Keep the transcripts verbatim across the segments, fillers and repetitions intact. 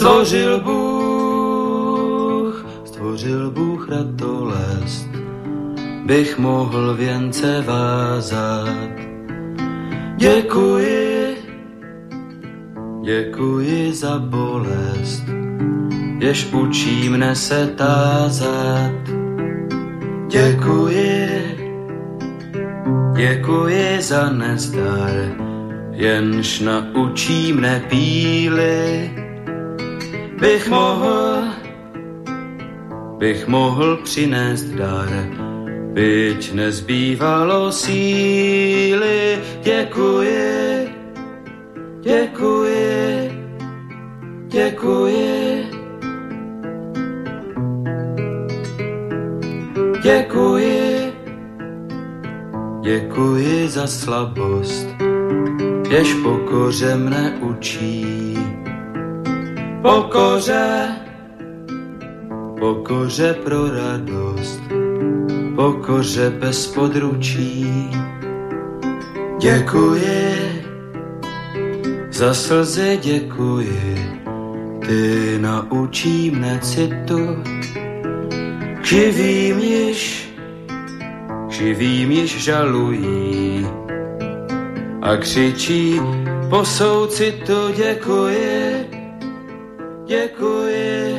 Stvořil Bůh, stvořil Bůh ratolest, bych mohl věnce vázat. Děkuji, děkuji za bolest, jež učí mne se tázat. Děkuji, děkuji za nezdar, jenž naučí mne píly. Bych mohl, bych mohl přinést dar, byť nezbývalo síly. Děkuji, děkuji, děkuji, děkuji, děkuji za slabost, jež pokoře mne učí. Pokoře, pokoře pro radost, pokoře bez područí. Děkuji, za slzy děkuji, ty naučí mne citu. K živým již, k živým již žalují a křičí po soucitu. Děkuji, děkuji,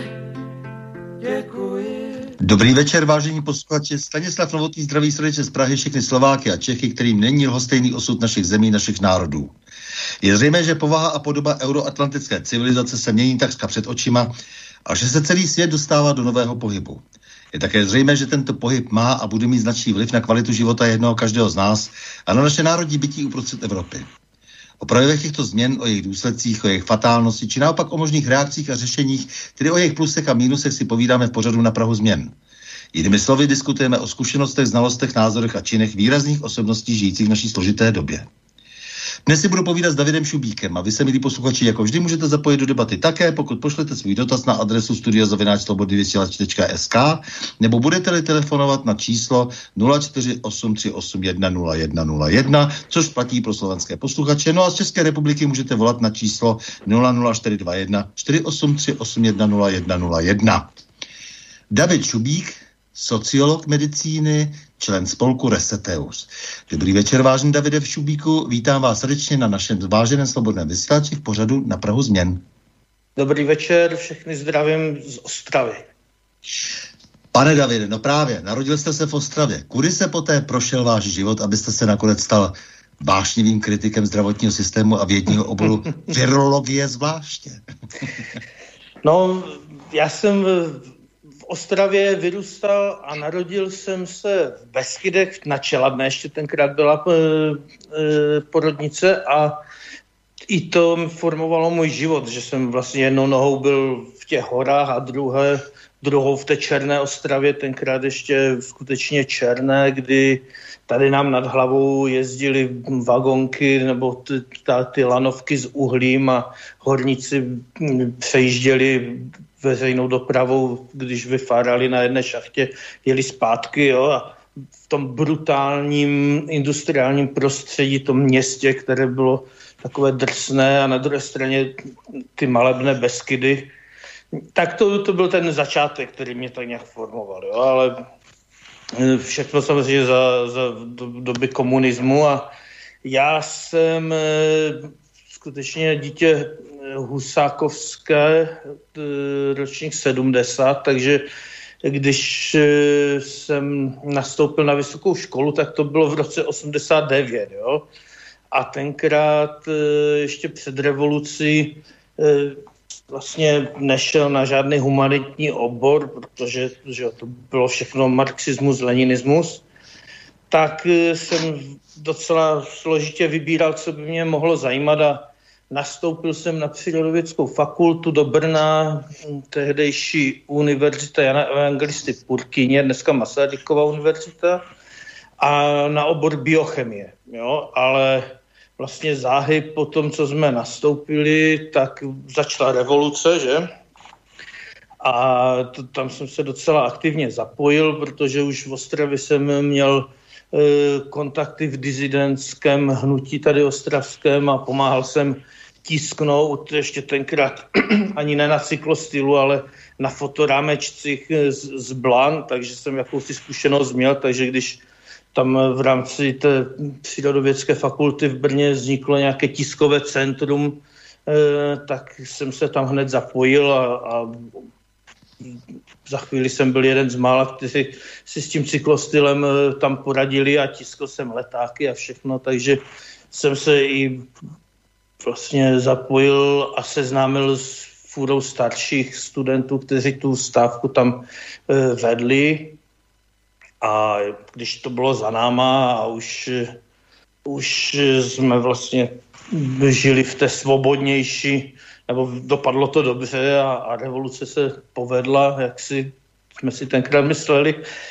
děkuji. Dobrý večer, vážení posluchači. Stanislav Novotný zdraví srdečně z Prahy všechny Slováky a Čechy, kterým není lhostejný osud našich zemí, našich národů. Je zřejmé, že povaha a podoba euroatlantické civilizace se mění takřka před očima a že se celý svět dostává do nového pohybu. Je také zřejmé, že tento pohyb má a bude mít značný vliv na kvalitu života jednoho každého z nás a na naše národní bytí uprostřed Evropy. O projevech těchto změn, o jejich důsledcích, o jejich fatálnosti, či naopak o možných reakcích a řešeních, tedy o jejich plusech a mínusech si povídáme v pořadu Na prahu změn. Jinými slovy diskutujeme o zkušenostech, znalostech, názorech a činech výrazných osobností žijících v naší složité době. Dnes si budu povídat s Davidem Šubíkem a vy se, milí posluchači, jako vždy můžete zapojit do debaty také, pokud pošlete svůj dotaz na adresu studia zavináč slobodný vysílač tečka es ká nebo budete-li telefonovat na číslo nula čtyři osm tři osm jedna nula jedna nula jedna, což platí pro slovenské posluchače. No a z České republiky můžete volat na číslo nula nula čtyři dva jedna čtyři osm tři osm jedna nula jedna nula jedna. David Šubík, sociolog medicíny, člen spolku Reseteus. Dobrý večer, vážený Davide Šubíku, vítám vás srdečně na našem váženém slobodném vysílači v pořadu Na prahu změn. Dobrý večer, všechny zdravím z Ostravy. Pane Davide, no právě, narodil jste se v Ostravě. Kudy se poté prošel váš život, abyste se nakonec stal vášnivým kritikem zdravotního systému a vědního oboru virologie zvláště? No, já jsem v Ostravě vyrůstal a narodil jsem se v Beskydech na Čelabné, ještě tenkrát byla e, e, porodnice a i to mi formovalo můj život, že jsem vlastně jednou nohou byl v těch horách a druhé, druhou v té černé Ostravě, tenkrát ještě skutečně černé, kdy tady nám nad hlavou jezdily vagonky nebo ty, ta, ty lanovky s uhlím a horníci přejížděli veřejnou dopravou, když vyfárali na jedné šachtě, jeli zpátky, jo, a v tom brutálním industriálním prostředí, tom městě, které bylo takové drsné a na druhé straně ty malebné Beskydy, tak to, to byl ten začátek, který mě tak nějak formoval, jo, ale všechno samozřejmě za, za doby komunismu a já jsem skutečně dítě husákovské, ročník sedmdesát, takže když jsem nastoupil na vysokou školu, tak to bylo v roce osmdesát devět, jo. A tenkrát ještě před revolucí vlastně nešel na žádný humanitní obor, protože že to bylo všechno marxismus, leninismus, tak jsem docela složitě vybíral, co by mě mohlo zajímat a nastoupil jsem na přírodovědeckou fakultu do Brna, tehdejší univerzita Jana Evangelisty Purkyně, dneska Masarykova univerzita, a na obor biochemie, jo, ale vlastně záhy po tom, co jsme nastoupili, tak začala revoluce, že? A to, tam jsem se docela aktivně zapojil, protože už v Ostravě jsem měl e, kontakty v disidentském hnutí tady ostravském a pomáhal jsem tisknout, ještě tenkrát ani ne na cyklostylu, ale na fotorámečcích z, z blan, takže jsem jakousi zkušenost měl, takže když tam v rámci té přírodovědské fakulty v Brně vzniklo nějaké tiskové centrum, eh, tak jsem se tam hned zapojil a, a za chvíli jsem byl jeden z mála, kteří si s tím cyklostylem tam poradili a tiskl jsem letáky a všechno, takže jsem se i vlastně zapojil a seznámil s fůrou starších studentů, kteří tu stávku tam e, vedli. A když to bylo za náma a už, už jsme vlastně žili v té svobodnější, nebo dopadlo to dobře a, a revoluce se povedla, jak si jsme si tenkrát mysleli,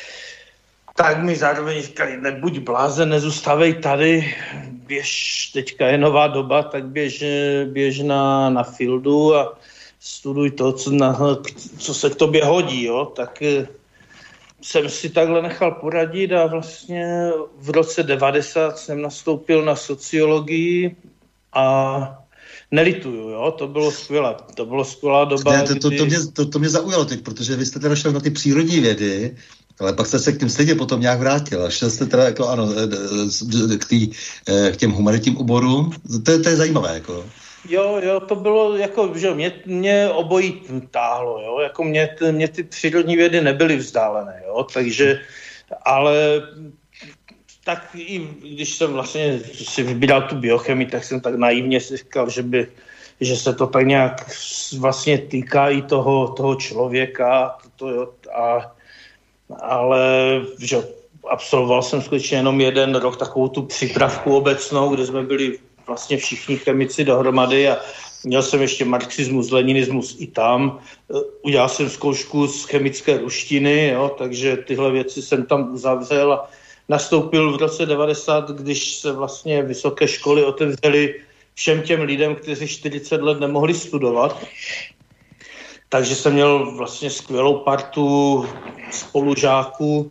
tak mi zároveň říkali, nebuď blázen, nezůstávej tady, běž, teďka je nová doba, tak běž, běž na, na fieldu a studuj to, co, na, co se k tobě hodí, jo, tak jsem si takhle nechal poradit a vlastně v roce devadesát jsem nastoupil na sociologii a nelituju, jo, to bylo skvělé, to bylo skvělá doba. Ne, to, to, to, mě, to, to mě zaujalo teď, protože vy jste teda šel na ty přírodní vědy, ale pak jste se k tím stejně potom nějak vrátil a šel jste teda jako ano, k, tý, k těm humanitním oborům, to je, to je zajímavé, jako. Jo, jo, to bylo jako, že mě, mě obojí táhlo, jo, jako mě, mě ty přírodní vědy nebyly vzdálené, jo, takže, ale tak i když jsem vlastně si vybíral tu biochemii, tak jsem tak naivně si říkal, že by, že se to tak nějak vlastně týká i toho, toho člověka, to, jo, a, ale že absolvoval jsem skutečně jenom jeden rok takovou tu přípravku obecnou, kde jsme byli vlastně všichni chemici dohromady a měl jsem ještě marxismus, leninismus i tam. Udělal jsem zkoušku z chemické ruštiny, jo, takže tyhle věci jsem tam uzavřel a nastoupil v roce devadesát, když se vlastně vysoké školy otevřely všem těm lidem, kteří čtyřicet let nemohli studovat. Takže jsem měl vlastně skvělou partu spolužáků,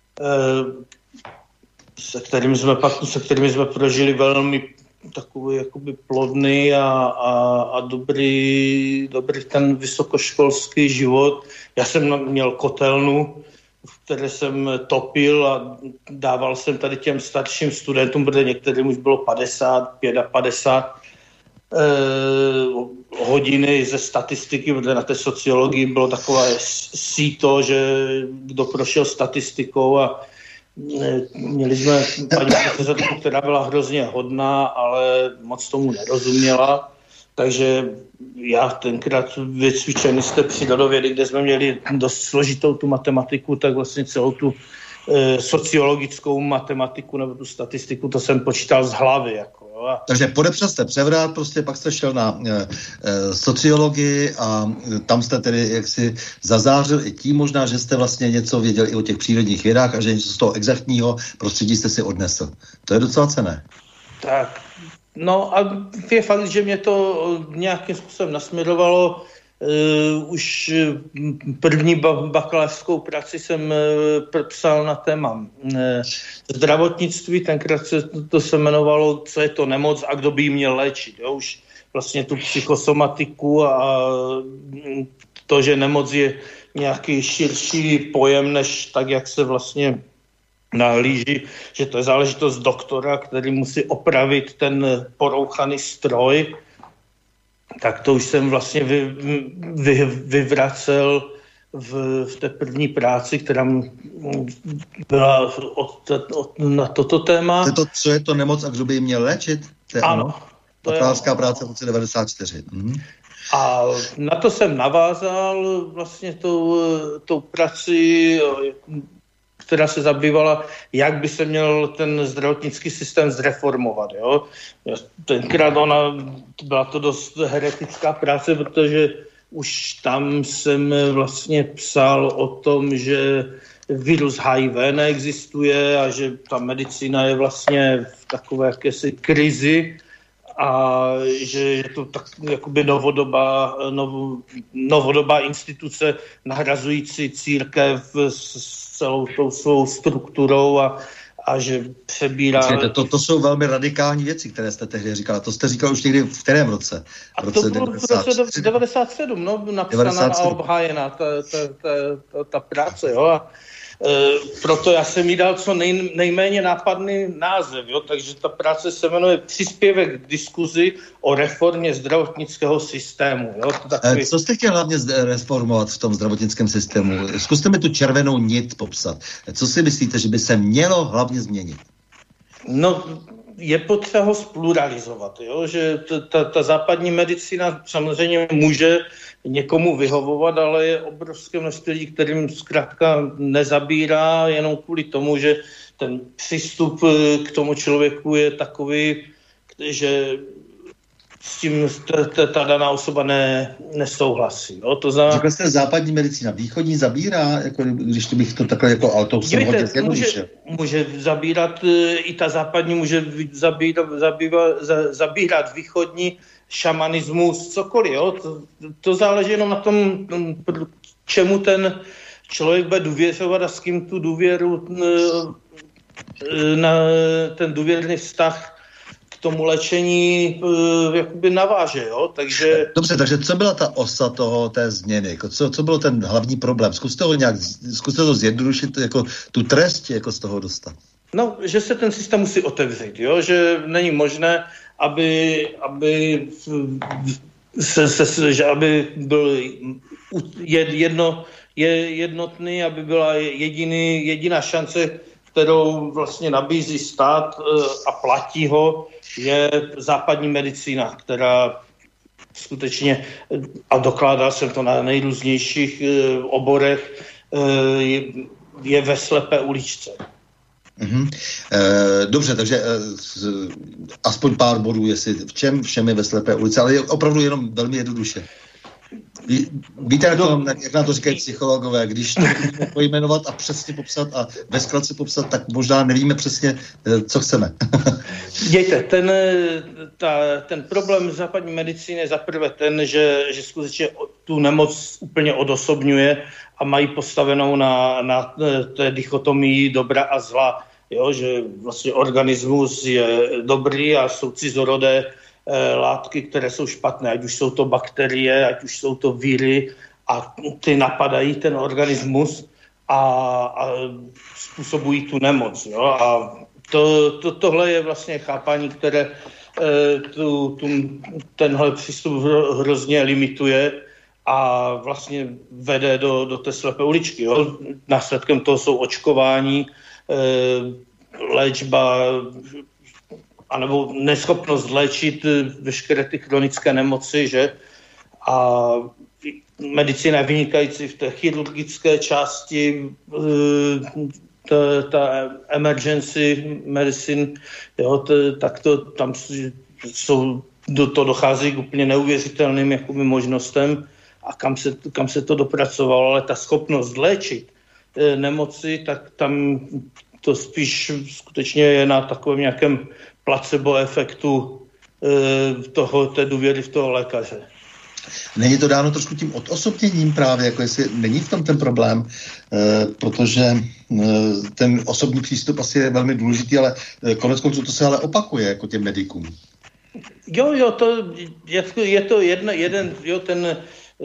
se kterými jsme, se kterými jsme prožili velmi takový jakoby plodný a, a, a dobrý, dobrý ten vysokoškolský život. Já jsem měl kotelnu, v které jsem topil a dával jsem tady těm starším studentům, protože některým už bylo padesát, padesát pět eh, hodiny ze statistiky, protože na té sociologii bylo takové síto, že kdo prošel statistikou a měli jsme paní profesorku, která byla hrozně hodná, ale moc tomu nerozuměla. Takže já tenkrát vycvičený z té přírodovědy, kde jsme měli dost složitou tu matematiku, tak vlastně celou tu e, sociologickou matematiku nebo tu statistiku, to jsem počítal z hlavy. Jako, jo. A... Takže podepřel jste převrat, prostě pak jste šel na e, e, sociologii a tam jste tedy jaksi zazářil i tím možná, že jste vlastně něco věděl i o těch přírodních vědách a že něco z toho exaktního prostředí jste si odnesl. To je docela cenné. Tak. No a je fakt, že mě to nějakým způsobem nasměrovalo. Uh, už první ba- bakalářskou práci jsem uh, psal na téma uh, zdravotnictví, tenkrát se to, to se jmenovalo, co je to nemoc a kdo by ji měl léčit. Jo? Už vlastně tu psychosomatiku a to, že nemoc je nějaký širší pojem, než tak, jak se vlastně nahlíží, že to je záležitost doktora, který musí opravit ten porouchaný stroj, tak to už jsem vlastně vy, vy, vyvracel v, v té první práci, která byla od, od, na toto téma. To, co je to nemoc a kdo by ji měl léčit? To je ano. To Bakalářská práce v roce devadesát čtyři. Mhm. A na to jsem navázal vlastně tou, tou prací, která se zabývala, jak by se měl ten zdravotnický systém zreformovat. Jo? Tenkrát ona, byla to dost heretická práce, protože už tam jsem vlastně psal o tom, že virus H I V neexistuje a že ta medicína je vlastně v takové jakési krizi a že je to tak jakoby novodobá, nov, novodobá instituce nahrazující církev s celou tou svou strukturou a, a že přebírá... To, to, to jsou velmi radikální věci, které jste tehdy říkala. To jste říkal už někdy v kterém roce? V roce a to bylo v roce devadesát sedm, no, napsaná a obhájená ta, ta, ta, ta, ta práce, jo, a e, proto já jsem jí dal co nej, nejméně nápadný název, jo, takže ta práce se jmenuje Příspěvek k diskuzi o reformě zdravotnického systému, jo. To takový... Co jste chtěl hlavně reformovat v tom zdravotnickém systému? Zkuste mi tu červenou nit popsat. Co si myslíte, že by se mělo hlavně změnit? No, je potřeba ho spluralizovat, jo? Že ta, ta západní medicína samozřejmě může někomu vyhovovat, ale je obrovské množství lidí, kterým zkrátka nezabírá jenom kvůli tomu, že ten přístup k tomu člověku je takový, že s tím ta, ta daná osoba ne, nesouhlasí. Jo? To za... Řekl jste západní medicína, východní zabírá, jako, když to bych to takhle jako auto jsem hodně může, může zabírat, i ta západní může zabírat, zabírat, zabírat východní šamanismus, cokoliv. Jo? To, to záleží jenom na tom, čemu ten člověk bude důvěřovat a s kým tu důvěru, na ten důvěrný vztah tomu léčení uh, jakoby naváže, jo, takže... Dobře, takže co byla ta osa toho, té změny, jako co, co bylo ten hlavní problém? Zkuste ho nějak, zkuste to zjednodušit, jako tu trest, jako z toho dostat. No, že se ten systém musí otevřít, jo, že není možné, aby, aby se, se, že aby byl jedno, je jednotný, aby byla jediný, jediná šance, kterou vlastně nabízí stát a platí ho, je západní medicína, která skutečně, a dokládal jsem to na nejrůznějších oborech, je, je ve slepé uličce. Mm-hmm. E, dobře, takže e, aspoň pár bodů, jestli v čem všem je ve slepé ulici, ale je opravdu jenom velmi jednoduše. Ví, víte, jak, to, jak nám to říkají psychologové, když to můžeme pojmenovat a přesně popsat a ve zkratce popsat, tak možná nevíme přesně, co chceme. Dějte, ten, ta, ten problém západní medicíny je zaprvé ten, že, že skutečně tu nemoc úplně odosobňuje a mají postavenou na, na té dichotomii dobra a zla. Jo, že vlastně organismus je dobrý a jsou cizorodé látky, které jsou špatné, ať už jsou to bakterie, ať už jsou to víry a ty napadají ten organismus a, a způsobují tu nemoc. Jo? A to, to, tohle je vlastně chápání, které tu, tu, tenhle přístup hrozně limituje a vlastně vede do, do té slepé uličky. Jo? Následkem toho jsou očkování, léčba, anebo neschopnost léčit veškeré ty chronické nemoci, že? A medicína je vynikající v té chirurgické části, ta, ta emergency medicine, jo, to, tak to tam jsou, do to dochází k úplně neuvěřitelným jakoby možnostem a kam se, kam se to dopracovalo, ale ta schopnost léčit nemoci, tak tam to spíš skutečně je na takovém nějakém placebo efektu e, toho, té důvěry v toho lékaře. Není to dáno trošku tím odosobněním právě, jako jestli není v tom ten problém, e, protože e, ten osobní přístup asi je velmi důležitý, ale e, konec konců to se ale opakuje jako těm medikům. Jo, jo, to je, je to jedno, jeden, jo, ten e,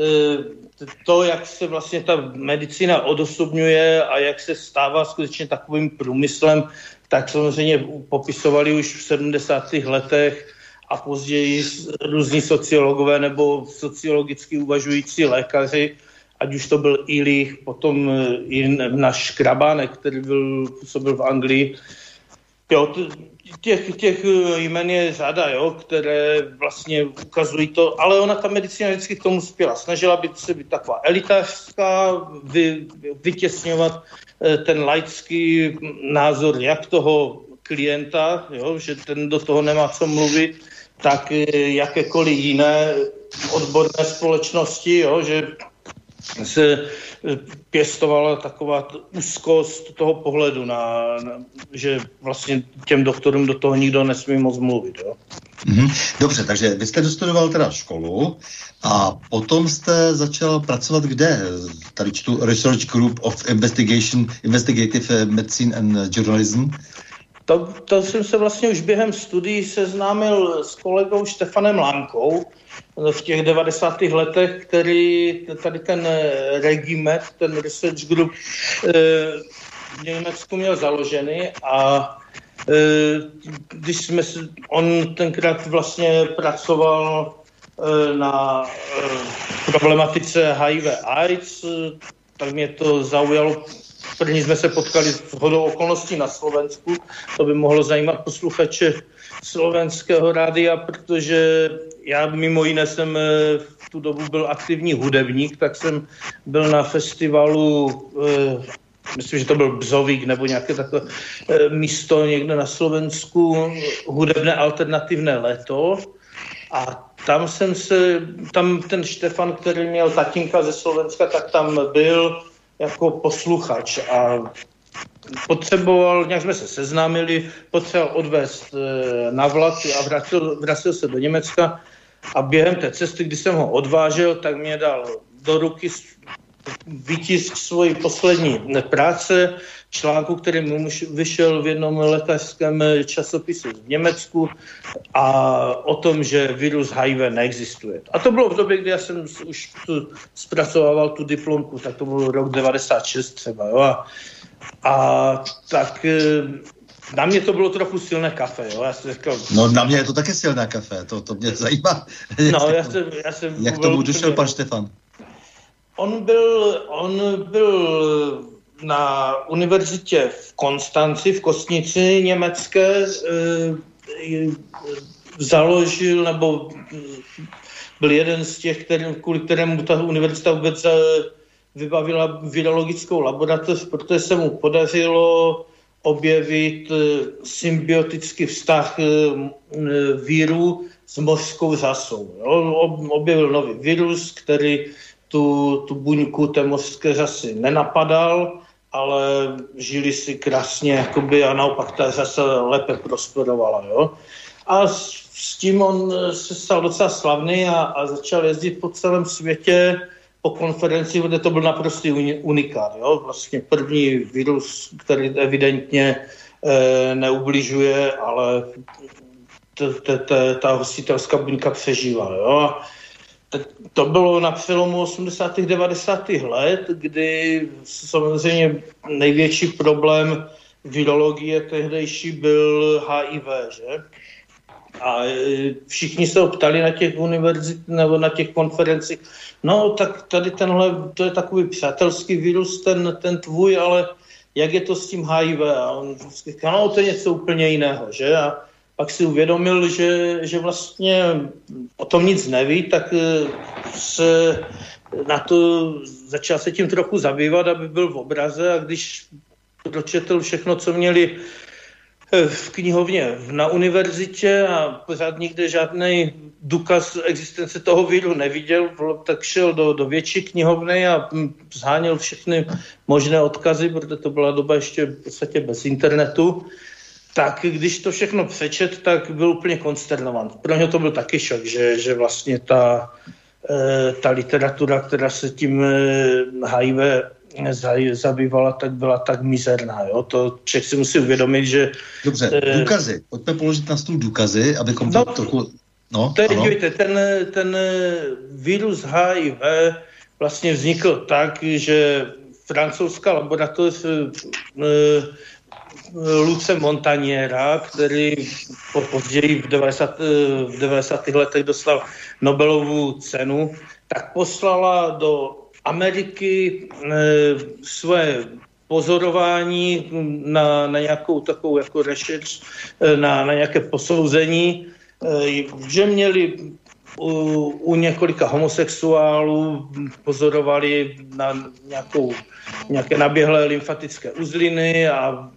to, jak se vlastně ta medicína odosobňuje a jak se stává skutečně takovým průmyslem, tak samozřejmě popisovali už v sedmdesátých letech a později různí sociologové nebo sociologicky uvažující lékaři, ať už to byl Illich, potom i náš Škrabánek, který byl, působil v Anglii. Jo, těch, těch jmen je řada, jo, které vlastně ukazují to, ale ona ta medicína vždycky k tomu spěla. Snažila by se být taková elitářská, vy, vytěsňovat ten laický názor jak toho klienta, jo, že ten do toho nemá co mluvit, tak jakékoliv jiné odborné společnosti, jo, že se pěstovala taková úzkost toho pohledu, na, na, že vlastně těm doktorům do toho nikdo nesmí moc mluvit. Jo? Mm-hmm. Dobře, takže vy jste dostudoval teda školu a potom jste začal pracovat kde? Tady čtu Research Group of Investigation, Investigative Medicine and Journalism. To, to jsem se vlastně už během studií seznámil s kolegou Štefanem Lankou v těch devadesátých letech, který tady ten Regimet, ten research group v Německu měl založený a když jsme, on tenkrát vlastně pracoval na problematice H I V AIDS, tak mě to zaujalo. První jsme se potkali s hodou okolností na Slovensku. To by mohlo zajímat posluchače slovenského rádia, protože já mimo jiné jsem v tu dobu byl aktivní hudebník, tak jsem byl na festivalu, myslím, že to byl Bzovík nebo nějaké takové místo někde na Slovensku, hudebné alternativné léto. A tam jsem se, tam ten Štefan, který měl tatínka ze Slovenska, tak tam byl jako posluchač a potřeboval, nějak jsme se seznámili, potřeboval odvést na vlak a vracel, vracel se do Německa a během té cesty, kdy jsem ho odvážel, tak mě dal do ruky výtisk svojí poslední práce, článku, který mu vyšel v jednom lékařském časopise v Německu a o tom, že virus H I V neexistuje. A to bylo v době, kdy já jsem už tu zpracovával tu diplomku, tak to byl rok devadesát šest třeba. Jo? A, a tak na mě to bylo trochu silné kafe. Jo? Já jsem říkal, no na mě je to také silné kafe, to, to mě zajímá. No, já jsem, já jsem Jak tomu došel pan Štefan? On byl, on byl na univerzitě v Konstanci, v Kostnici německé, e, založil, nebo byl jeden z těch, který, kvůli kterému ta univerzita vůbec vybavila virologickou laboratoř, protože se mu podařilo objevit symbiotický vztah víru s mořskou řasou. Objevil nový virus, který tu, tu buňku té mořské řasy nenapadal, ale žili si krásně jakoby, a naopak ta řasa lépe prosperovala. Jo? A s, s tím on se stal docela slavný a, a začal jezdit po celém světě po konferenci, kde to byl naprostý unikát. Jo? Vlastně první virus, který evidentně e, neubližuje, ale t, t, t, ta hostitelská buňka přežívá. Jo? To bylo na přelomu osmdesátých devadesátých let, kdy samozřejmě největší problém virologie tehdejší byl H I V, že? A všichni se ho ptali na těch univerzit nebo na těch konferencích, no tak tady tenhle, to je takový přátelský virus, ten, ten tvůj, ale jak je to s tím H I V? A on říkal, no to je něco úplně jiného, že? A pak si uvědomil, že, že vlastně o tom nic neví, tak se na to začal se tím trochu zabývat, aby byl v obraze, a když dočetl všechno, co měli v knihovně na univerzitě a pořád nikde žádný důkaz existence toho viru neviděl, tak šel do, do větší knihovny a zháněl všechny možné odkazy, protože to byla doba ještě v podstatě bez internetu. Tak když to všechno přečet, tak byl úplně konsternován. Pro něho to byl taky šok, že, že vlastně ta, e, ta literatura, která se tím H I V zabývala, tak byla tak mizerná. Jo? To člověk si musí uvědomit, že... Dobře, e, důkazy. Pojďme položit na stůl důkazy, abychom to no, trochu... No, to je, dívejte, ten, ten virus H I V vlastně vznikl tak, že francouzská laboratoř e, Luce Montagniera, který později v devadesátých letech dostal Nobelovu cenu, tak poslala do Ameriky e, své pozorování na, na nějakou takovou jako rešerš, na, na nějaké posouzení, e, že měli u, u několika homosexuálů pozorovali na nějakou, nějaké naběhlé lymfatické uzliny a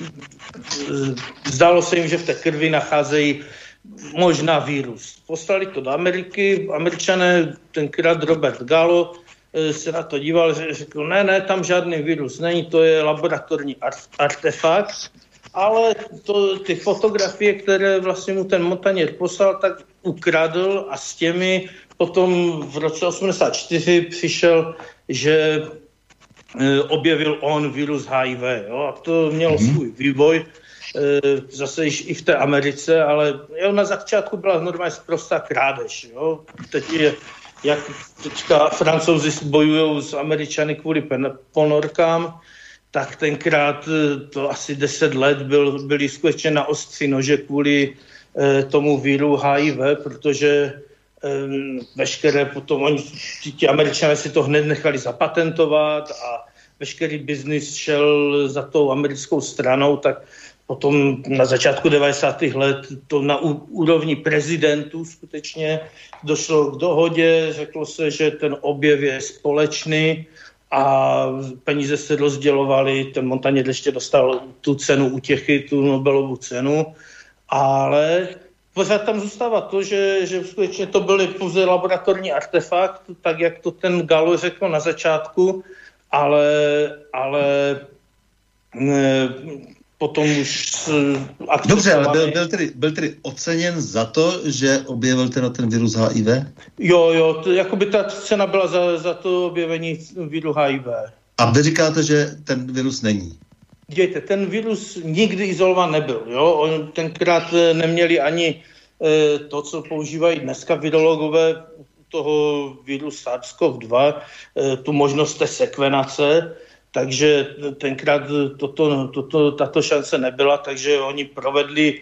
zdálo se jim, že v té krvi nacházejí možná vírus. Poslali to do Ameriky, Američané, tenkrát Robert Gallo se na to díval, že řekl, ne, ne, tam žádný virus není, to je laboratorní artefakt, ale to, ty fotografie, které vlastně mu ten Montagnier poslal, tak ukradl a s těmi potom v roce osmdesát čtyři přišel, že objevil on virus H I V. Jo? A to mělo svůj vývoj. zase i v té Americe, ale jo, na začátku byla normálně sprostá krádež. Jo. Teď je, jak teďka Francouzi bojují s Američany kvůli ponorkám, tak tenkrát to asi deset let byl, byli skutečně na ostří nože kvůli eh, tomu víru H I V, protože eh, veškeré potom, oni, ti Američané si to hned nechali zapatentovat a veškerý biznis šel za tou americkou stranou, tak potom na začátku devadesátých let to na úrovni prezidentů skutečně došlo k dohodě, řeklo se, že ten objev je společný a peníze se rozdělovaly, ten Montagne ještě dostal tu cenu útěchy, tu Nobelovu cenu, ale pořád tam zůstává to, že, že skutečně to byly pouze laboratorní artefakt, tak jak to ten Gallo řekl na začátku, ale, ale ne, potom už Dobře, ale byl, byl, tedy, byl tedy oceněn za to, že objevil ten, ten virus H I V? Jo, jo, to, jakoby ta cena byla za, za to objevení viru H I V. A vy říkáte, že ten virus není? Dějte, ten virus nikdy izolován nebyl. Jo? On tenkrát neměli ani e, to, co používají dneska virologové toho viru SARS-CoV dva, e, tu možnost té sekvenace, takže tenkrát toto, toto, tato šance nebyla, takže oni provedli,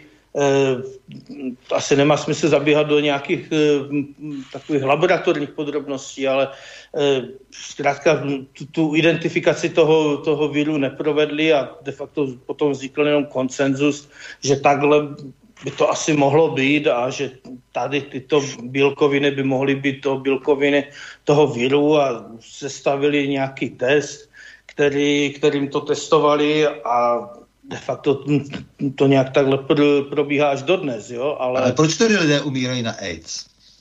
eh, asi nemá smysl zabíhat do nějakých eh, takových laboratorních podrobností, ale eh, zkrátka tu, tu identifikaci toho, toho viru neprovedli a de facto potom vznikl jenom konsenzus, že takhle by to asi mohlo být a že tady tyto bílkoviny by mohly být to bílkoviny toho viru a sestavili nějaký test, Který, kterým to testovali a de facto to, to nějak takhle pr- probíhá až dodnes, jo, ale... Ale proč tedy lidé umírají na AIDS?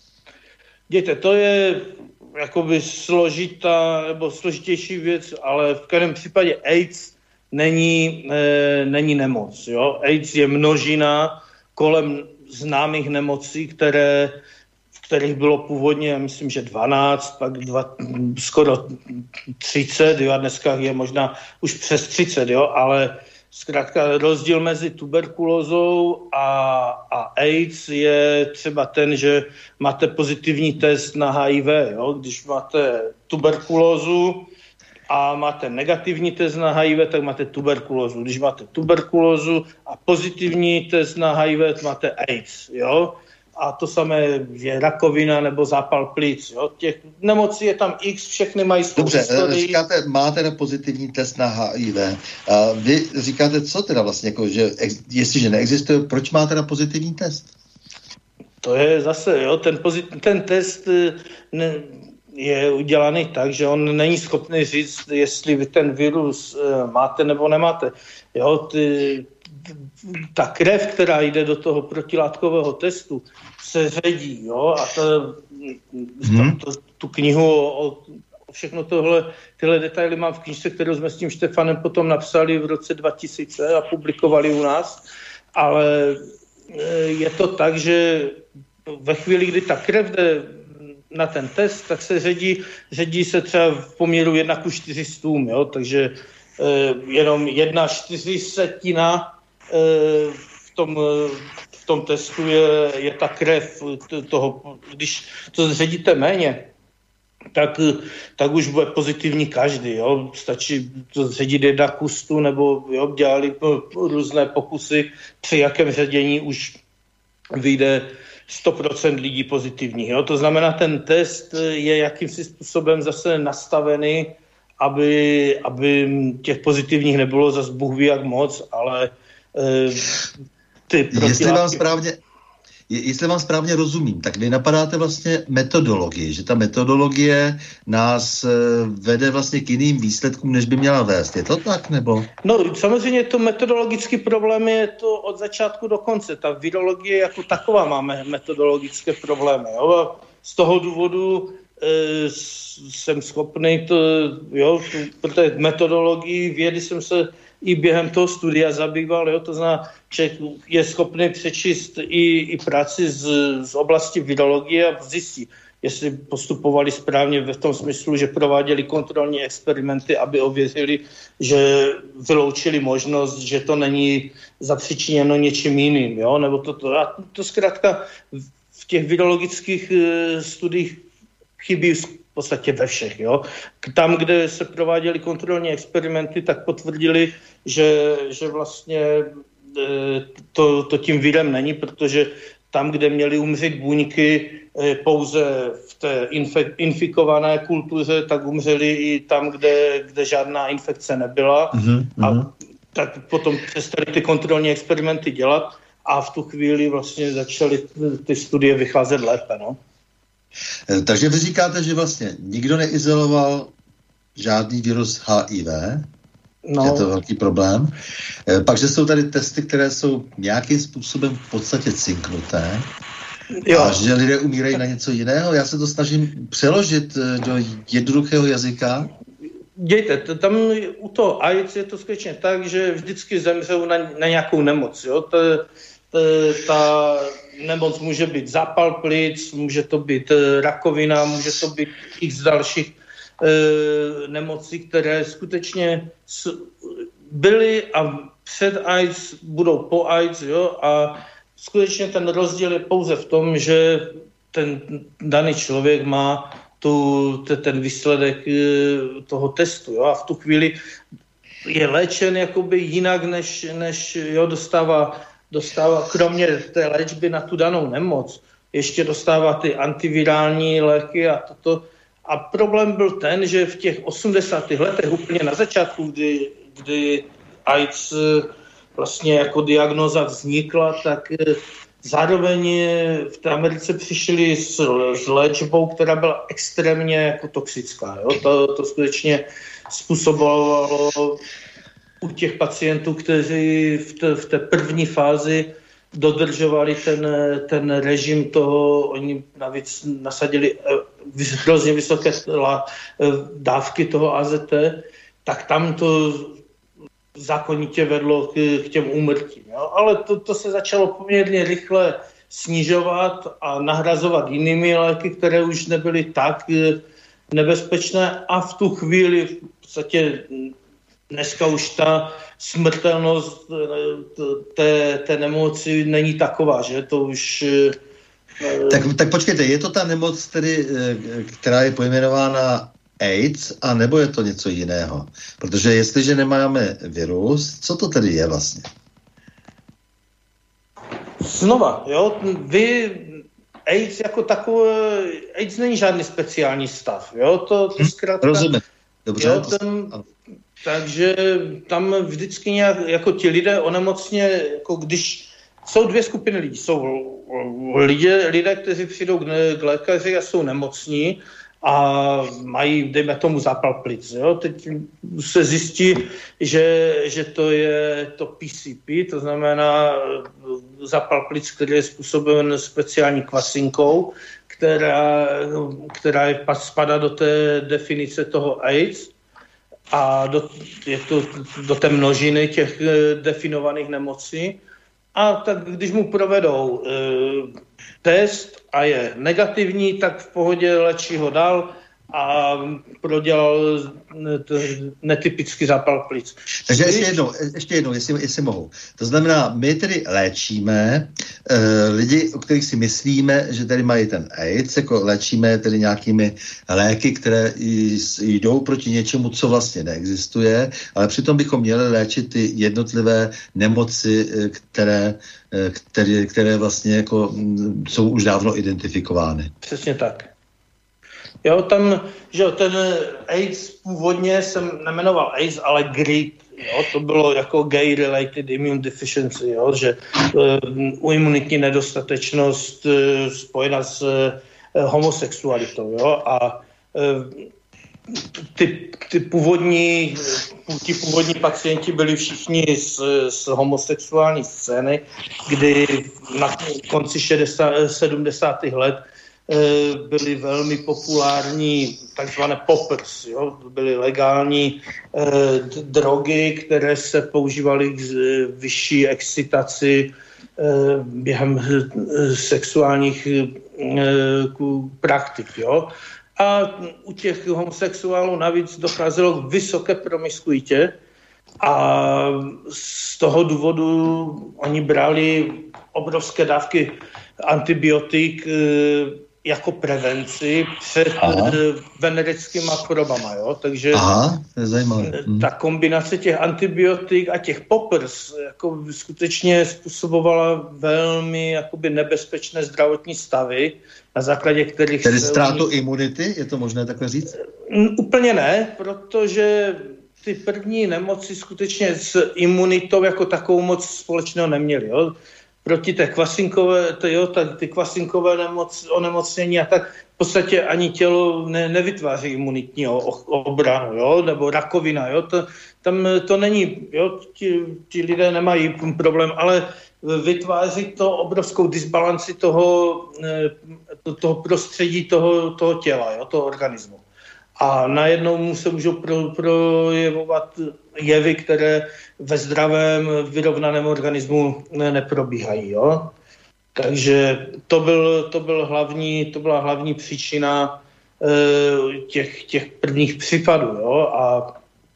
Dějte, to je jakoby složitá, nebo složitější věc, ale v každém případě AIDS není, e, není nemoc, jo. AIDS je množina kolem známých nemocí, které kterých bylo původně, myslím, že dvanáct, pak dva, skoro třicet, jo, a dneska je možná už přes třicet, jo, ale zkrátka rozdíl mezi tuberkulózou a, a AIDS je třeba ten, že máte pozitivní test na H I V, jo, když máte tuberkulózu a máte negativní test na H I V, tak máte tuberkulózu. Když máte tuberkulózu a pozitivní test na H I V, máte AIDS, jo. A to samé je rakovina nebo zápal plic. Jo? Těch nemocí je tam X, všechny mají svou Dobře, historii. říkáte, máte na pozitivní test na H I V. A vy říkáte, co teda vlastně, jako, že ex, jestliže neexistuje, proč máte na pozitivní test? To je zase, jo, ten, pozit, ten test ne, je udělaný tak, že on není schopný říct, jestli vy ten virus máte nebo nemáte. Jo, ty, ta krev, která jde do toho protilátkového testu, se ředí, jo, a ta, hmm. to, tu knihu o, o všechno tohle, tyhle detaily mám v knižce, kterou jsme s tím Štefanem potom napsali v roce dva tisíce a publikovali u nás, ale je to tak, že ve chvíli, kdy ta krev jde na ten test, tak se ředí, ředí se třeba v poměru jedna ku čtyřistům, jo, takže eh, jenom jedna čtyřisetina v tom, v tom testu je, je ta krev toho, když to zředíte méně, tak, tak už bude pozitivní každý, jo. Stačí to zředit jedna ku stu, nebo jo, dělali různé pokusy, při jakém ředění už vyjde sto procent lidí pozitivních, jo. To znamená, ten test je jakýmsi způsobem zase nastavený, aby, aby těch pozitivních nebylo zas Bůh ví jak moc, ale ty jestli vám správně, jestli vám správně rozumím, tak vy napadáte vlastně metodologii, že ta metodologie nás vede vlastně k jiným výsledkům, než by měla vést. Je to tak, nebo? No, samozřejmě to metodologický problém je to od začátku do konce. Ta virologie jako taková máme metodologické problémy. Jo? A z toho důvodu e, jsem schopný to, jo, protože metodologii vědy jsem se i během toho studia zabýval, jo, to znamená, že je schopný přečíst i, i práci z, z oblasti virologie a zjistí, jestli postupovali správně v tom smyslu, že prováděli kontrolní experimenty, aby ověřili, že vyloučili možnost, že to není zapříčiněno něčím jiným, jo? Nebo to, to, to, to zkrátka v těch virologických studiích chybí v podstatě ve všech. Jo? Tam, kde se prováděly kontrolní experimenty, tak potvrdili, že, že vlastně to, to tím virem není, protože tam, kde měly umřít buňky pouze v té infe, infikované kultuře, tak umřeli i tam, kde, kde žádná infekce nebyla. Mm-hmm. A tak potom přestali ty kontrolní experimenty dělat a v tu chvíli vlastně začaly ty studie vycházet lépe. No. Takže vy říkáte, že vlastně nikdo neizoloval žádný virus H I V, no. Je to velký problém. Pak, že jsou tady testy, které jsou nějakým způsobem v podstatě cinknuté, jo. A že lidé umírají na něco jiného. Já se to snažím přeložit do jednoduchého jazyka. Dějte, tam u toho AIDS je to skutečně tak, že vždycky zemřou na, na nějakou nemoc. Jo? Ta, ta, ta nemoc může být zápal plic, může to být rakovina, může to být x dalších e, nemocí, které skutečně s, byly a před AIDS budou po AIDS. Jo? A skutečně ten rozdíl je pouze v tom, že ten daný člověk má tu, ten výsledek toho testu. Jo? A v tu chvíli je léčen jakoby jinak, než, než jo, dostává, dostává, kromě té léčby na tu danou nemoc, ještě dostává ty antivirální léky a toto. A problém byl ten, že v těch osmdesátých letech, úplně na začátku, kdy, kdy AIDS vlastně jako diagnóza vznikla, tak zároveň v té Americe přišli s, s léčbou, která byla extrémně jako toxická. Jo? To, to skutečně způsobovalo u těch pacientů, kteří v té, v té první fázi dodržovali ten, ten režim toho, oni navíc nasadili hrozně vysoké dávky toho A Z T, tak tam to zákonitě vedlo k, k těm úmrtím. Jo? Ale to, to se začalo poměrně rychle snižovat a nahrazovat jinými léky, které už nebyly tak nebezpečné a v tu chvíli v podstatě dneska už ta smrtelnost té, té nemoci není taková, že to už... Tak, tak počkejte, je to ta nemoc, tedy, která je pojmenována AIDS, a nebo je to něco jiného? Protože jestliže nemáme virus, co to tedy je vlastně? Znova, jo, vy AIDS jako takové, AIDS není žádný speciální stav, jo, to, to zkrátka... Rozumím, dobře. Jo, ten, takže tam vždycky nějak, jako ti lidé onemocně, jako když jsou dvě skupiny lidí, jsou lidé, lidé kteří přijdou k, k lékaři a jsou nemocní, a mají, dejme tomu, zápal plic. Jo? Teď se zjistí, že, že to je to P C P, to znamená zápal plic, který je způsoben speciální kvasinkou, která, která je, spadá do té definice toho AIDS a do, je to do té množiny těch definovaných nemocí. A tak když mu provedou e, test a je negativní, tak v pohodě léčí ho dál a prodělal netypický zápal plic. Takže ještě jednou, ještě jednou jestli, jestli mohu. To znamená, my tedy léčíme e, lidi, o kterých si myslíme, že tady mají ten AIDS, jako léčíme tedy nějakými léky, které jdou proti něčemu, co vlastně neexistuje, ale přitom bychom měli léčit ty jednotlivé nemoci, které, které, které vlastně jako jsou už dávno identifikovány. Přesně tak. Jo, tam, že jo, ten AIDS původně jsem nemenoval AIDS, ale G R I P, jo, to bylo jako Gay-Related Immune Deficiency, jo, že uh, imunitní nedostatečnost uh, spojena s uh, homosexualitou, jo, a uh, ty, ty původní, ti původní pacienti byli všichni z, z homosexuální scény, kdy na konci šedesátých sedmdesátých let byly velmi populární takzvané poppers, jo? Byly legální eh, drogy, které se používaly k vyšší excitaci během sexuálních praktik, jo. A u těch homosexuálů navíc docházelo k vysoké promiskuitě a z toho důvodu oni brali obrovské dávky antibiotik jako prevenci před Aha. venerickými chorobama, jo. Takže Aha, to je zajímavé. Ta kombinace těch antibiotik a těch poppers jako skutečně způsobovala velmi jakoby nebezpečné zdravotní stavy, na základě kterých... Tedy ztrátu oni... imunity, je to možné takhle říct? Úplně ne, protože ty první nemoci skutečně s imunitou jako takovou moc společného neměly, jo. Proti té kvasinkové, to jo, tak ty kvasinkové nemoc, onemocnění a tak v podstatě ani tělo ne, nevytváří imunitní obranu, jo, nebo rakovina, jo, to, tam to není, jo, ti, ti lidé nemají problém, ale vytváří to obrovskou disbalanci toho, toho prostředí toho, toho těla, jo, toho organismu. A najednou mu se můžou pro, projevovat jevy, které ve zdravém, vyrovnaném organismu ne, neprobíhají. Jo? Takže to, byl, to, byl hlavní, to byla hlavní příčina e, těch, těch prvních případů. Jo? A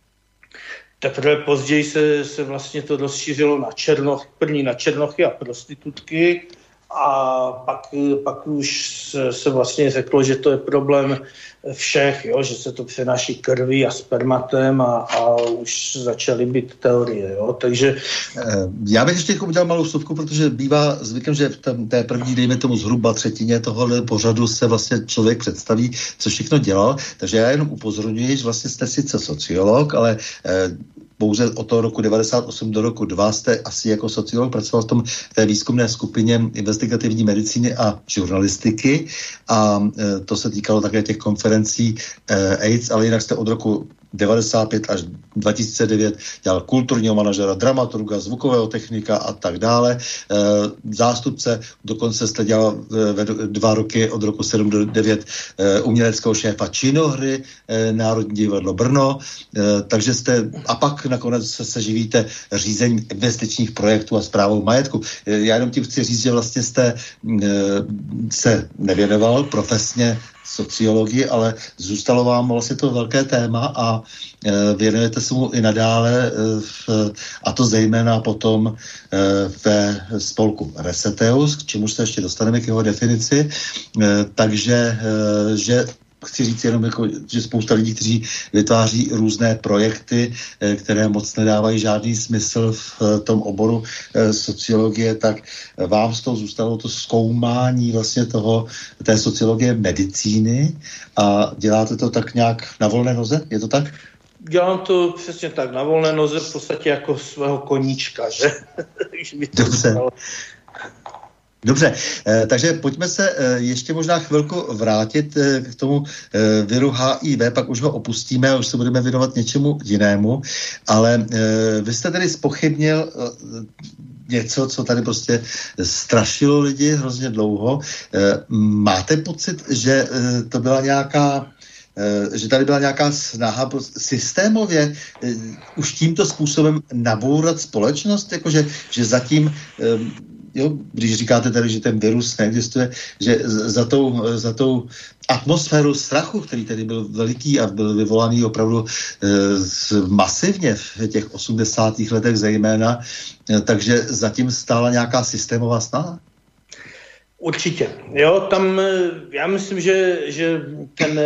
teprve později se, se vlastně to rozšířilo na černochy, první na černochy a prostitutky. A pak, pak už se, se vlastně řeklo, že to je problém všech, jo? Že se to přenáší krví a spermatem a, a už začaly být teorie. Jo? Takže... Já bych ještě udělal malou vstupku, protože bývá zvykem, že v tam, té první, dejme tomu zhruba třetině tohohle pořadu se vlastně člověk představí, co všechno dělal. Takže já jenom upozorňuji, že vlastně jste sice sociolog, ale eh, pouze od toho roku devadesát osm do roku dva jste asi jako sociolog pracoval v tom v té výzkumné skupině investigativní medicíny a žurnalistiky a e, to se týkalo také těch konferencí e, AIDS, ale jinak jste od roku devadesát pět až dva tisíce devět dělal kulturního manažera, dramaturga, zvukového technika a tak dále. E, zástupce, dokonce jste dělal ve dva roky od roku sedm do devět e, uměleckého šéfa činohry e, Národní divadlo Brno, e, takže jste a pak nakonec se, se živíte řízením investičních projektů a správou majetku. E, já jenom tím chci říct, že vlastně jste e, se nevěnoval profesně sociologii, ale zůstalo vám vlastně to velké téma a e, věnujete se mu i nadále e, v, a to zejména potom e, ve spolku Reseteus, k čemu se ještě dostaneme k jeho definici, e, takže e, že chci říct jenom, jako, že spousta lidí, kteří vytváří různé projekty, které moc nedávají žádný smysl v tom oboru sociologie, tak vám z toho zůstalo to zkoumání vlastně toho, té sociologie medicíny a děláte to tak nějak na volné noze? Je to tak? Dělám to přesně tak, na volné noze v podstatě jako svého koníčka, že? Dobře. Dobře, eh, takže pojďme se eh, ještě možná chvilku vrátit eh, k tomu eh, viru H I V, pak už ho opustíme a už se budeme věnovat něčemu jinému, ale eh, vy jste tedy zpochybnil eh, něco, co tady prostě strašilo lidi hrozně dlouho. Eh, máte pocit, že eh, to byla nějaká že tady byla nějaká snaha systémově uh, už tímto způsobem nabourat společnost, jakože že zatím um, jo, když říkáte tady, že ten virus neexistuje, že za tou, za tou atmosféru strachu, který tady byl veliký a byl vyvolaný opravdu e, masivně v těch osmdesátých letech zejména, e, takže zatím stála nějaká systémová snaha? Určitě. Jo, tam já myslím, že, že ten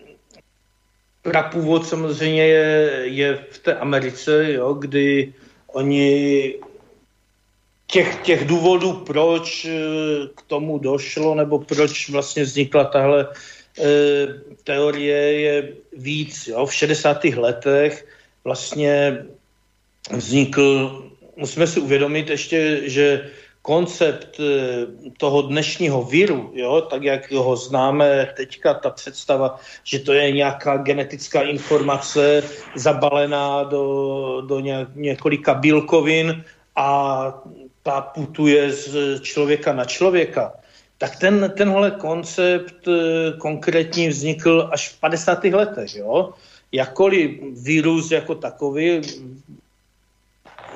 prapůvod samozřejmě je, je v té Americe, jo, kdy oni Těch, těch důvodů, proč k tomu došlo, nebo proč vlastně vznikla tahle e, teorie, je víc. Jo. V šedesátých letech vlastně vznikl, musíme si uvědomit ještě, že koncept toho dnešního viru, jo, tak jak ho známe teďka, ta představa, že to je nějaká genetická informace zabalená do, do několika bílkovin a ta putuje z člověka na člověka, tak ten, tenhle koncept konkrétně vznikl až v padesátých letech. Jo? Jakkoliv virus jako takový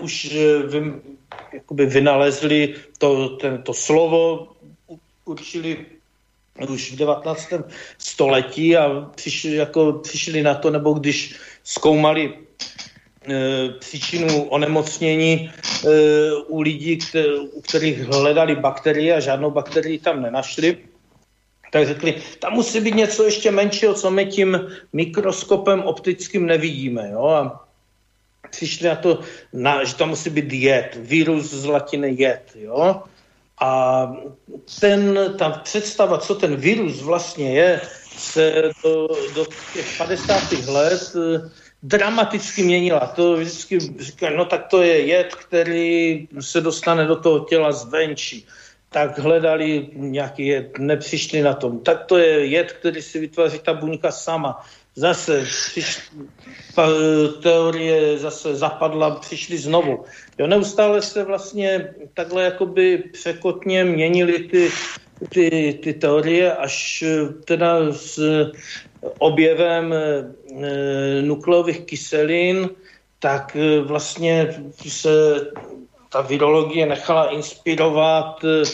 už vy, jakoby vynalezli to, ten, to slovo, určili už v devatenáctém století a přišli, jako, přišli na to, nebo když zkoumali e, příčinu onemocnění e, u lidí, kter, u kterých hledali bakterie a žádnou bakterii tam nenašli, tak řekli, tam musí být něco ještě menšího, co my tím mikroskopem optickým nevidíme. Jo? A přišli na to, na, že tam musí být jed, vírus z latiny jed. Jo? A ten, ta představa, co ten virus vlastně je, se do, do těch padesátých let dramaticky měnila. To vždycky říkali, no tak to je jed, který se dostane do toho těla zvenčí. Tak hledali nějaký jed, nepřišli na tom. Tak to je jed, který si vytváří ta buňka sama. Zase přišli, teorie zase zapadla, přišli znovu. Jo, neustále se vlastně takhle jakoby překotně měnily ty, ty, ty teorie, až teda s objevem e, nukleových kyselin, tak vlastně se ta virologie nechala inspirovat e,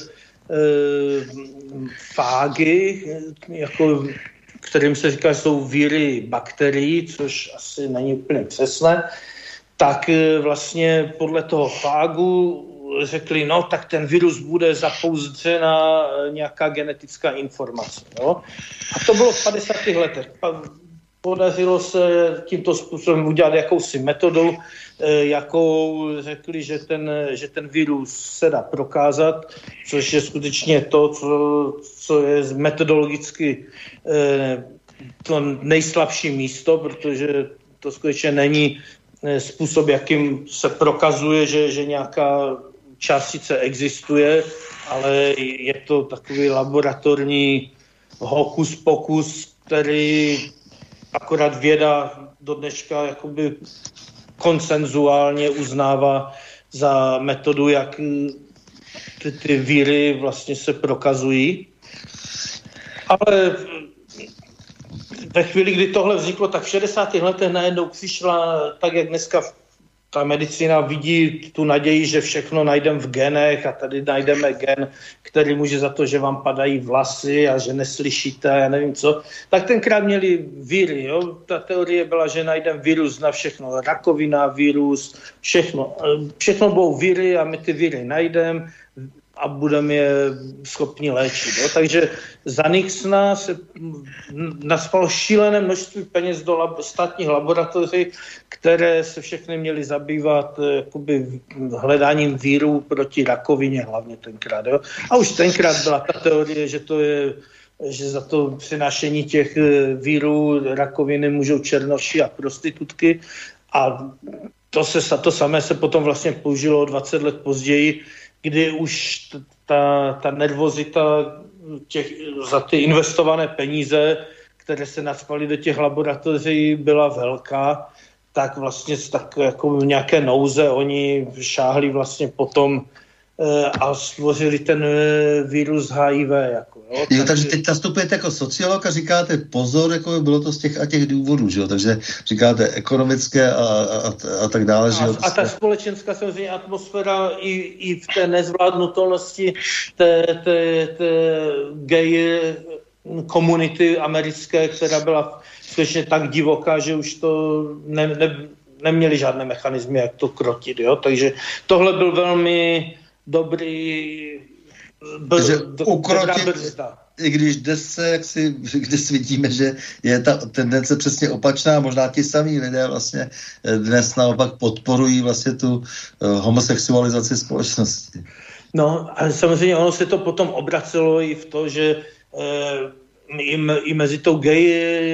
fágy, jako, kterým se říká, že jsou víry bakterií, což asi není úplně přesné, tak vlastně podle toho fágu řekli, no tak ten virus bude zapouzdřena nějaká genetická informace. Jo? A to bylo v padesátých letech. Podařilo se tímto způsobem udělat jakousi metodu, jakou řekli, že ten, že ten virus se dá prokázat, což je skutečně to, co, co je metodologicky to nejslabší místo, protože to skutečně není způsob, jakým se prokazuje, že, že nějaká částice existuje, ale je to takový laboratorní hokus pokus, který akorát věda do dneška jakoby konsenzuálně uznává za metodu, jak ty, ty víry vlastně se prokazují. Ale ve chvíli, kdy tohle vzniklo, tak v šedesátých letech najednou přišla, tak jak dneska ta medicína vidí tu naději, že všechno najdeme v genech a tady najdeme gen, který může za to, že vám padají vlasy a že neslyšíte, já nevím co, tak tenkrát měli víry. Jo? Ta teorie byla, že najdeme virus na všechno, rakovina, virus, všechno. Všechno budou víry a my ty víry najdeme a budeme je schopni léčit. Jo? Takže za Nixona se naspalo šílené množství peněz do lab- státních laboratoří, které se všechny měly zabývat jakoby hledáním vírů proti rakovině hlavně tenkrát. Jo? A už tenkrát byla ta teorie, že to je, že za to přinášení těch vírů rakoviny můžou černoši a prostitutky. A to, se, to samé se potom vlastně použilo dvacet let později, kdy už ta, ta nervozita těch, za ty investované peníze, které se nacpaly do těch laboratoří, byla velká, tak vlastně tak jako nějaké nouze oni šáhli vlastně potom e, a stvořili ten virus H I V. Jako, jo. Jo, takže teď nastupujete jako sociolog a říkáte pozor, jako bylo to z těch a těch důvodů, že jo? Takže říkáte ekonomické a, a, a tak dále. Že jo? A, a ta společenská samozřejmě atmosféra i, i v té nezvládnutelnosti té, té, té gay komunity americké, která byla skutečně tak divoká, že už to ne, ne, neměli žádné mechanizmy, jak to krotit. Jo? Takže tohle byl velmi dobrý br- ukrotit, i když dnes se, jak si, dnes vidíme, že je ta tendence přesně opačná, možná ti samí lidé vlastně dnes naopak podporují vlastně tu uh, homosexualizaci společnosti. No a samozřejmě ono se to potom obracelo i v to, že uh, i, i mezi tou gay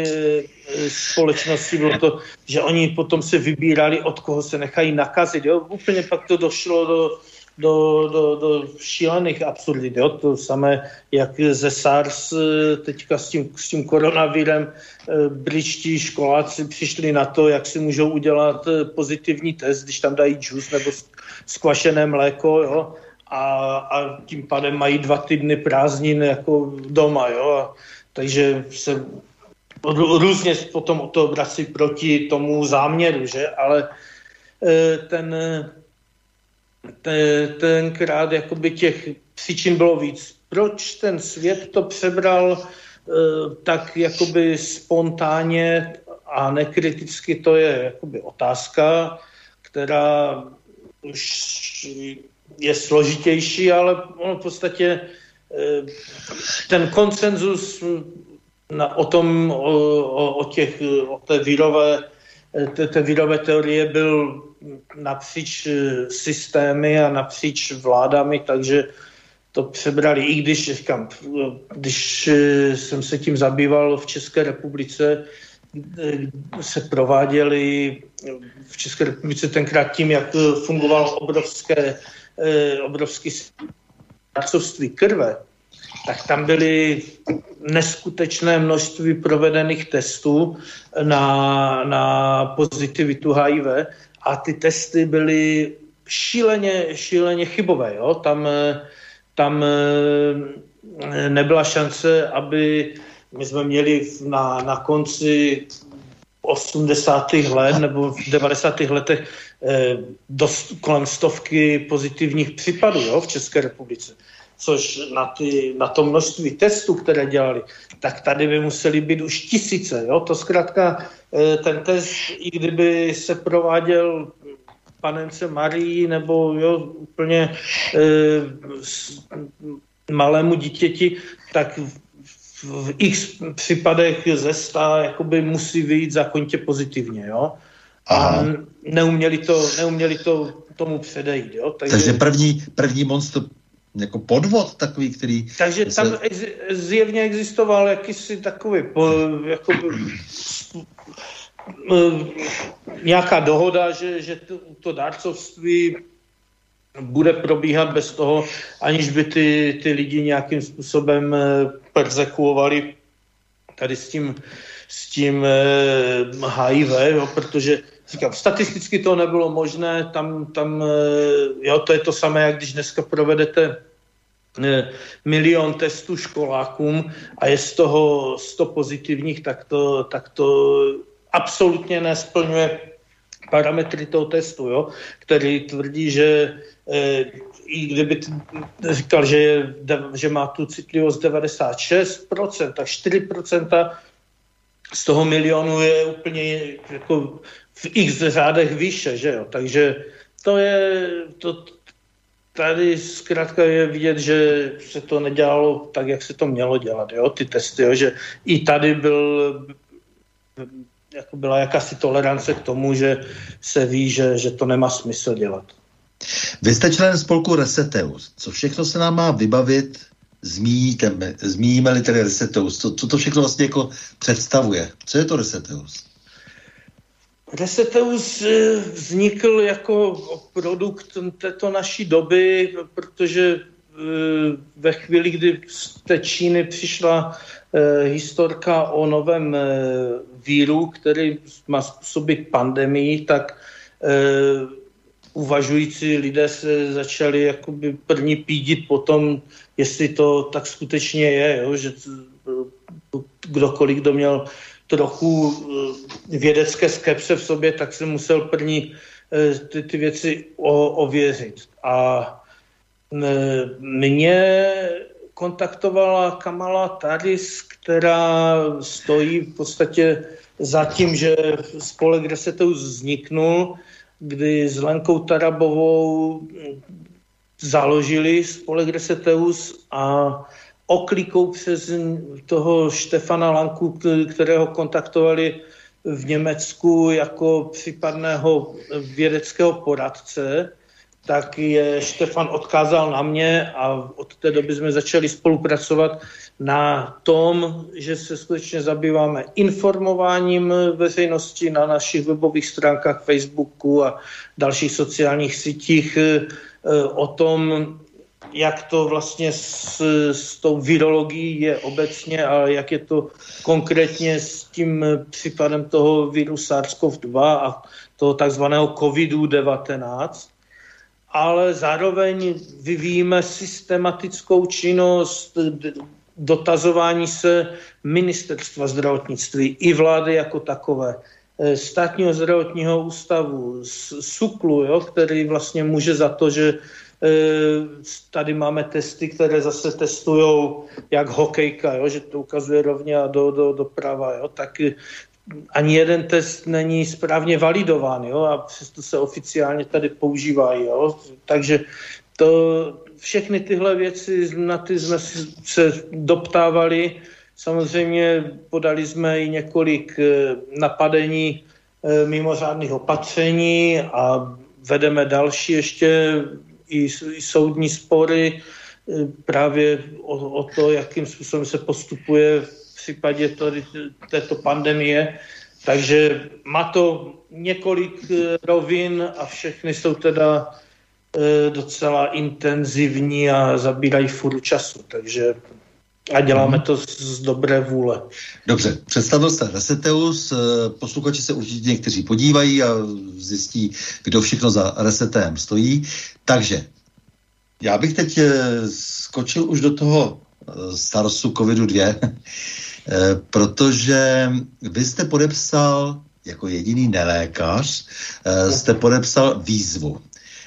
společností bylo to, že oni potom se vybírali, od koho se nechají nakazit. Jo? Úplně pak to došlo do Do, do, do šílených absurdit. Jo? To samé, jak ze SARS teďka s tím, s tím koronavirem britští školáci přišli na to, jak si můžou udělat pozitivní test, když tam dají džus nebo skvašené mléko, jo? A, a tím pádem mají dva týdny prázdnin jako doma. Jo? A, takže se různě potom to obrací proti tomu záměru, že? Ale ten te, tenkrát jakoby těch příčin bylo víc. Proč ten svět to přebral e, tak jakoby spontánně a nekriticky, to je jakoby otázka, která už je složitější, ale ono v podstatě e, ten konsenzus na, o tom, o, o, o, těch, o té vírové, té, té vírové teorie byl napříč systémy a napříč vládami, takže to přebrali, i když, říkám, když jsem se tím zabýval v České republice, se prováděly v České republice tenkrát tím, jak fungovalo obrovské, obrovské dárcovství krve, tak tam byly neskutečné množství provedených testů na, na pozitivitu H I V a ty testy byly šíleně, šíleně chybové. Jo? Tam, tam nebyla šance, aby my jsme měli na, na konci osmdesátých let nebo v devadesátých letech dost, kolem stovky pozitivních případů, jo, v České republice. Což na, ty, na to množství testů, které dělali, tak tady by museli být už tisíce. Jo? To zkrátka ten test, i kdyby se prováděl panence Marii nebo jo, úplně e, s, malému dítěti, tak v x případech ze sta jakoby musí vyjít zákonitě pozitivně, jo. A neuměli to, neuměli to tomu předejít, jo. Takže, takže první, první monstr jako podvod takový, který... Takže se... tam ex, zjevně existoval jakýsi takový po, jakoby, nějaká dohoda, že, že to, to dárcovství bude probíhat bez toho, aniž by ty, ty lidi nějakým způsobem perzekuovali tady s tím, s tím H I V, jo, protože říkám, statisticky to nebylo možné, tam, tam jo, to je to samé, jak když dneska provedete milion testů školákům a je z toho sto pozitivních, tak to, tak to absolutně nesplňuje parametry toho testu, jo, který tvrdí, že e, i kdyby t, říkal, že, je, že má tu citlivost devadesát šest procent, tak čtyři procenta z toho milionu je úplně jako v x řádech výše, že jo, takže to je, to, tady zkrátka je vidět, že se to nedělalo tak, jak se to mělo dělat, jo, ty testy, jo, že i tady byl jako byla jakási tolerance k tomu, že se ví, že, že to nemá smysl dělat. Vy jste člen spolku Reseteus. Co všechno se nám má vybavit, zmíníte, zmíníme-li tedy Reseteus? Co, co to všechno vlastně jako představuje? Co je to Reseteus? Reseteus vznikl jako produkt této naší doby, protože ve chvíli, kdy z té Číny přišla historka o novém víru, který má způsobit pandemii, tak uvažující lidé se začali jakoby první pídit po tom, jestli to tak skutečně je, jo? Že kdokoliv, kdo měl trochu vědecké skepse v sobě, tak se musel první ty, ty věci o, ověřit. A mě kontaktovala Kamala Taris, která stojí v podstatě za tím, že spolek Reseteus vzniknul, kdy s Lenkou Tarabovou založili spolek Reseteus a oklikou přes toho Štefana Lanku, kterého kontaktovali v Německu jako případného vědeckého poradce, tak je Štefan odkázal na mě a od té doby jsme začali spolupracovat na tom, že se skutečně zabýváme informováním veřejnosti na našich webových stránkách, Facebooku a dalších sociálních sítích o tom, jak to vlastně s, s tou virologií je obecně a jak je to konkrétně s tím případem toho viru SARS-CoV dva a toho takzvaného covidu devatenáct. Ale zároveň vyvíjíme systematickou činnost dotazování se ministerstva zdravotnictví i vlády jako takové. Státního zdravotního ústavu SÚKLu, jo, který vlastně může za to, že tady máme testy, které zase testujou jak hokejka, jo, že to ukazuje rovně a do, do, doprava, jo, tak ani jeden test není správně validován, jo, a přesto se oficiálně tady používají, jo, takže to, všechny tyhle věci, na ty jsme se doptávali. Samozřejmě podali jsme i několik napadení mimořádných opatření a vedeme další ještě i, i soudní spory právě o, o to, jakým způsobem se postupuje v případě tady, této pandemie. Takže má to několik rovin a všechny jsou teda docela intenzivní a zabírají furt času, takže a děláme to z, z dobré vůle. Dobře, představil jste Reseteus, posluchači se určitě někteří podívají a zjistí, kdo všechno za Resetem stojí. Takže já bych teď skočil už do toho SARSu covidu dva, protože vy jste podepsal jako jediný nelékař, jste podepsal výzvu,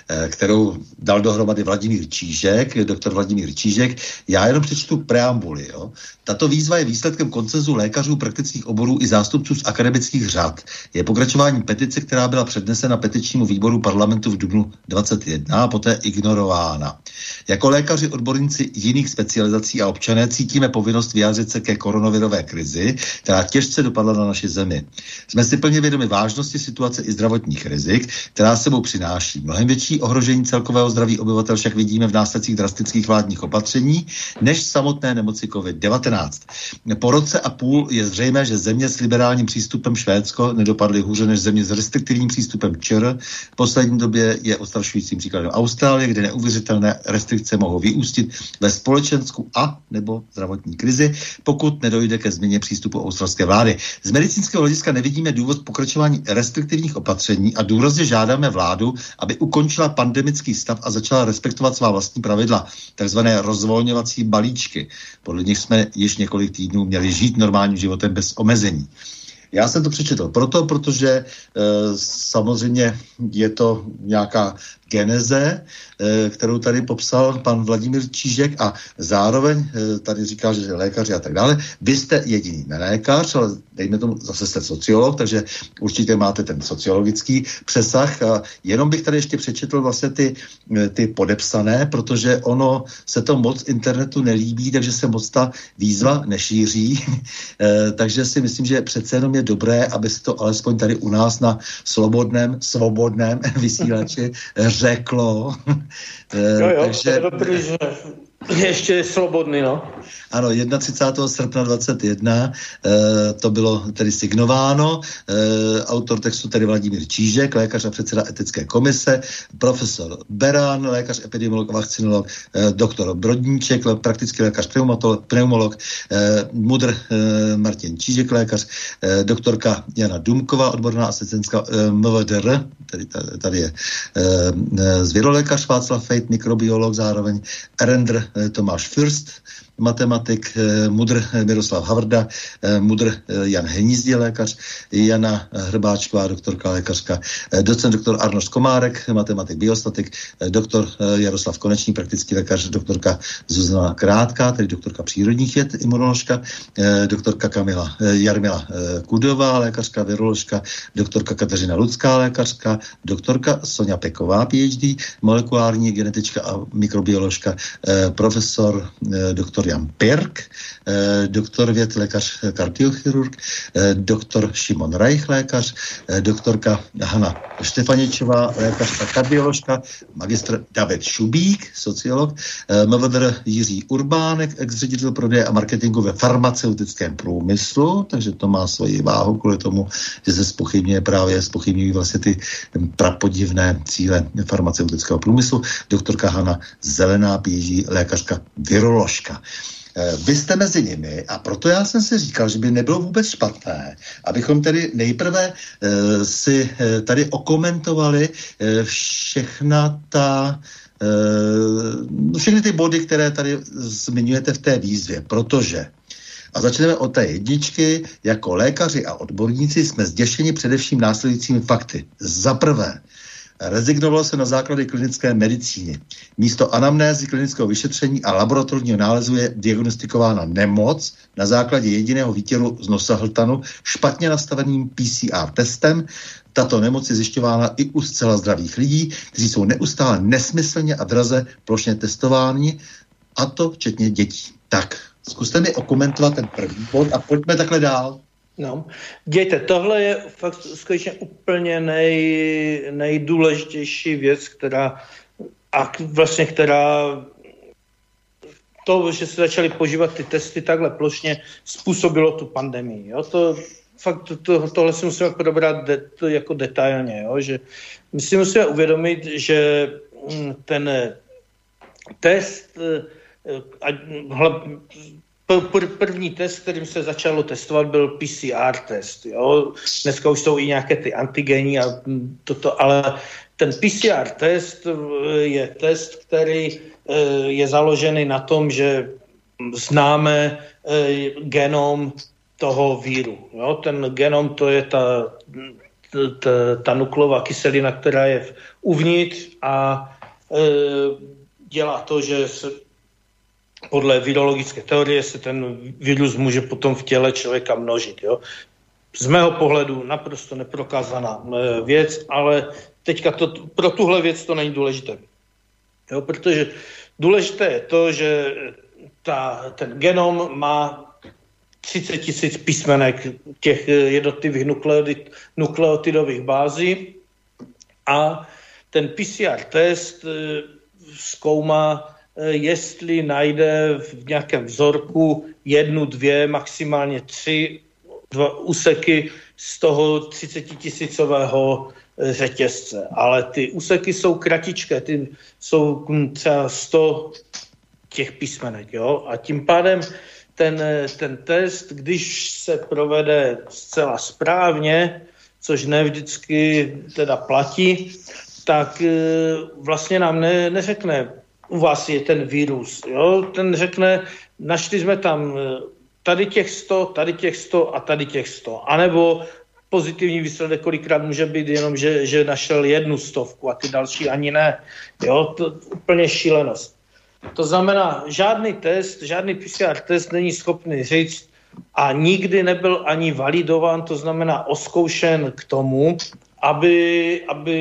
kterou dal dohromady Vladimír Čížek, doktor Vladimír Čížek. Já jenom přečtu preambuli. Jo. Tato výzva je výsledkem konsenzu lékařů praktických oborů i zástupců z akademických řad. Je pokračováním petice, která byla přednesena petičnímu výboru parlamentu v dubnu dvacet jedna a poté ignorována. Jako lékaři, odborníci jiných specializací a občané cítíme povinnost vyjádřit se ke koronavirové krizi, která těžce dopadla na naši zemi. Jsme si plně vědomi vážnosti situace i zdravotních rizik, která sebou přináší. Mnohem větší ohrožení celkového zdraví obyvatel však vidíme v následcích drastických vládních opatření než samotné nemoci covid devatenáct. Po roce a půl je zřejmé, že země s liberálním přístupem Švédsko nedopadly hůře než země s restriktivním přístupem ČR. V poslední době je odstrašujícím příkladem Austrálie, kde neuvěřitelné restrikce mohou vyústit ve společenskou a nebo zdravotní krizi, pokud nedojde ke změně přístupu australské vlády. Z medicínského hlediska nevidíme důvod pokračování restriktivních opatření a důrazně žádáme vládu, aby ukončila pandemický stav a začala respektovat svá vlastní pravidla, takzvané rozvolňovací balíčky. Podle nich jsme již několik týdnů měli žít normálním životem bez omezení. Já jsem to přečetl proto, protože e, samozřejmě je to nějaká geneze, e, kterou tady popsal pan Vladimír Čížek a zároveň e, tady říká, že je lékaři a tak dále. Vy jste jediný nelékař, ale dejme tomu, zase jste sociolog, takže určitě máte ten sociologický přesah. A jenom bych tady ještě přečetl vlastně ty, ty podepsané, protože ono se to moc internetu nelíbí, takže se moc ta výzva nešíří. e, takže si myslím, že přece jenom je dobré, aby se to alespoň tady u nás na slobodném, svobodném vysílači řeklo. Jo, jo, takže, to je dobrý, že ještě je slobodný, no. Ano, třicátého prvního srpna dvacet jedna e, to bylo tedy signováno. E, autor textu tedy Vladimír Čížek, lékař a předseda etické komise, profesor Beran, lékař, epidemiolog a vakcinolog, e, doktor Brodníček, praktický lékař, pneumolog, e, mudr e, Martin Čížek, lékař, e, doktorka Jana Dumková, odborná asistentka e, M V D R, tedy tady je e, zvěrolékař Václav Fejt, mikrobiolog, zároveň Erendr e, Tomáš Fürst, matematik, mudr Miroslav Havrda, mudr Jan Hnízdě, lékař, Jana Hrbáčková, doktorka lékařka, docent doktor Arnošt Komárek, matematik, biostatik, doktor Jaroslav Konečný, praktický lékař, doktorka Zuzana Krátká, tedy doktorka přírodních věd, imunoložka, doktorka Kamila Jarmila Kudová, lékařka, viroložka, doktorka Kateřina Ludská, lékařka, doktorka Sonja Peková, P H D, molekulární genetička a mikrobioložka, profesor doktor Jan Pirk, eh, doktor věd, lékař, kardiochirurg, eh, doktor Šimon Reich, lékař, eh, doktorka Hana Štefaničová, lékařka, kardioložka, magistr David Šubík, sociolog, eh, M V D R Jiří Urbánek, ex-ředitel prodeje a marketingu ve farmaceutickém průmyslu, takže to má svoji váhu kvůli tomu, že se zpochybňuje právě, zpochybňují vlastně ty prapodivné cíle farmaceutického průmyslu, doktorka Hana Zelená, P H D, lékařka, viroložka. Vy jste mezi nimi a proto já jsem si říkal, že by nebylo vůbec špatné, abychom tedy nejprve e, si e, tady okomentovali e, všechna ta e, všechny ty body, které tady zmiňujete v té výzvě, protože A začneme od té jedničky. Jako lékaři a odborníci jsme zděšeni především následujícími fakty. Za prvé, rezignovalo se na základy klinické medicíny. Místo anamnézy, klinického vyšetření a laboratorního nálezu je diagnostikována nemoc na základě jediného výtěru z nosa hltanu špatně nastaveným P C R testem. Tato nemoc je zjišťována i u zcela zdravých lidí, kteří jsou neustále nesmyslně a draze plošně testováni, a to včetně dětí. Tak, zkuste mi okomentovat ten první bod a pojďme takhle dál. No, dějte, tohle je fakt skutečně úplně nej, nejdůležitější věc, která, a vlastně která, to, že se začaly používat ty testy takhle plošně, způsobilo tu pandemii. Jo? To, fakt to, to, tohle si musíme probrat de, to jako detailně, jo? Že my si musíme uvědomit, že ten test, a, první test, kterým se začalo testovat, byl P C R test. Jo? Dneska už jsou i nějaké ty antigeny a toto, ale ten P C R test je test, který je založený na tom, že známe genom toho víru. Jo? Ten genom, to je ta, ta, ta nukleová kyselina, která je uvnitř a dělá to, že se podle virologické teorie se ten virus může potom v těle člověka množit. Jo? Z mého pohledu naprosto neprokázaná věc, ale teďka to, pro tuhle věc to není důležité. Jo? Protože důležité je to, že ta, ten genom má třicet tisíc písmenek těch jednotlivých nukleotid, nukleotidových bází a ten P C R test zkoumá, jestli najde v nějakém vzorku jednu, dvě, maximálně tři dva úseky z toho třicetitisícového řetězce. Ale ty úseky jsou kratičké, ty jsou třeba sto těch písmenek. Jo? A tím pádem ten, ten test, když se provede zcela správně, což ne vždycky teda platí, tak vlastně nám ne, neřekne, u vás je ten virus. Jo? Ten řekne, našli jsme tam tady těch sto, tady těch sto a tady těch sto. A nebo pozitivní výsledek kolikrát může být jenom, že, že našel jednu stovku a ty další ani ne. Jo? To úplně šílenost. To znamená, žádný test, žádný P C R test není schopný říct a nikdy nebyl ani validován, to znamená oskoušen k tomu, aby, aby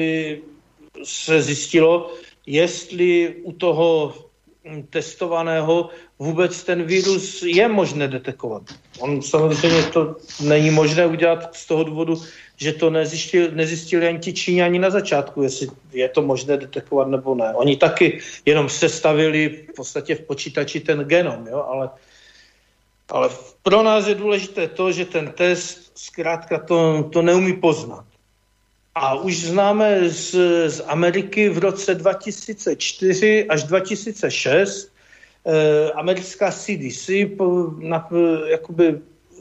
se zjistilo, jestli u toho testovaného vůbec ten virus je možné detekovat. On samozřejmě to není možné udělat z toho důvodu, že to nezjistili, nezjistili ani ti Číňani na začátku, jestli je to možné detekovat nebo ne. Oni taky jenom sestavili v podstatě v počítači ten genom, jo? Ale, ale pro nás je důležité to, že ten test zkrátka to, to neumí poznat. A už známe z, z Ameriky v roce dva tisíce čtyři až dva tisíce šest eh, americká C D C po, na, jakoby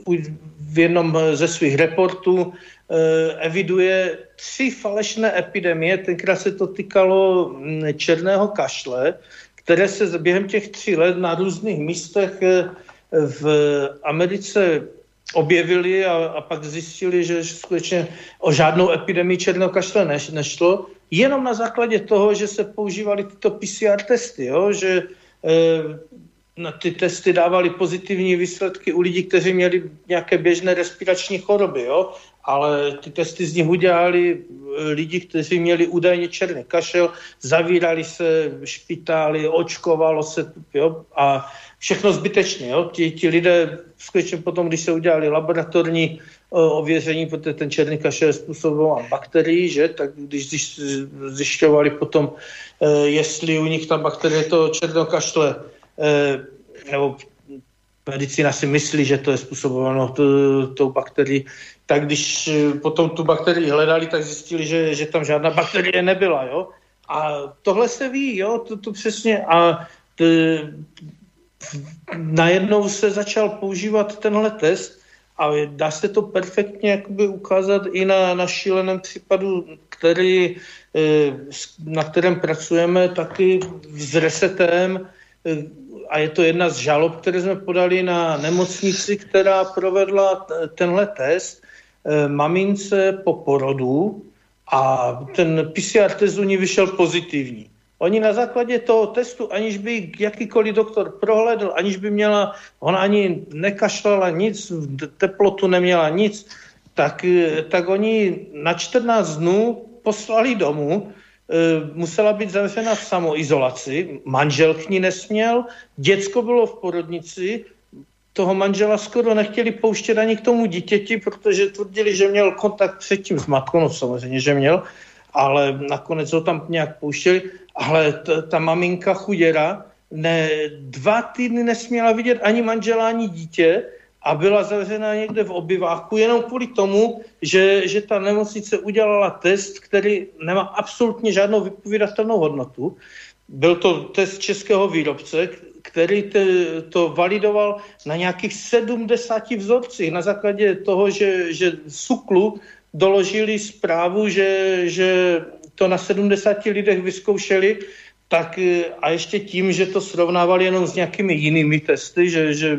v jednom ze svých reportů eh, eviduje tři falešné epidemie, tenkrát se to týkalo černého kašle, které se během těch tří let na různých místech eh, v Americe objevili a, a pak zjistili, že skutečně o žádnou epidemii černého kašle neš, nešlo, jenom na základě toho, že se používaly tyto P C R testy, jo? Že e, ty testy dávaly pozitivní výsledky u lidí, kteří měli nějaké běžné respirační choroby, jo? Ale ty testy z nich udělali lidi, kteří měli údajně černý kašel, zavírali se špitály, očkovalo se, jo? A všechno zbytečně. Jo? Ti, ti lidé skutečně potom, když se udělali laboratorní o, ověření, protože ten černý kašel je způsobován bakterií, že? Tak když zjišťovali potom, e, jestli u nich ta bakterie toho černého kašle, e, nebo medicína si myslí, že to je způsobováno tou bakterií, tak když potom tu bakterii hledali, tak zjistili, že, že tam žádná bakterie nebyla. Jo? A tohle se ví, jo? To, to přesně. A t, najednou se začal používat tenhle test a dá se to perfektně jakoby ukázat i na, na šíleném případu, který, na kterém pracujeme taky s Resetem, a je to jedna z žalob, které jsme podali na nemocnici, která provedla tenhle test mamince po porodu a ten P C R test u ní vyšel pozitivní. Oni na základě toho testu, aniž by jakýkoliv doktor prohlédl, aniž by měla, ona ani nekašlala nic, teplotu neměla nic, tak, tak oni na čtrnáct dnů poslali domů, musela být zavřena v samoizolaci, manžel k ní nesměl, děcko bylo v porodnici, toho manžela skoro nechtěli pouštět ani k tomu dítěti, protože tvrdili, že měl kontakt předtím s matkou, no samozřejmě, že měl, ale nakonec ho tam nějak pouštěli, ale t- ta maminka chuděra ne, dva týdny nesměla vidět ani manžela, ani dítě a byla zavřená někde v obyváku jenom kvůli tomu, že, že ta nemocnice udělala test, který nemá absolutně žádnou vypovídatelnou hodnotu. Byl to test českého výrobce, který te, to validoval na nějakých sedmdesáti vzorcích na základě toho, že, že SÚKLu doložili zprávu, že, že to na sedmdesáti lidech vyzkoušeli, tak a ještě tím, že to srovnávali jenom s nějakými jinými testy, že, že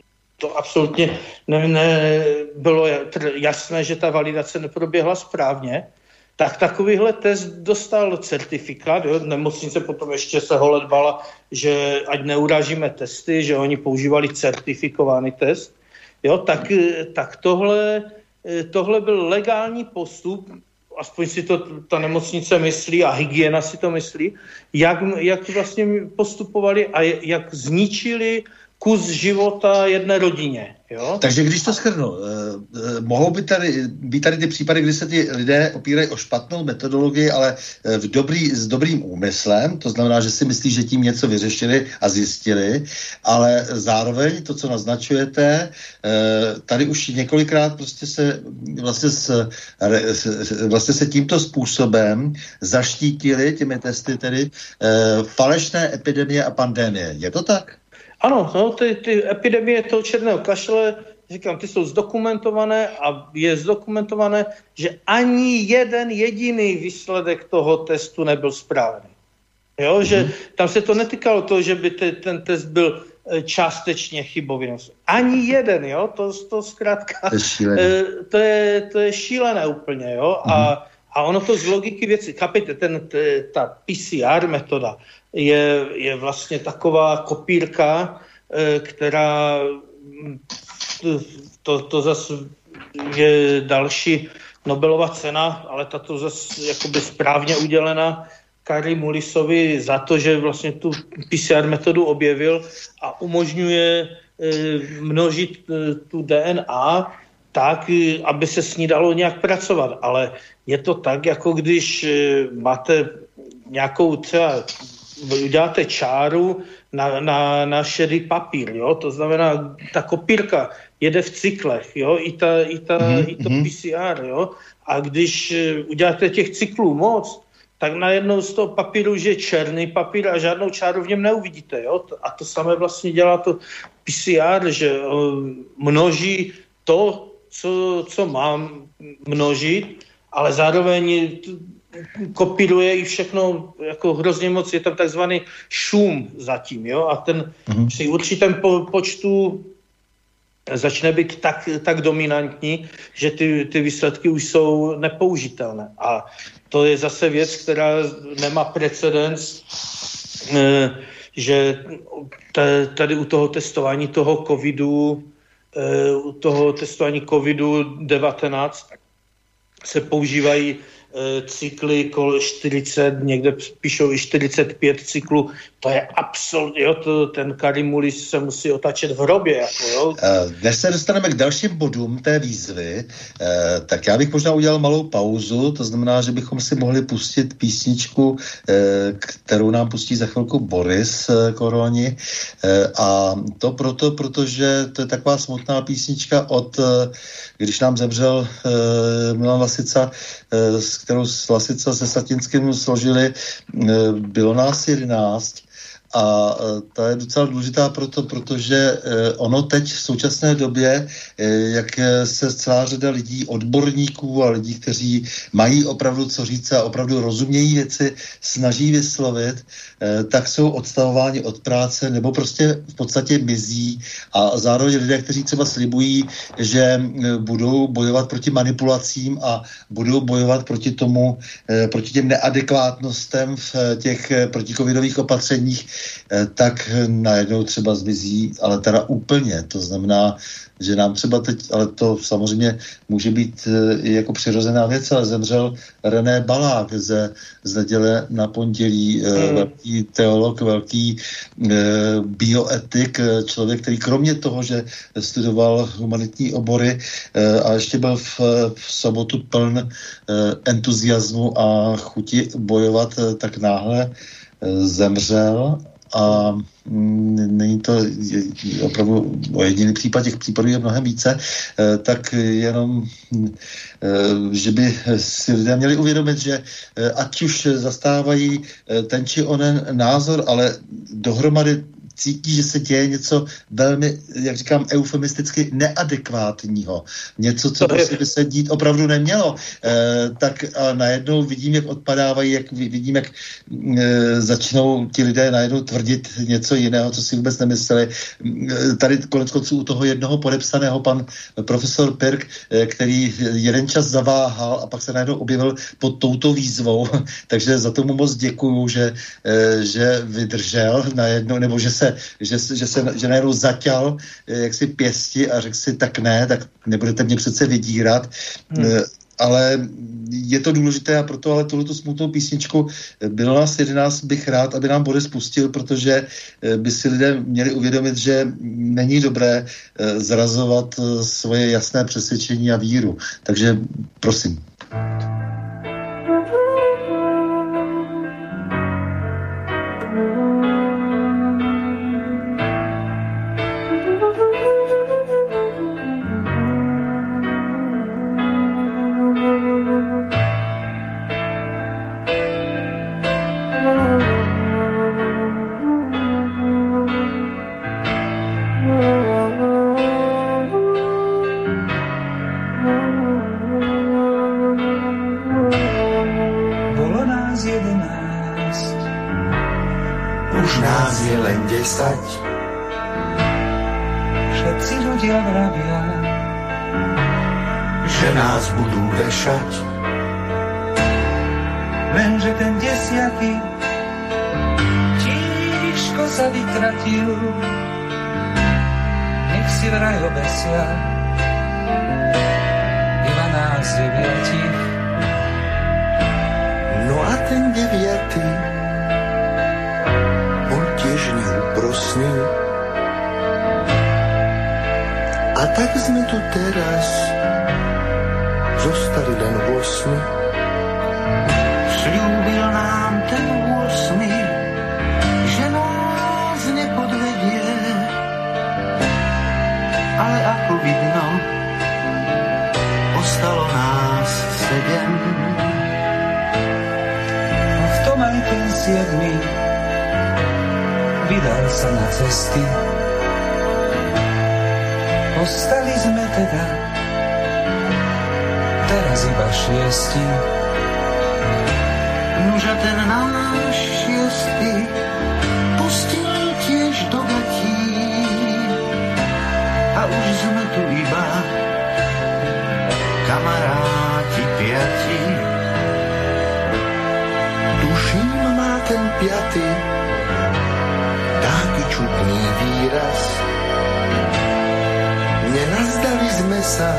to absolutně ne, ne, bylo jasné, že ta validace neproběhla správně, tak takovýhle test dostal certifikát. Jo? Nemocnice potom ještě se holedbala, že ať neurážíme testy, že oni používali certifikovaný test. Jo? Tak, tak tohle, tohle byl legální postup, aspoň si to ta nemocnice myslí a hygiena si to myslí, jak, jak vlastně postupovali a jak zničili kus života jedné rodině. Jo? Takže když to shrnu, eh, eh, mohou být tady, být tady ty případy, kdy se ty lidé opírají o špatnou metodologii, ale eh, v dobrý, s dobrým úmyslem, to znamená, že si myslí, že tím něco vyřešili a zjistili, ale zároveň to, co naznačujete, eh, tady už několikrát prostě se vlastně, s, s, vlastně se tímto způsobem zaštítili těmi testy tedy eh, falešné epidemie a pandemie. Je to tak? Ano, no, ty, ty epidemie toho černého kašle, říkám, ty jsou zdokumentované a je zdokumentované, že ani jeden jediný výsledek toho testu nebyl správný. Jo, mm-hmm. že tam se to netýkalo toho, že by te, ten test byl částečně chybový. Ani jeden, jo, to, to zkrátka, to je, to je šílené úplně, jo, mm-hmm. a, a ono to z logiky věci, chápejte, ten, t, ta P C R metoda, Je, je vlastně taková kopírka, která to, to zase je další Nobelova cena, ale tato zase jakoby správně udělena Kari Mullisovi za to, že vlastně tu P C R metodu objevil a umožňuje množit tu D N A tak, aby se s ní dalo nějak pracovat. Ale je to tak, jako když máte nějakou třeba uděláte čáru na, na, na šedý papír, jo? To znamená, ta kopírka jede v cyklech, jo? I, ta, i, ta, mm-hmm. i to P C R, jo? A když uděláte těch cyklů moc, tak najednou z toho papíru už je černý papír a žádnou čáru v něm neuvidíte, jo? A to samé vlastně dělá to P C R, že množí to, co, co mám množit, ale zároveň kopíruje i všechno jako hrozně moc, je tam takzvaný šum zatím, jo, a ten mm-hmm. při určitém po, počtu začne být tak, tak dominantní, že ty, ty výsledky už jsou nepoužitelné. A to je zase věc, která nemá precedens, že tady u toho testování toho covidu, u toho testování covidu devatenáct se používají cykly kol čtyřicet, někde píšou i čtyřicet pět cyklů, to je absolutně, jo, to, ten Kari Mullis se musí otáčet v hrobě. Jako, jo. Než se dostaneme k dalším bodům té výzvy, tak já bych možná udělal malou pauzu, to znamená, že bychom si mohli pustit písničku, kterou nám pustí za chvilku Boris Koroni, a to proto, protože to je taková smutná písnička od, když nám zemřel Milan Lasica, s kterou Lasica se Satinským složili, bylo nás jedenáct A ta je docela důležitá proto, protože ono teď v současné době, jak se celá řada lidí, odborníků a lidí, kteří mají opravdu co říct a opravdu rozumějí věci, snaží vyslovit, tak jsou odstavováni od práce nebo prostě v podstatě mizí a zároveň lidé, kteří třeba slibují, že budou bojovat proti manipulacím a budou bojovat proti tomu, proti těm neadekvátnostem v těch protikovidových opatřeních, tak najednou třeba zmizí, ale teda úplně. To znamená, že nám třeba teď, ale to samozřejmě může být i jako přirozená věc, ale zemřel René Balák ze, z neděle na pondělí, hmm. velký teolog, velký e, bioetik, člověk, který kromě toho, že studoval humanitní obory e, a ještě byl v, v sobotu pln e, entuziasmu a chuti bojovat, e, tak náhle e, zemřel. A není to opravdu jediný případ, těch případů je mnohem více, tak jenom, že by si lidé měli uvědomit, že ať už zastávají ten či onen názor, ale dohromady cítí, že se děje něco velmi, jak říkám, eufemisticky neadekvátního. Něco, co prostě by se dít opravdu nemělo. E, tak a najednou vidím, jak odpadávají, jak vidím, jak e, začnou ti lidé najednou tvrdit něco jiného, co si vůbec nemysleli. E, tady konec konců u toho jednoho podepsaného pan profesor Pirk, e, který jeden čas zaváhal a pak se najednou objevil pod touto výzvou. Takže za tomu moc děkuju, že, e, že vydržel najednou, nebo že se Že, že se že najednou zaťal jak si pěsti a řekl si, tak ne, tak nebudete mě přece vydírat. Hmm. Ale je to důležité a proto ale tuhletu smutnou písničku bylo nás jedenáct, bych rád, aby nám Boris pustil, protože by si lidé měli uvědomit, že není dobré zrazovat svoje jasné přesvědčení a víru. Takže prosím. Všetci ľudia vravia, že nás budú vešať. Lenže ten desiatý tížko sa vytratil. Nech si vraj obesia iba nás deviatich. No a ten deviatý on tiež neúprosný. A tak sme tu teraz zostali len osmi. Sľúbil nám ten osmi, že nás nepodvedie. Ale ako vidno, ostalo nás sedem. A v tom aj ten siedmy vydal sa na cesty. Ostali sme teda teraz iba šiesti. Nuža ten náš šiestý pustil tiež do gatí. A už sme tu iba kamaráti piati. Tuším, má ten piatý taký čudný výraz. Nenazdali sme sa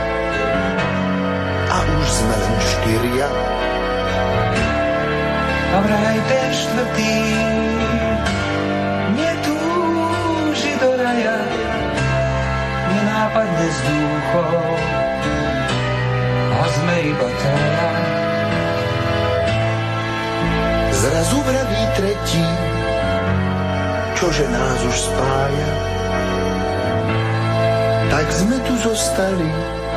a už sme len štyria. A vraj ten štvrtý netúži do raja, nenápadne z dúchov a sme iba traja. Zrazu vraví tretí, čože nás už spája. Tak sme tu zostali,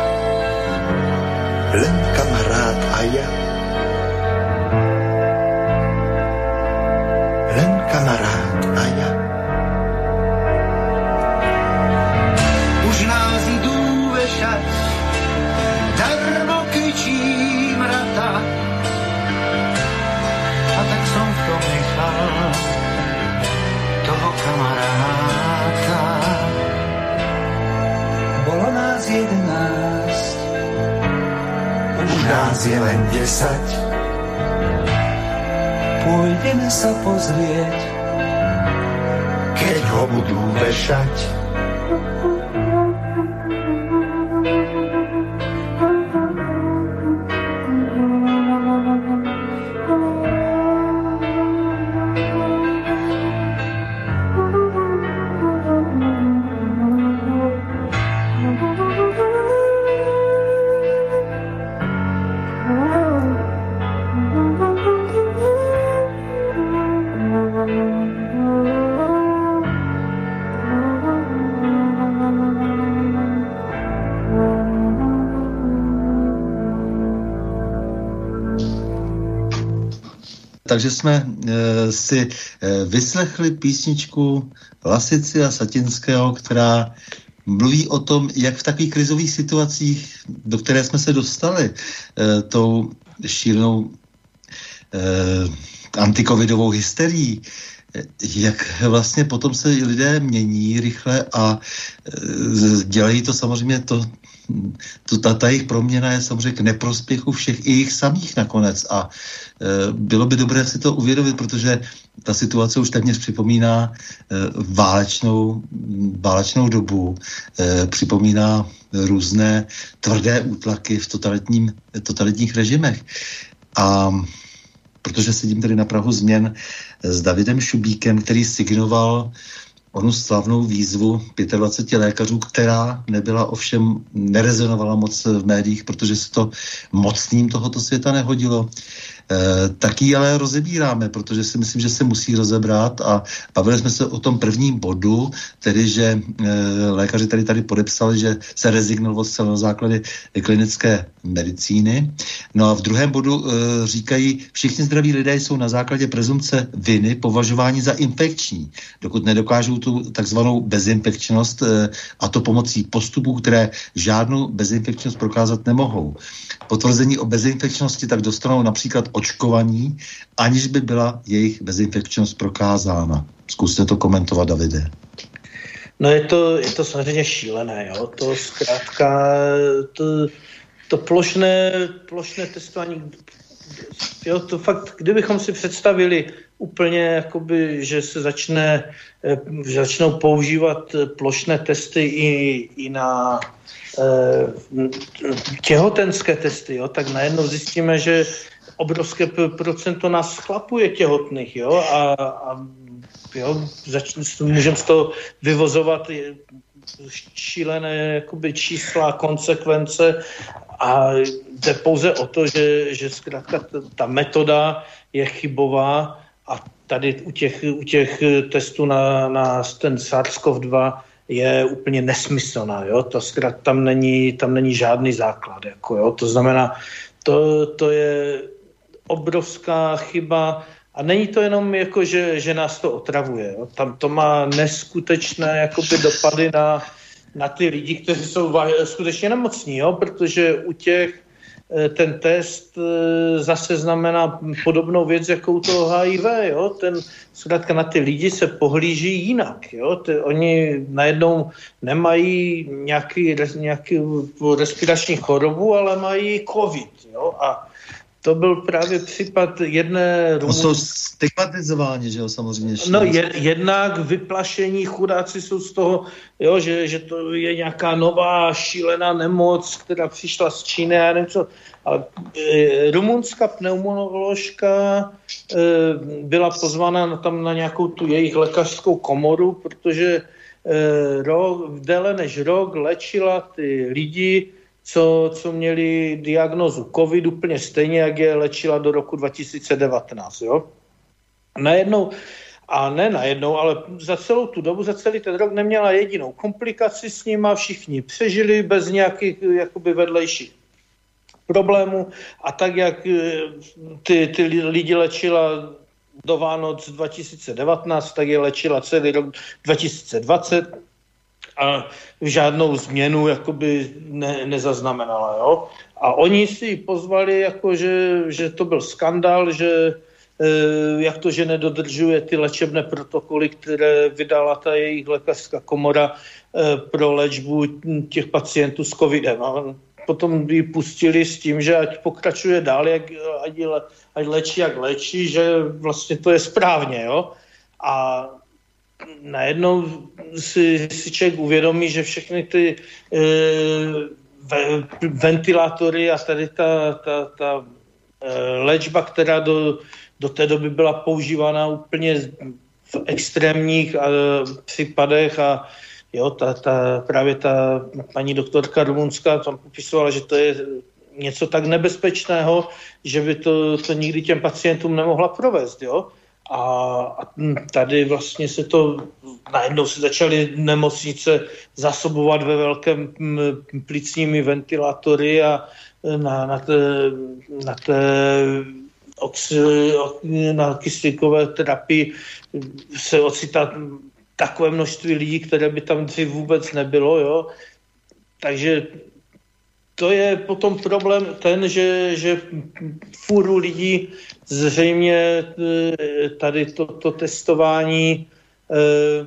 len kamarát a ja. Len kamarát a nás jedenáct. Už nás je len desať. Pôjdeme sa pozrieť, keď ho budú vešať. Takže jsme e, si e, vyslechli písničku Lasici a Satinského, která mluví o tom, jak v takových krizových situacích, do které jsme se dostali e, tou šílenou e, antikovidovou hysterií, jak vlastně potom se lidé mění rychle a e, dělají to samozřejmě to, to ta, ta jejich proměna je samozřejmě k neprospěchu všech i jich samých nakonec a e, bylo by dobré si to uvědomit, protože ta situace už téměř připomíná e, válečnou, válečnou dobu, e, připomíná různé tvrdé útlaky v totalitním, totalitních režimech. A protože sedím tady na prahu změn s Davidem Šubíkem, který signoval onu slavnou výzvu dvaceti pěti lékařů, která nebyla ovšem, nerezonovala moc v médiích, protože se to mocným tohoto světa nehodilo. E, taky ale rozebíráme, protože si myslím, že se musí rozebrat a bavili jsme se o tom prvním bodu, tedy, že e, lékaři tady tady podepsali, že se rezignoval zcela na základě klinické medicíny. No a v druhém bodu e, říkají, všichni zdraví lidé jsou na základě prezumce viny považováni za infekční, dokud nedokážou tu takzvanou bezinfekčnost e, a to pomocí postupů, které žádnou bezinfekčnost prokázat nemohou. Potvrzení o bezinfekčnosti tak dostanou například očkovaní, aniž by byla jejich bezinfekčnost prokázána. Zkuste to komentovat, Davide. No je to, je to samozřejmě šílené, jo. To zkrátka, to, to plošné, plošné testování, jo, to fakt, kdybychom si představili úplně, jakoby, že se začne, že začnou používat plošné testy i, i na eh, těhotenské testy, jo, tak najednou zjistíme, že obrovské procento nás chlapů je těhotných, jo, a, a jo, začne, můžeme z toho vyvozovat šílené jakoby čísla, konsekvence a jde pouze o to, že, že zkrátka ta metoda je chybová a tady u těch, u těch testů na, na ten SARS-CoV dva je úplně nesmyslná, jo, to zkrátka tam není, tam není žádný základ, jako jo, to znamená, to, to je obrovská chyba a není to jenom jako, že, že nás to otravuje. Jo. Tam to má neskutečné jakoby, dopady na, na ty lidi, kteří jsou skutečně nemocní, jo, protože u těch ten test zase znamená podobnou věc, jako u toho H I V. Jo. Ten, zkrátka na ty lidi se pohlíží jinak. Jo. Ty, oni najednou nemají nějaký, nějaký respirační chorobu, ale mají covid. Jo. A to byl právě případ jedné... Rumun... Jsou stigmatizováni, že jo, samozřejmě. No je, jednak vyplašení, chudáci jsou z toho, jo, že, že to je nějaká nová šílená nemoc, která přišla z Číny, já nevím co, ale e, rumunská pneumoložka e, byla pozvána tam na nějakou tu jejich lékařskou komoru, protože e, rok, déle než rok léčila ty lidi, Co, co měli diagnózu covid úplně stejně, jak je léčila do roku dva tisíce devatenáct. Jo? Najednou, a ne najednou, ale za celou tu dobu, za celý ten rok neměla jedinou komplikaci s nima, všichni přežili bez nějakých jakoby vedlejších problémů a tak, jak ty, ty lidi léčila do Vánoc dva tisíce devatenáct, tak je léčila celý rok dva tisíce dvacet a žádnou změnu jakoby ne, nezaznamenala, jo. A oni si pozvali, jako že, že to byl skandál, že, jak to, že nedodržuje ty léčebné protokoly, které vydala ta jejich lékařská komora pro léčbu těch pacientů s covidem. A potom ji pustili s tím, že ať pokračuje dál, jak, ať, ať léčí, jak léčí, že vlastně to je správně. Jo? A najednou si, si člověk uvědomí, že všechny ty e, ve, ventilátory a tady ta, ta, ta e, léčba, která do, do té doby byla používána úplně v extrémních a, případech a jo, ta, ta, právě ta paní doktorka rumunská tam popisovala, že to je něco tak nebezpečného, že by to, to nikdy těm pacientům nemohla provést, jo. A, a tady vlastně se to, najednou se začaly nemocnice zasobovat ve velkém plicními ventilátory a na, na té, na té oxy, na kyslíkové terapii se ocitá takové množství lidí, které by tam dřív vůbec nebylo, jo. Takže to je potom problém ten, že, že fůru lidí zřejmě tady to, to testování eh,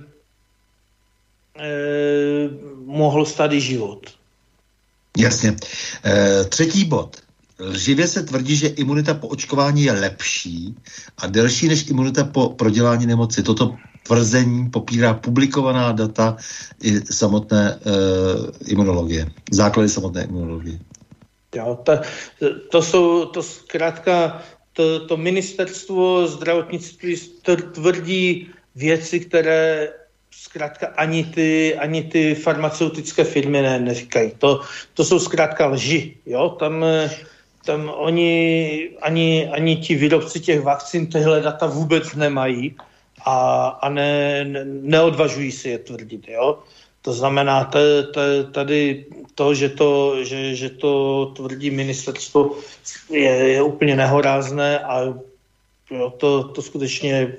eh, mohlo stát i život. Jasně. E, třetí bod. Lživě se tvrdí, že imunita po očkování je lepší a delší než imunita po prodělání nemoci. Toto tvrzení popírá publikovaná data i samotné e, imunologie. Základy samotné imunologie. Jo, ta, to jsou, to zkrátka, to, to ministerstvo zdravotnictví tvrdí věci, které zkrátka ani ty, ani ty farmaceutické firmy ne, neříkají. To, to jsou zkrátka lži. Jo? Tam, tam oni, ani, ani ti výrobci těch vakcín tyhle data vůbec nemají a, a ne, ne, neodvažují si je tvrdit. Jo? To znamená, t, t, tady to, že to, že, že to tvrdí ministerstvo, je, je úplně nehorázné a jo, to, to skutečně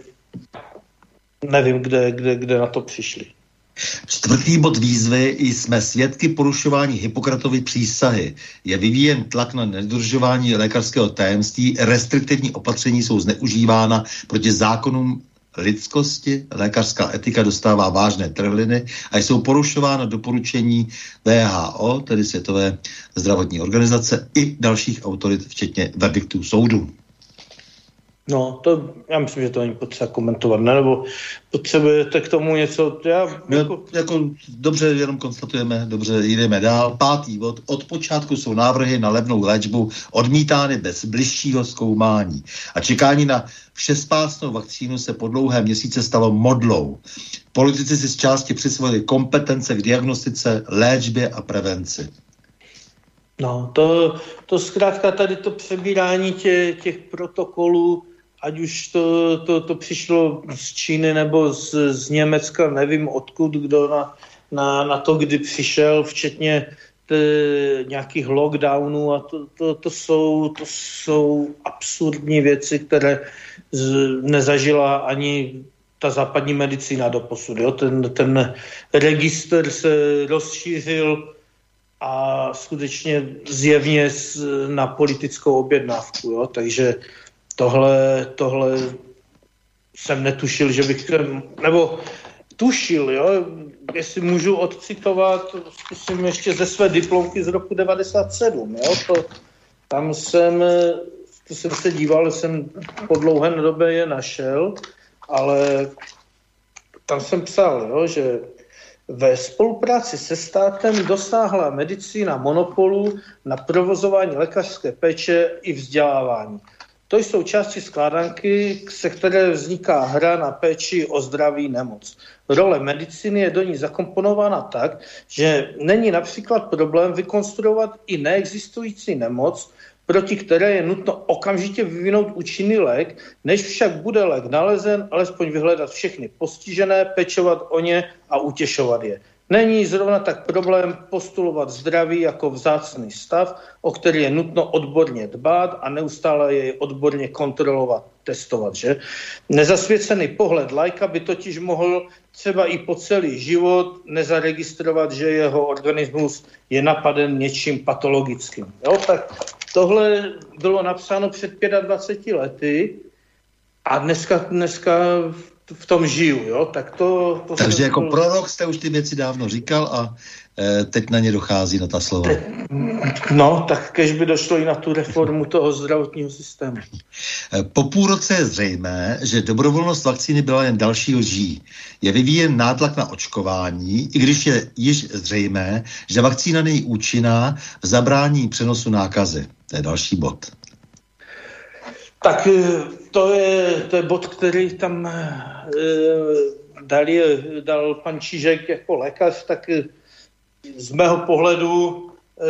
nevím, kde, kde, kde na to přišli. Čtvrtý bod výzvy: jsme svědky porušování Hippokratovy přísahy. Je vyvíjen tlak na nedodržování lékařského tajemství, restriktivní opatření jsou zneužívána proti zákonům lidskosti, lékařská etika dostává vážné trhliny a jsou porušována doporučení W H O, tedy Světové zdravotní organizace, i dalších autorit, včetně verdiktů soudu. No, to, já myslím, že to není potřeba komentovat, ne? Nebo potřebujete k tomu něco? Já, no, jako... jako, dobře, jenom konstatujeme, dobře, jdeme dál. Pátý bod. Od počátku jsou návrhy na levnou léčbu odmítány bez bližšího zkoumání. A čekání na všespásnou vakcínu se po dlouhé měsíce stalo modlou. Politici si z části přisvojili kompetence k diagnostice, léčbě a prevenci. No, to, to zkrátka tady to přebírání tě, těch protokolů, ať už to, to, to přišlo z Číny nebo z, z Německa, nevím odkud, kdo na, na, na to, kdy přišel, včetně t, nějakých lockdownů a to, to, to, jsou, to jsou absurdní věci, které z, nezažila ani ta západní medicína doposud. Jo? Ten, ten registr se rozšířil a skutečně zjevně na politickou objednávku. Jo? Takže tohle, tohle jsem netušil, že bych... Nebo tušil, jo? Jestli můžu odcitovat, zkusím ještě ze své diplomky z roku devadesát sedm. Jo? To, tam jsem, to jsem se díval, jsem po dlouhé době je našel, ale tam jsem psal, jo, že ve spolupráci se státem dosáhla medicína monopolu na provozování lékařské péče i vzdělávání. To jsou části skládanky, se které vzniká hra na péči o zdraví nemoc. Role medicíny je do ní zakomponována tak, že není například problém vykonstruovat i neexistující nemoc, proti které je nutno okamžitě vyvinout účinný lék, než však bude lék nalezen, alespoň vyhledat všechny postižené, pečovat o ně a utěšovat je. Není zrovna tak problém postulovat zdraví jako vzácný stav, o který je nutno odborně dbát a neustále jej odborně kontrolovat, testovat. Že? Nezasvěcený pohled laika by totiž mohl třeba i po celý život nezaregistrovat, že jeho organismus je napaden něčím patologickým. Jo? Tak tohle bylo napsáno před dvaceti pěti lety A dneska, dneska v tom žiju, jo, tak to... to Takže jako byl... prorok jste už ty věci dávno říkal a e, teď na ně dochází, na ta slova. Te, no, tak kež by došlo i na tu reformu toho zdravotního systému. Po půl roce je zřejmé, že dobrovolnost vakcíny byla jen další lží. Je vyvíjen nátlak na očkování, i když je již zřejmé, že vakcína není účinná v zabrání přenosu nákazy. To je další bod. Tak to je, to je bod, který tam e, dal, dal pan Čížek jako lékař, tak z mého pohledu e,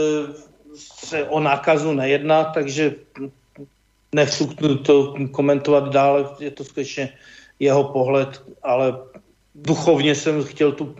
se o nákazu nejedná, takže nechci to komentovat dál, je to skutečně jeho pohled, ale duchovně jsem chtěl tu,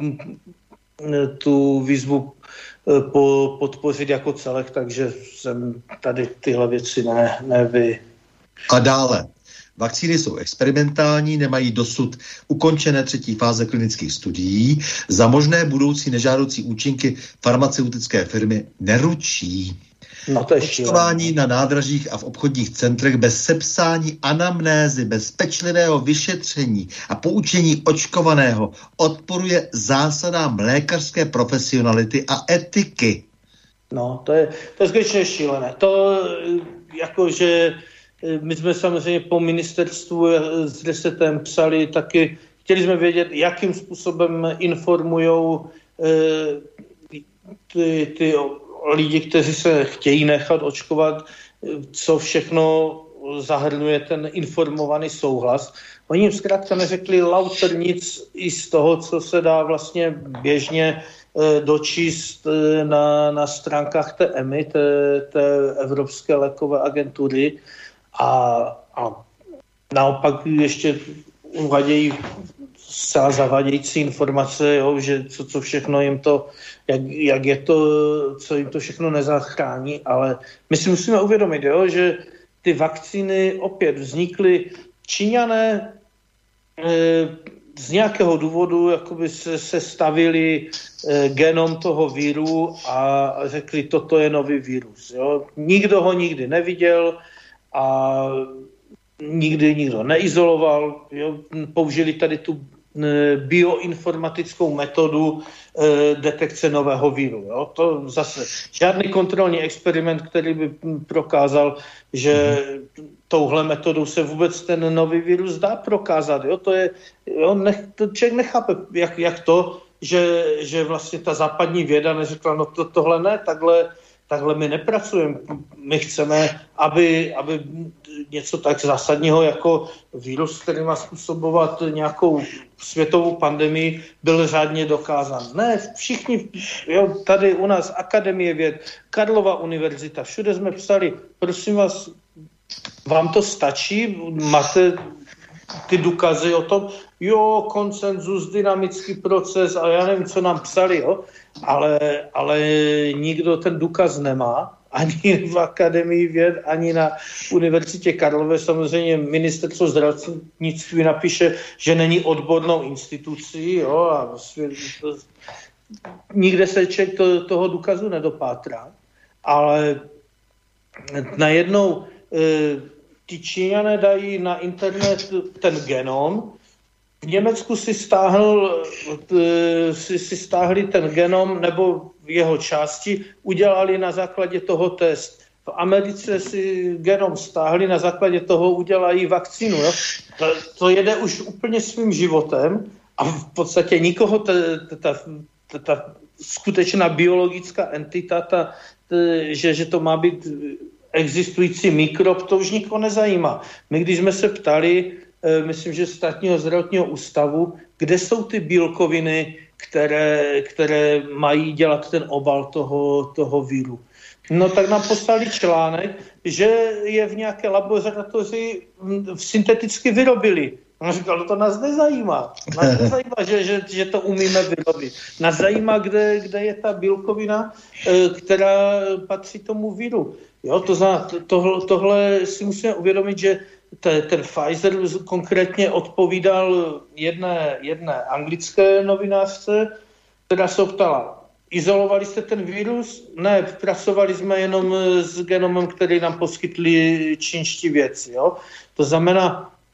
tu výzvu po, podpořit jako celek, takže jsem tady tyhle věci ne, nevy... A dále. Vakcíny jsou experimentální, nemají dosud ukončené třetí fáze klinických studií. Za možné budoucí nežádoucí účinky farmaceutické firmy neručí. No to je očkování na nádražích a v obchodních centrech bez sepsání anamnézy, bez pečlivého vyšetření a poučení očkovaného odporuje zásadám lékařské profesionality a etiky. No, to je, to je skutečně šílené. To jakože my jsme samozřejmě po ministerstvu s Resetem psali taky, chtěli jsme vědět, jakým způsobem informujou e, ty, ty lidi, kteří se chtějí nechat očkovat, co všechno zahrnuje ten informovaný souhlas. Oni jim zkrátka neřekli lauter nic i z toho, co se dá vlastně běžně e, dočíst e, na, na stránkách té E M I, té, té Evropské lékové agentury. A, a naopak ještě uvadějí zcela zavadějící informace, jo, že co, co všechno jim to, jak, jak je to, co jim to všechno nezachrání, ale my si musíme uvědomit, jo, že ty vakcíny opět vznikly Číňané e, z nějakého důvodu jakoby se, se stavili e, genom toho víru a řekli, toto je nový vírus. Jo. Nikdo ho nikdy neviděl, a nikdy nikdo neizoloval, jo? Použili tady tu bioinformatickou metodu e, detekce nového víru. Jo? To zase žádný kontrolní experiment, který by prokázal, že touhle metodou se vůbec ten nový virus dá prokázat. Jo? To je, jo? Nech, to člověk nechápe, jak, jak to, že, že vlastně ta západní věda neřekla, no to, tohle ne, takhle Takhle my nepracujeme. My chceme, aby, aby něco tak zásadního jako virus, který má způsobovat nějakou světovou pandemii, byl řádně dokázán. Ne, všichni, jo, tady u nás Akademie věd, Karlova univerzita, všude jsme psali, prosím vás, vám to stačí? Máte ty důkazy o tom? Jo, konsenzus, dynamický proces a já nevím, co nám psali, jo? Ale, ale nikdo ten důkaz nemá, ani v Akademii věd, ani na Univerzitě Karlové. Samozřejmě ministerstvo zdravotnictví napíše, že není odbornou institucí, jo, a nikde se člověk to, toho důkazu nedopátrá, ale najednou e, ti Číňané dají na internet ten genom. V Německu si, stáhl, si, si stáhli ten genom nebo jeho části, udělali na základě toho test. V Americe si genom stáhli, na základě toho udělají vakcínu. Jo? To, to jede už úplně svým životem a v podstatě nikoho ta, ta, ta, ta skutečná biologická entita, ta, ta, že, že to má být existující mikrob, to už nikoho nezajímá. My, když jsme se ptali, myslím, že státního zdravotního ústavu, kde jsou ty bílkoviny, které, které mají dělat ten obal toho, toho víru. No tak nám poslali článek, že je v nějaké laboratoři synteticky vyrobili. On říkal, no to nás nezajímá. Nás nezajímá, že, že, že to umíme vyrobit. Nás zajímá, kde, kde je ta bílkovina, která patří tomu víru. Jo, to znamená, tohle, tohle si musíme uvědomit, že te, ten Pfizer konkrétně odpovídal jedné, jedné anglické novinářce, která se ptala, izolovali jste ten virus? Ne, pracovali jsme jenom s genomem, který nám poskytli čínští vědci. Jo? To znamená,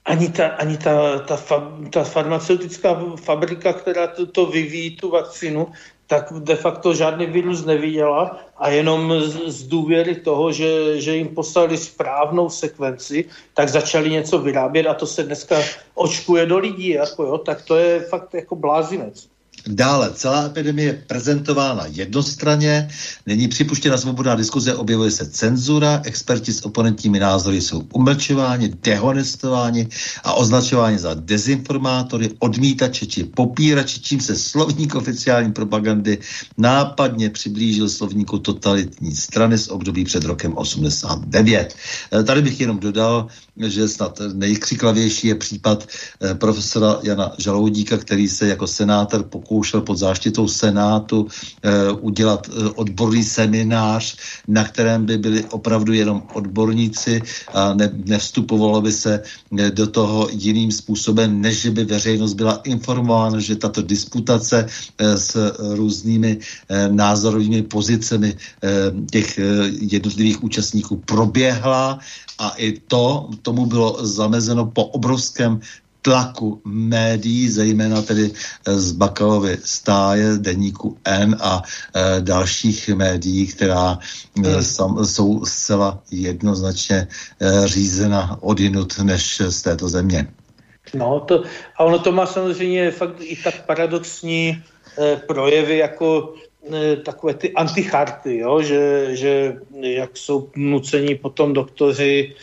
ani ta, ani ta, ta, fa, ta farmaceutická fabrika, která to, to vyvíjí, tu vakcínu, tak de facto žádný virus neviděla a jenom z, z důvěry toho, že, že jim poslali správnou sekvenci, tak začali něco vyrábět a to se dneska očkuje do lidí, jako jo, tak to je fakt jako blázinec. Dále, celá epidemie je prezentována jednostranně, není připuštěna svobodná diskuze, objevuje se cenzura, experti s oponentními názory jsou umlčováni, dehonestováni a označováni za dezinformátory, odmítače či popírači, čím se slovník oficiální propagandy nápadně přiblížil slovníku totalitní strany z období před rokem osmdesát devět. Tady bych jenom dodal, že snad nejkřiklavější je případ profesora Jana Žaloudíka, který se jako senátor pokoušel pod záštitou Senátu eh, udělat eh, odborný seminář, na kterém by byli opravdu jenom odborníci a ne, nevstupovalo by se eh, do toho jiným způsobem, než že by veřejnost byla informována, že tato disputace eh, s eh, různými eh, názorovými pozicemi eh, těch eh, jednotlivých účastníků proběhla a i to, tomu bylo zamezeno po obrovském tlaku médií, zejména tedy z Bakalovy stáje, deníku N a e, dalších médií, která e, sam, jsou zcela jednoznačně e, řízena odjinud než z této země. No, to, a ono to má samozřejmě fakt i tak paradoxní e, projevy jako e, takové ty anticharty, jo? Že, že jak jsou nuceni potom doktoři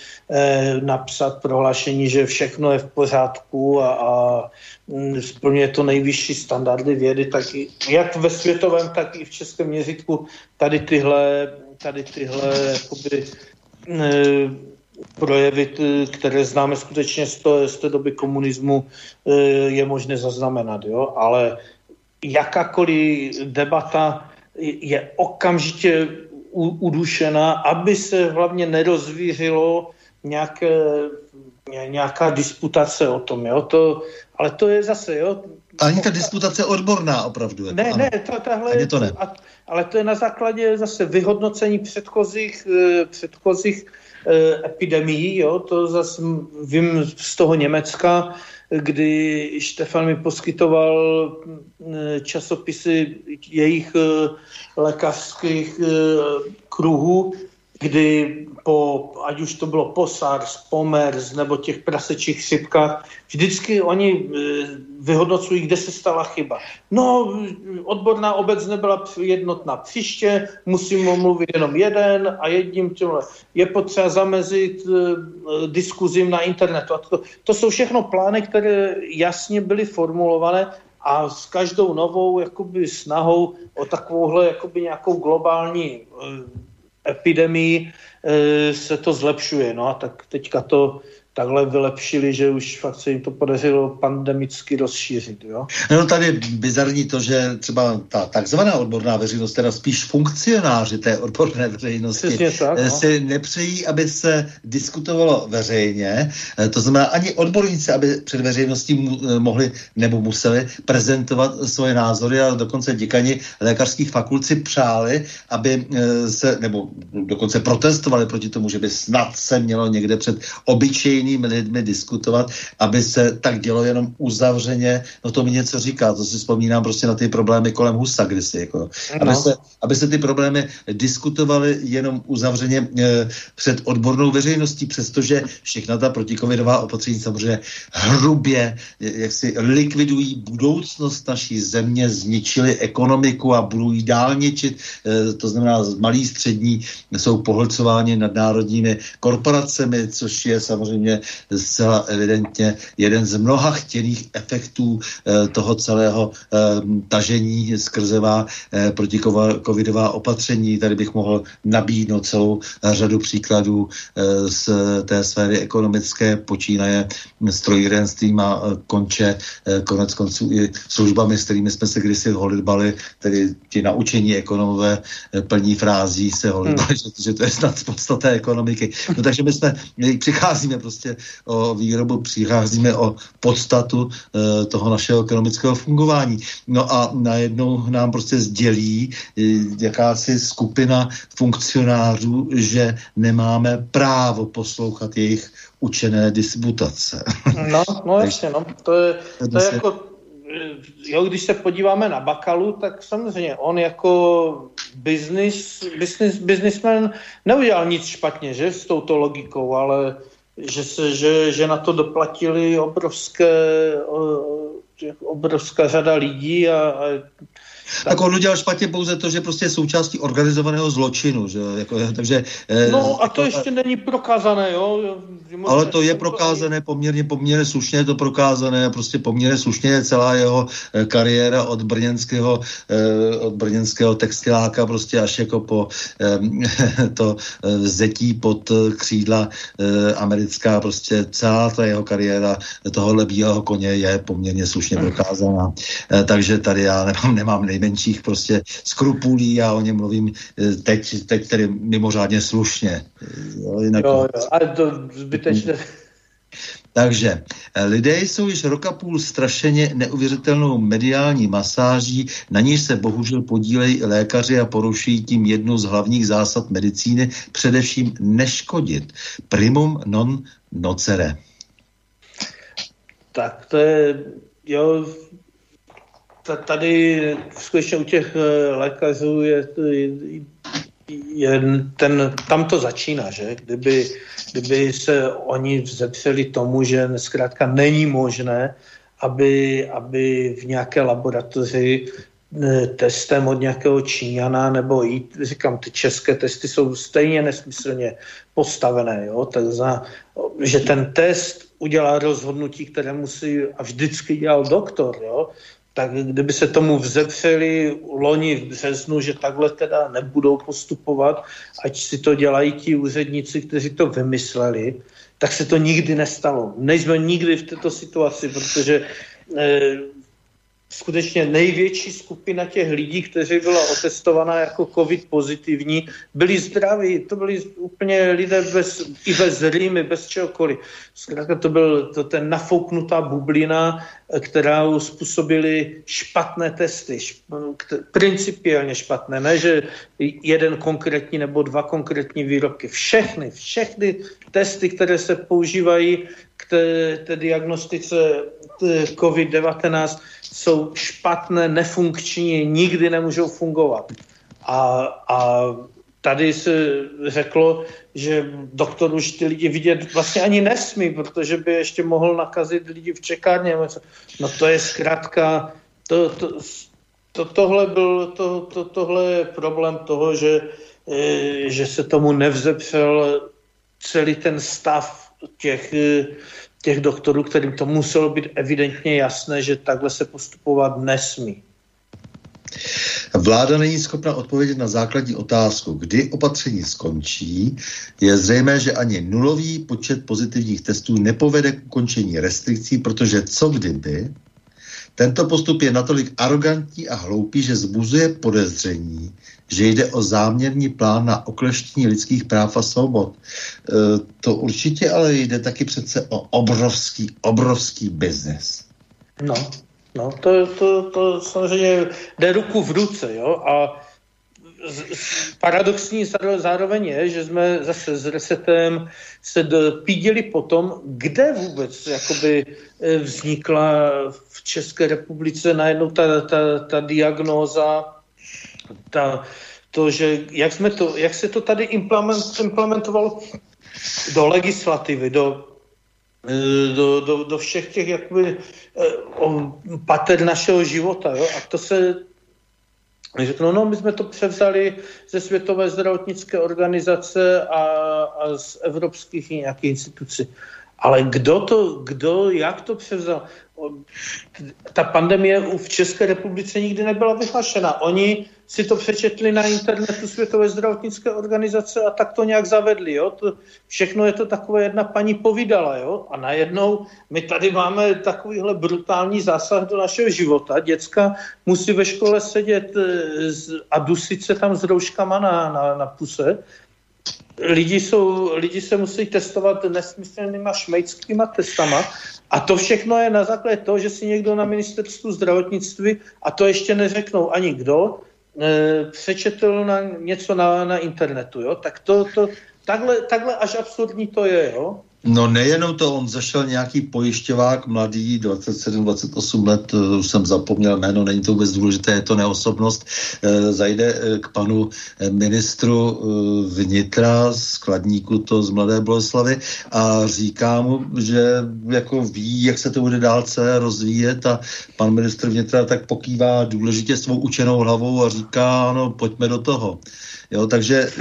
napsat prohlášení, že všechno je v pořádku a, a splňuje to nejvyšší standardy vědy, tak i, jak ve světovém, tak i v českém měřítku tady tyhle, tady tyhle jakoby, e, projevy, které známe skutečně z, to, z té doby komunismu, e, je možné zaznamenat, jo? Ale jakákoliv debata je okamžitě u, udušená, aby se hlavně nerozvířilo nějaké, nějaká disputace o tom, jo, to, ale to je zase, jo. Ani ta disputace odborná opravdu. Jako, ne, ano. ne, to, tahle, to ne. A, ale to je na základě zase vyhodnocení předchozích, předchozích eh, epidemií, jo, to zase vím z toho Německa, kdy Štefan mi poskytoval časopisy jejich lékařských kruhů, kdy po, ať už to bylo po SARS, po MERS nebo těch prasečích chřipkách, vždycky oni vyhodnocují, kde se stala chyba. No, odborná obec nebyla jednotná. Příště musím mluvit jenom jeden a jedním tímhle. Je potřeba zamezit diskuzím na internetu. A to, to jsou všechno plány, které jasně byly formulované a s každou novou jakoby snahou o takovouhle jakoby nějakou globální epidemii e, se to zlepšuje. No a tak teďka to takhle vylepšili, že už fakt se jim to podařilo pandemicky rozšířit. Jo? No tady bizarní to, že třeba ta takzvaná odborná veřejnost, teda spíš funkcionáři té odborné veřejnosti, tak, no. si nepřejí, aby se diskutovalo veřejně. To znamená, ani odborníci, aby před veřejností mohli nebo museli prezentovat svoje názory, a dokonce děkani lékařských fakult si přáli, aby se, nebo dokonce protestovali proti tomu, že by snad se mělo někde před obyčejnými lidmi diskutovat, aby se tak dělo jenom uzavřeně. No to mi něco říká, to si vzpomínám prostě na ty problémy kolem Husa kdysi. Jako. No. Aby, se, aby se ty problémy diskutovaly jenom uzavřeně e, před odbornou veřejností, přestože všechna ta protikovidová opatření samozřejmě hrubě jak si likvidují budoucnost naší země, zničili ekonomiku a budou jí dál ničit. E, to znamená, malí střední jsou pohlcováni nadnárodními korporacemi, což je samozřejmě zcela evidentně jeden z mnoha chtěných efektů eh, toho celého eh, tažení skrzevá eh, protikovidová opatření. Tady bych mohl nabídnout celou řadu příkladů eh, z té sféry ekonomické, počínaje strojírenstvím a eh, konče eh, konec konců i službami, s kterými jsme se kdysi holidbali, tedy ti naučení ekonomové eh, plní frází se holidbali, hmm. že, že to je snad z podstaty ekonomiky. No takže my jsme přicházíme prostě prostě o výrobu, přicházíme o podstatu e, toho našeho ekonomického fungování. No a najednou nám prostě sdělí e, jakási skupina funkcionářů, že nemáme právo poslouchat jejich učené disputace. No, no jasně, no. To je, to je jako, jo, když se podíváme na Bakalu, tak samozřejmě on jako business, business, businessman neudělal nic špatně, že, s touto logikou, ale že, se, že, že na to doplatili obrovské, obrovská řada lidí a, a tak, tak on udělal špatně pouze to, že prostě je součástí organizovaného zločinu, že jako, takže... No a to ještě není prokázané, jo? Ale to je prokázané, poměrně, poměrně slušně je to prokázané, prostě poměrně slušně je celá jeho kariéra od brněnského, od brněnského textiláka prostě až jako po to vzetí pod křídla americká, prostě celá ta jeho kariéra tohohle bílého koně je poměrně slušně prokázaná. Takže tady já nemám, nemám nejmenších prostě skrupulí, já o něm mluvím teď, teď tedy mimořádně slušně. Jo, jinak... jo, jo, ale to zbytečné. Takže lidé jsou již roka půl strašeně neuvěřitelnou mediální masáží, na níž se bohužel podílejí i lékaři a porušují tím jednu z hlavních zásad medicíny, především neškodit. Primum non nocere. Tak to je, jo, tady skutečně u těch lékařů je, je ten, tam to začíná, že? Kdyby, kdyby se oni vzepřeli tomu, že zkrátka není možné, aby, aby v nějaké laboratoři testem od nějakého Číňana nebo jít, říkám, ty české testy jsou stejně nesmyslně postavené, jo? Tak za, že ten test udělá rozhodnutí, které musí a vždycky dělal doktor, jo? Tak kdyby se tomu vzepřeli loni v březnu, že takhle teda nebudou postupovat, ať si to dělají ti úředníci, kteří to vymysleli, tak se to nikdy nestalo. Nejsme nikdy v této situaci, protože eh, skutečně největší skupina těch lidí, kteří byla otestovaná jako covid pozitivní, byli zdraví. To byli úplně lidé bez, i bez rýmy, bez čehokoliv. Zkrátka to byl to ten nafouknutá bublina, která způsobili špatné testy. Šp- principiálně špatné. Ne, že jeden konkrétní nebo dva konkrétní výrobky. Všechny, všechny testy, které se používají k té, té diagnostice covid devatenáct, jsou špatné, nefunkční, nikdy nemůžou fungovat. A, a tady se řeklo, že doktor už ty lidi vidět vlastně ani nesmí, protože by ještě mohl nakazit lidi v čekárně. No to je zkrátka, to, to, to, tohle, byl, to, to, tohle je problém toho, že, že se tomu nevzepřel celý ten stav těch těch doktorů, kterým to muselo být evidentně jasné, že takhle se postupovat nesmí. Vláda není schopna odpovědět na základní otázku, kdy opatření skončí. Je zřejmé, že ani nulový počet pozitivních testů nepovede k ukončení restrikcí, protože co kdyby? Tento postup je natolik arrogantní a hloupý, že vzbuzuje podezření, že jde o záměrný plán na okleštění lidských práv a svobod. E, to určitě ale jde taky přece o obrovský, obrovský biznes. No, no to, to, to samozřejmě jde ruku v ruce, jo, a paradoxní zároveň je, že jsme zase s Resetem se pídili po tom, kde vůbec jakoby vznikla v České republice najednou ta, ta, ta diagnóza, ta, to, že jak, jsme to, jak se to tady implement, implementovalo do legislativy, do, do, do, do všech těch jakoby pater našeho života. Jo? A to se řeknou, no my jsme to převzali ze Světové zdravotnické organizace a, a z evropských nějakých institucí. Ale kdo to, kdo, jak to převzal? Ta pandemie v České republice nikdy nebyla vyhlášena. Oni si to přečetli na internetu Světové zdravotnické organizace a tak to nějak zavedli. Jo? To, všechno je to takové, jedna paní povídala. Jo? A najednou my tady máme takovýhle brutální zásah do našeho života. Děcka musí ve škole sedět a dusit se tam s rouškama na, na, na puse. lidi, jsou, lidi se musí testovat nesmyslnýma šmejdskýma testama a to všechno je na základě toho, že si někdo na ministerstvu zdravotnictví, a to ještě neřeknou ani kdo, e, přečetl na něco na, na internetu, jo? Tak to, to takhle, takhle až absurdní to je, jo? No nejenom to, on zašel nějaký pojišťovák mladý, dvacet sedm dvacet osm let, už jsem zapomněl jméno, není to vůbec důležité, je to neosobnost, e, zajde k panu ministru vnitra z Kladníku, to z Mladé Boleslavi, a říká mu, že jako ví, jak se to bude dálce rozvíjet, a pan ministr vnitra tak pokývá důležitě svou učenou hlavou a říká, no pojďme do toho. Jo, takže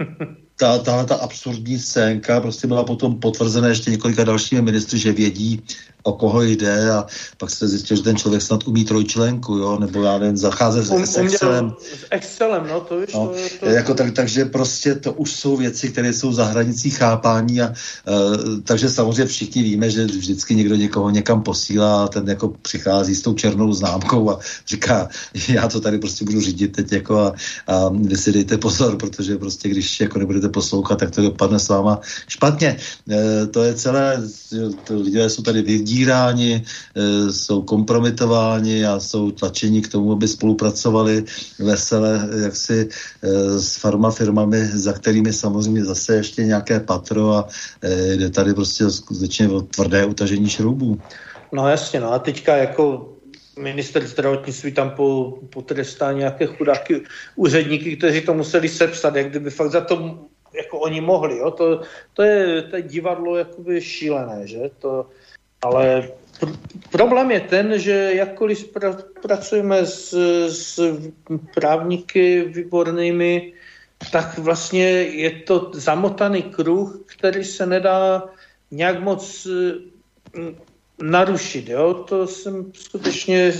ta, ta, ta absurdní scénka prostě byla potom potvrzena ještě několika dalšími ministry, že vědí, o koho jde, a pak se zjistil, že ten člověk snad umí trojčlenku, jo, nebo já nevím, zacházet s, um, s Excelem. S Excelem, no, to víš. No, to, to, jako tak, takže prostě to už jsou věci, které jsou za hranicí chápání, a uh, takže samozřejmě všichni víme, že vždycky někdo někoho někam posílá a ten jako přichází s tou černou známkou a říká, já to tady prostě budu řídit teď jako a, a vy si dejte pozor, protože prostě když jako nebudete poslouchat, tak to dopadne s váma špatně. Uh, to je celé, to lidé jsou tady vydíráni, e, jsou kompromitováni a jsou tlačeni k tomu, aby spolupracovali vesele jaksi e, s farmafirmami, za kterými samozřejmě zase ještě nějaké patro, a e, jde tady prostě skutečně o tvrdé utažení šroubů. No jasně, no a teďka jako minister zdravotnictví tam po, potrestá nějaké chudáky úředníky, kteří to museli sepsat, jak kdyby fakt za to jako oni mohli, jo? To, to, je, to je divadlo jakoby šílené, že? To, ale pr- problém je ten, že jakkoliv pra- pracujeme s, s právníky výbornými, tak vlastně je to zamotaný kruh, který se nedá nějak moc narušit. Jo? To jsem skutečně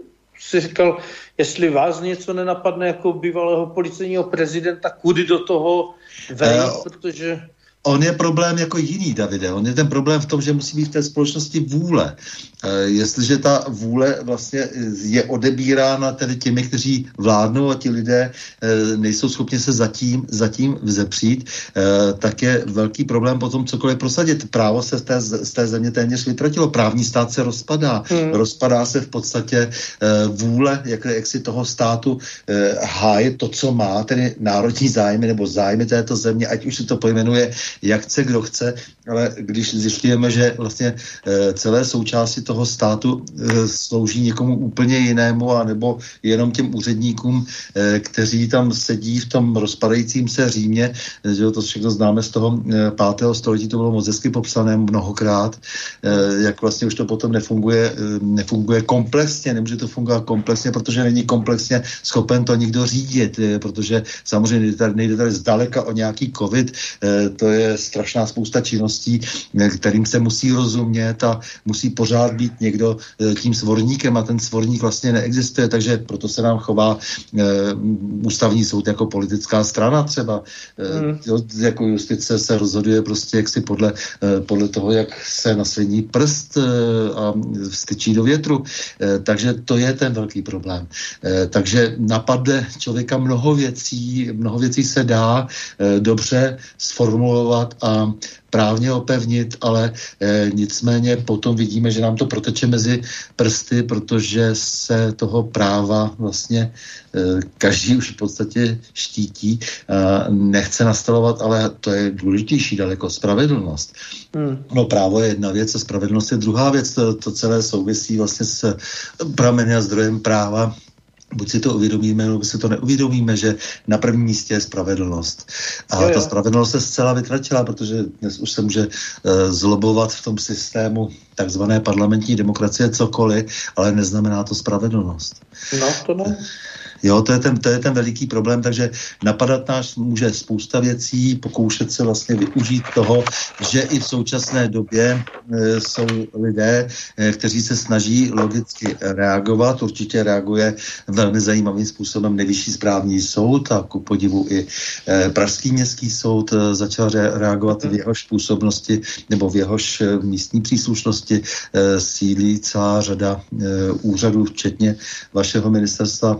si říkal, jestli vás něco nenapadne jako bývalého policejního prezidenta, kudy do toho vejít, uh, protože... On je problém jako jiný, Davide. On je ten problém v tom, že musí být v té společnosti vůle. E, jestliže ta vůle vlastně je odebírána tedy těmi, kteří vládnou, a ti lidé e, nejsou schopni se zatím, zatím vzepřít, e, tak je velký problém potom cokoliv prosadit. Právo se z té, z té země téměř vytratilo. Právní stát se rozpadá. Hmm. Rozpadá se v podstatě e, vůle, jak, jak si toho státu e, hájit to, co má, tedy národní zájmy nebo zájmy této země, ať už se to pojmenuje jak chce, kdo chce, ale když zjišťujeme, že vlastně e, celé součásti toho státu e, slouží někomu úplně jinému, anebo jenom těm úředníkům, e, kteří tam sedí v tom rozpadajícím se Římě, e, že to všechno známe z toho e, pátého století, to bylo moc hezky popsané mnohokrát, e, jak vlastně už to potom nefunguje, e, nefunguje komplexně, nemůže to fungovat komplexně, protože není komplexně schopen to nikdo řídit, e, protože samozřejmě nejde tady, nejde tady zdaleka o nějaký covid, e, to je strašná spousta činností, kterým se musí rozumět a musí pořád být někdo tím svorníkem, a ten svorník vlastně neexistuje, takže proto se nám chová e, ústavní soud jako politická strana třeba. E, hmm. jo, jako justice se rozhoduje prostě jaksi podle, e, podle toho, jak se nasvědí prst e, a vstyčí do větru. E, takže to je ten velký problém. E, takže napadne člověka mnoho věcí, mnoho věcí se dá e, dobře sformulovat a právně opevnit, ale e, nicméně potom vidíme, že nám to proteče mezi prsty, protože se toho práva vlastně e, každý už v podstatě štítí, e, nechce nastavovat, ale to je důležitější daleko, spravedlnost. Hmm. No právo je jedna věc a spravedlnost je druhá věc, to, to celé souvisí vlastně s prameny a zdrojem práva. Buď si to uvědomíme, nebo si to neuvědomíme, že na prvním místě je spravedlnost. A jo, jo. Ta spravedlnost se zcela vytratila, protože dnes už se může uh, zlobovat v tom systému takzvané parlamentní demokracie cokoliv, ale neznamená to spravedlnost. No, to ne. Jo, to je, ten, to je ten veliký problém, takže napadat nás může spousta věcí, pokoušet se vlastně využít toho, že i v současné době e, jsou lidé, e, kteří se snaží logicky reagovat. Určitě reaguje velmi zajímavým způsobem Nejvyšší správní soud a ku podivu i e, Pražský městský soud e, začal re- reagovat v jehož působnosti nebo v jehož e, místní příslušnosti e, sídlí celá řada e, úřadů, včetně vašeho ministerstva zdravotnictví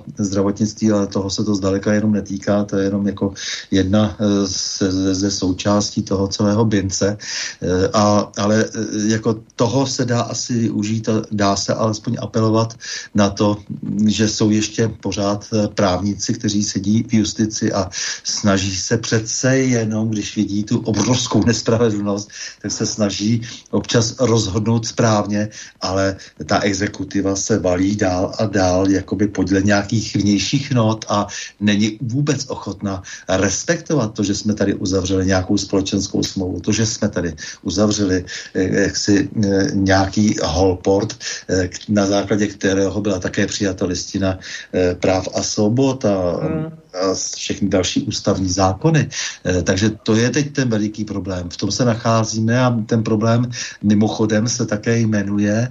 zdravotnictví, ale toho se to zdaleka jenom netýká, to je jenom jako jedna ze, ze součástí toho celého bince, a, ale jako toho se dá asi využít a dá se alespoň apelovat na to, že jsou ještě pořád právníci, kteří sedí v justici a snaží se přece jenom, když vidí tu obrovskou nespravedlnost, tak se snaží občas rozhodnout správně, ale ta exekutiva se valí dál a dál jakoby podle nějakých vnějších not a není vůbec ochotná respektovat to, že jsme tady uzavřeli nějakou společenskou smlouvu, to, že jsme tady uzavřeli jaksi nějaký holport, na základě kterého byla také přijata listina práv a svobod a, hmm. a všechny další ústavní zákony. Takže to je teď ten veliký problém. V tom se nacházíme a ten problém mimochodem se také jmenuje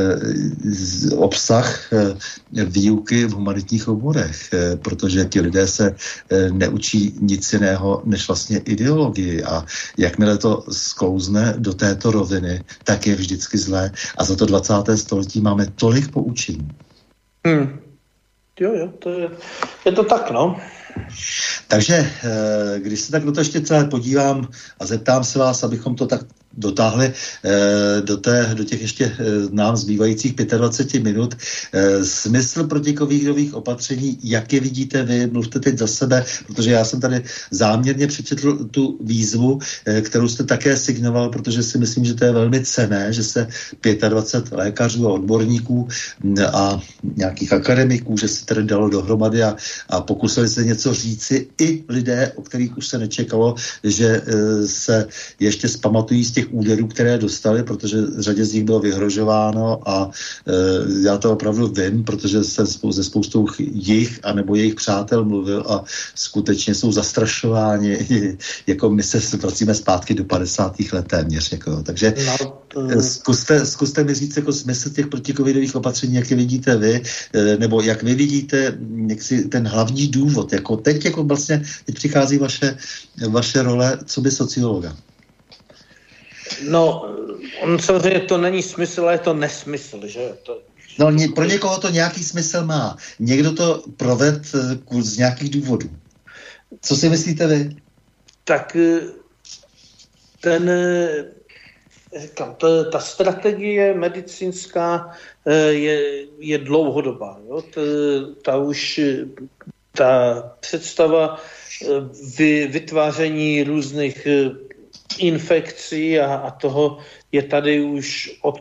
obsah výuky v humanitních oborech, protože ti lidé se neučí nic jiného než vlastně ideologii a jakmile to sklouzne do této roviny, tak je vždycky zlé a za to dvacáté století máme tolik poučení. Hmm. Jo, jo, to je, je to tak, no. Takže, když se tak do toho ještě celé podívám a zeptám se vás, abychom to tak dotáhli do, té, do těch ještě nám zbývajících dvacet pět minut. Smysl protikovidových opatření, jak je vidíte vy, mluvte teď za sebe, protože já jsem tady záměrně přečetl tu výzvu, kterou jste také signoval, protože si myslím, že to je velmi cenné, že se dvacet pět lékařů a odborníků a nějakých akademiků, že se tady dalo dohromady a, a pokusili se něco říci i lidé, o kterých už se nečekalo, že se ještě zpamatují z těch úderů, které dostali, protože řadě z nich bylo vyhrožováno a e, já to opravdu vím, protože jsem se spoustou jich anebo jejich přátel mluvil a skutečně jsou zastrašováni, jako my se vracíme zpátky do padesátých let téměř. Jako. Takže no, to... zkuste, zkuste mi říct jako smysl těch protikovidových opatření, jak je vidíte vy, e, nebo jak vy vidíte jak si ten hlavní důvod. Jako teď jako vlastně teď přichází vaše, vaše role co by sociologa. No, on samozřejmě to není smysl, ale je to nesmysl, že? To... No, pro někoho to nějaký smysl má. Někdo to proved z nějakých důvodů. Co si myslíte vy? Tak ten, říkám, ta, ta strategie medicínská je, je dlouhodobá. Jo? Ta, ta už ta představa vy, vytváření různých infekcí a, a toho je tady už od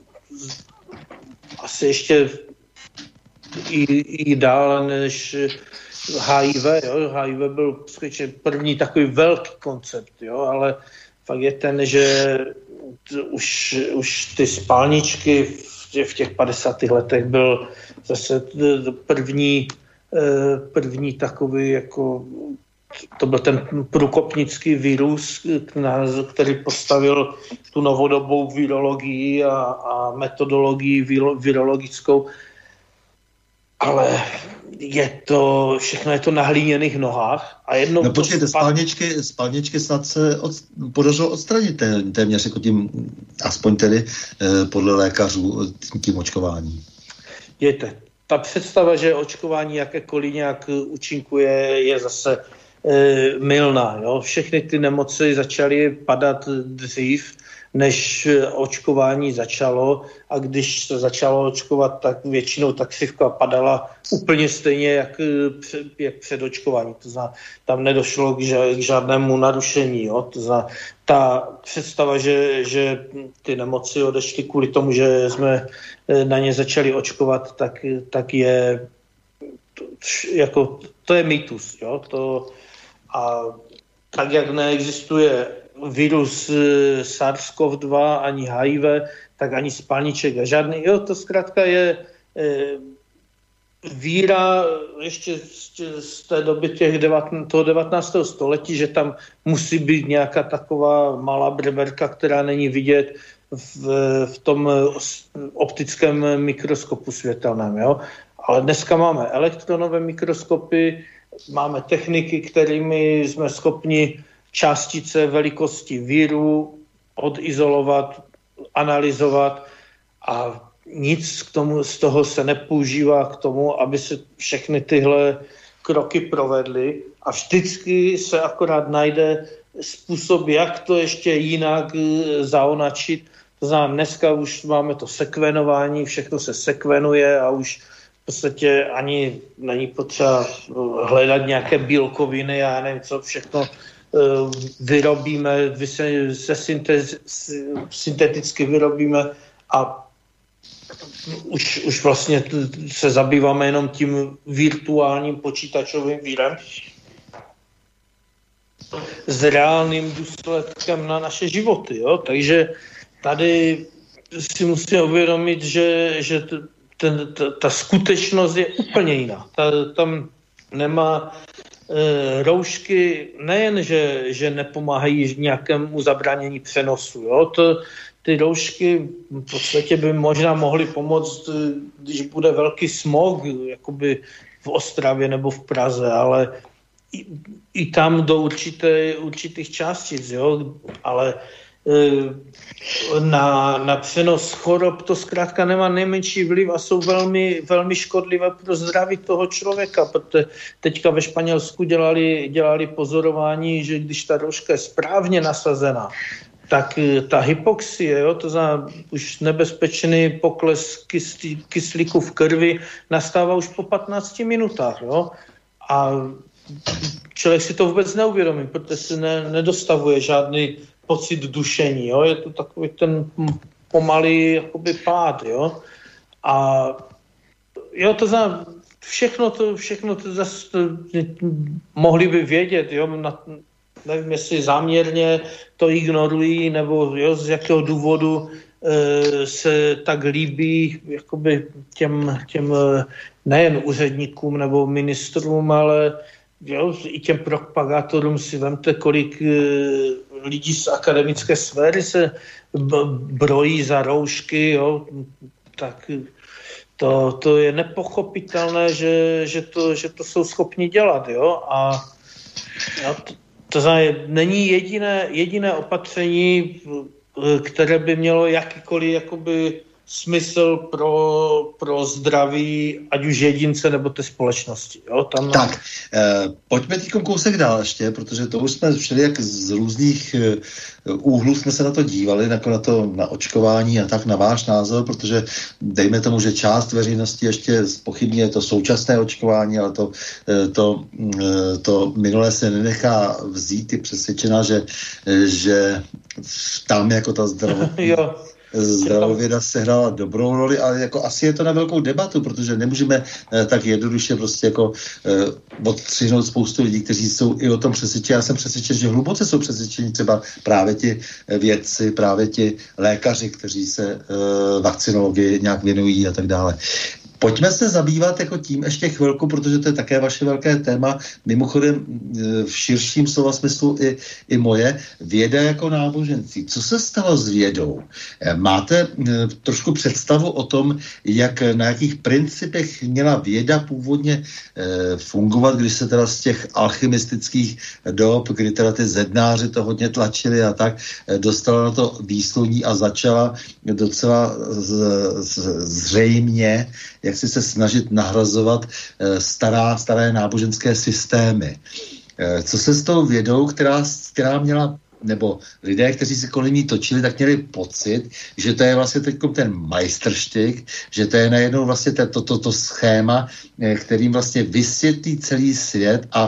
asi ještě i, i dál než H I V. Jo? H I V byl skutečně první takový velký koncept, jo? Ale fakt je ten, že už, už ty spálničky v, v těch padesátých letech byl zase první, první takový jako to byl ten průkopnický virus, který postavil tu novodobou virologii a, a metodologii viro, virologickou. Ale je to, všechno je to na hlíněných nohách. A jednou no počkejte, spad... spalničky, spalničky snad se od, podařilo odstranit téměř jako tím, aspoň tedy eh, podle lékařů, tím, tím očkováním. Jejte, ta představa, že očkování jakékoliv nějak účinkuje, je zase e, mylná. Jo? Všechny ty nemoci začaly padat dřív, než očkování začalo, a když se začalo očkovat, tak většinou ta křivka padala úplně stejně, jak, jak před očkování. To znamená, tam nedošlo k, k žádnému narušení. Jo? To znamená, ta představa, že, že ty nemoci odešly kvůli tomu, že jsme na ně začali očkovat, tak, tak je jako, to je mýtus. Jo? To, a tak, jak neexistuje virus SARS-CoV dva, ani H I V, tak ani spalniček a žádný. Jo, to zkrátka je e, víra ještě z, z té doby těch devatn- toho devatenáctého století, že tam musí být nějaká taková malá breberka, která není vidět v, v tom optickém mikroskopu světelném. Jo? Ale dneska máme elektronové mikroskopy, máme techniky, kterými jsme schopni částice velikosti víru odizolovat, analyzovat, a nic k tomu, z toho se nepoužívá k tomu, aby se všechny tyhle kroky provedly a vždycky se akorát najde způsob, jak to ještě jinak zaonačit. To znamená, dneska už máme to sekvenování, všechno se sekvenuje a už v podstatě ani není potřeba hledat nějaké bílkoviny a nevím co, všechno vyrobíme, se syntez, synteticky vyrobíme a už, už vlastně se zabýváme jenom tím virtuálním počítačovým vírem s reálným důsledkem na naše životy. Jo? Takže tady si musíme uvědomit, že, že ten, ta, ta skutečnost je úplně jiná. Ta, tam nemá e, roušky, nejen, že, že nepomáhají nějakému zabránění přenosu. Jo? To, ty roušky v podstatě by možná mohly pomoct, když bude velký smog, jakoby v Ostravě nebo v Praze, ale i, i tam do určité, určitých částic, jo? Ale Na, na přenos chorob to zkrátka nemá nejmenší vliv a jsou velmi, velmi škodlivé pro zdraví toho člověka, protože teďka ve Španělsku dělali, dělali pozorování, že když ta rouška je správně nasazená, tak ta hypoxie, jo, to znamená už nebezpečný pokles kyslí, kyslíku v krvi nastává už po patnácti minutách. Jo? A člověk si to vůbec neuvědomí, protože se ne, nedostavuje žádný pocit dušení, jo? Je to takový ten pomalý jakoby pád, jo. A jo, to znamená, všechno to, všechno to zase to, mohli by vědět, jo, na, nevím, jestli záměrně to ignorují, nebo jo, z jakého důvodu e, se tak líbí jakoby těm, těm nejen úředníkům nebo ministrům, ale jo, i těm propagátorům si vemte, kolik e, lidí z akademické sféry se b- brojí za roušky, jo, tak to, to je nepochopitelné, že, že, to, že to jsou schopni dělat, jo, a, a to, to znamená, není jediné, jediné opatření, které by mělo jakýkoliv jakoby smysl pro, pro zdraví, ať už jedince nebo té společnosti. Jo? Tam... Tak, eh, pojďme teď kousek dál ještě, protože to už jsme všeli jak z různých eh, úhlů jsme se na to dívali, jako na to na očkování a tak na váš názor, protože dejme tomu, že část veřejnosti ještě zpochybňuje to současné očkování, ale to, eh, to, eh, to minulé se nenechá vzít, je přesvědčená, že, eh, že tam jako ta zdravotní... Zdravověda sehrála dobrou roli, ale jako asi je to na velkou debatu, protože nemůžeme eh, tak jednoduše prostě jako eh, odstřihnout spoustu lidí, kteří jsou i o tom přesvědčeni. Já jsem přesvědčen, že hluboce jsou přesvědčeni třeba právě ti vědci, právě ti lékaři, kteří se eh, vakcinologii nějak věnují a tak dále. Pojďme se zabývat jako tím ještě chvilku, protože to je také vaše velké téma, mimochodem v širším slova smyslu i, i moje, věda jako náboženství. Co se stalo s vědou? Máte trošku představu o tom, jak na jakých principech měla věda původně fungovat, když se teda z těch alchymistických dob, kdy teda ty zednáři to hodně tlačili a tak, dostala na to výsluní a začala docela z, z, zřejmě jak si se snažit nahrazovat stará, staré náboženské systémy. Co se s tou vědou, která, která měla, nebo lidé, kteří se kolem ní točili, tak měli pocit, že to je vlastně teď ten majstrštyk, že to je najednou vlastně toto to, to schéma, kterým vlastně vysvětlí celý svět a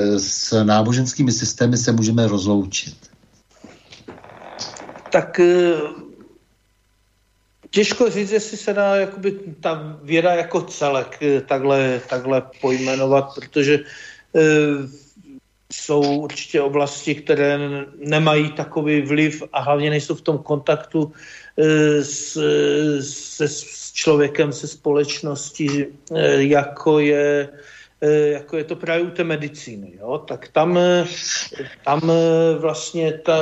s náboženskými systémy se můžeme rozloučit. Tak těžko říct, jestli se dá jakoby ta věda jako celek takhle, takhle pojmenovat, protože e, jsou určitě oblasti, které nemají takový vliv a hlavně nejsou v tom kontaktu e, s, se, s člověkem, se společností, e, jako je jako je to právě u té medicíny. Jo? Tak tam, tam vlastně ta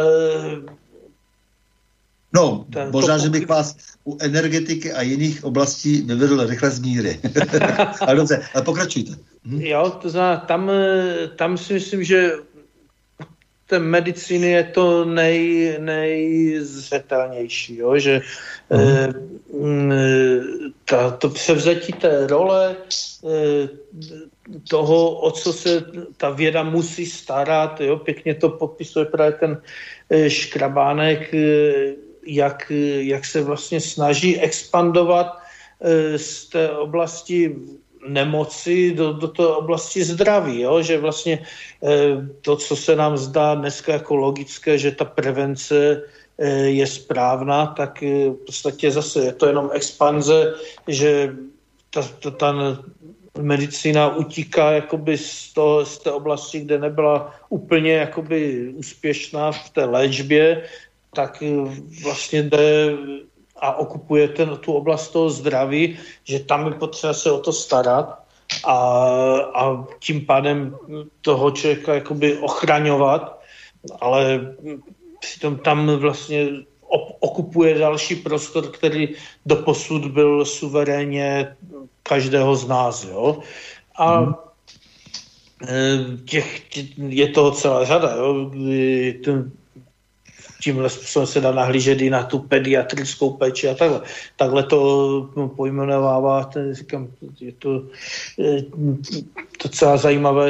No, ten, možná, to... že bych vás u energetiky a jiných oblastí vyvedl rychle z míry. Ale dobře, ale pokračujte. Hm? Jo, to znamená, tam, tam si myslím, že té medicíny je to nej, nejzřetelnější, jo? Že mm. e, ta, to převzetí té role e, toho, o co se ta věda musí starat, jo? Pěkně to popisuje právě ten e, Škrabánek, e, jak, jak se vlastně snaží expandovat e, z té oblasti nemoci do, do té oblasti zdraví, jo? Že vlastně e, to, co se nám zdá dneska jako logické, že ta prevence e, je správná, tak e, v podstatě zase je to jenom expanze, že ta, ta, ta medicína utíká jakoby z, toho, z té oblasti, kde nebyla úplně jakoby úspěšná v té léčbě, tak e, vlastně jde a okupuje ten, tu oblast toho zdraví, že tam je potřeba se o to starat a, a tím pádem toho člověka jakoby ochraňovat, ale přitom tam vlastně okupuje další prostor, který doposud byl suverénně každého z nás. Jo? A hmm. těch, je toho celá řada. Jo? Ten, tímhle způsobem se dá nahlížet i na tu pediatrickou péči a takhle. Takhle to pojmenovává, říkám, je to je docela zajímavé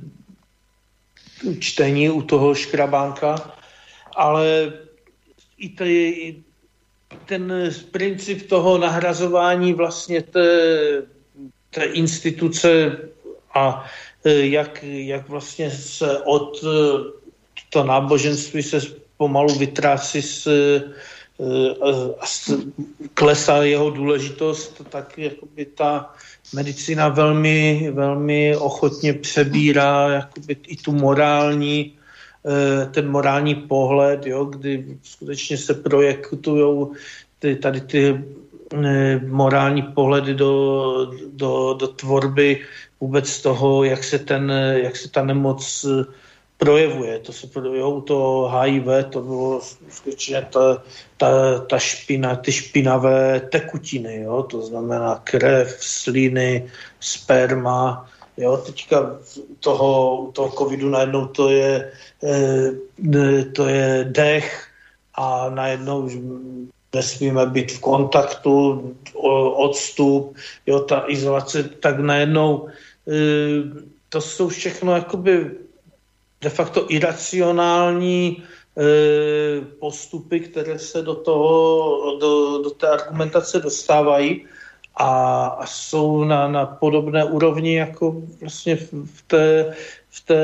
čtení u toho Škrabánka, ale i, ty, i ten princip toho nahrazování vlastně té, té instituce a jak, jak vlastně se od to náboženství se pomalu vytrácí z, z klesá jeho důležitost, tak jakoby ta medicína velmi, velmi ochotně přebírá jakoby i tu morální, ten morální pohled, jo, kdy skutečně se projektujou ty, tady ty morální pohledy do, do, do tvorby vůbec toho, jak se, ten, jak se ta nemoc projevuje. To se projevuje u toho H I V, to bylo skutečně ta, ta, ta špina, ty špinavé tekutiny, jo? To znamená krev, sliny, sperma. Jo? Teďka toho, u toho covidu najednou to je, to je dech a najednou nesmíme být v kontaktu, odstup, jo? Ta izolace, tak najednou to jsou všechno jakoby de facto iracionální e, postupy, které se do, toho, do, do té argumentace dostávají a, a jsou na, na podobné úrovni jako vlastně v, v té, v té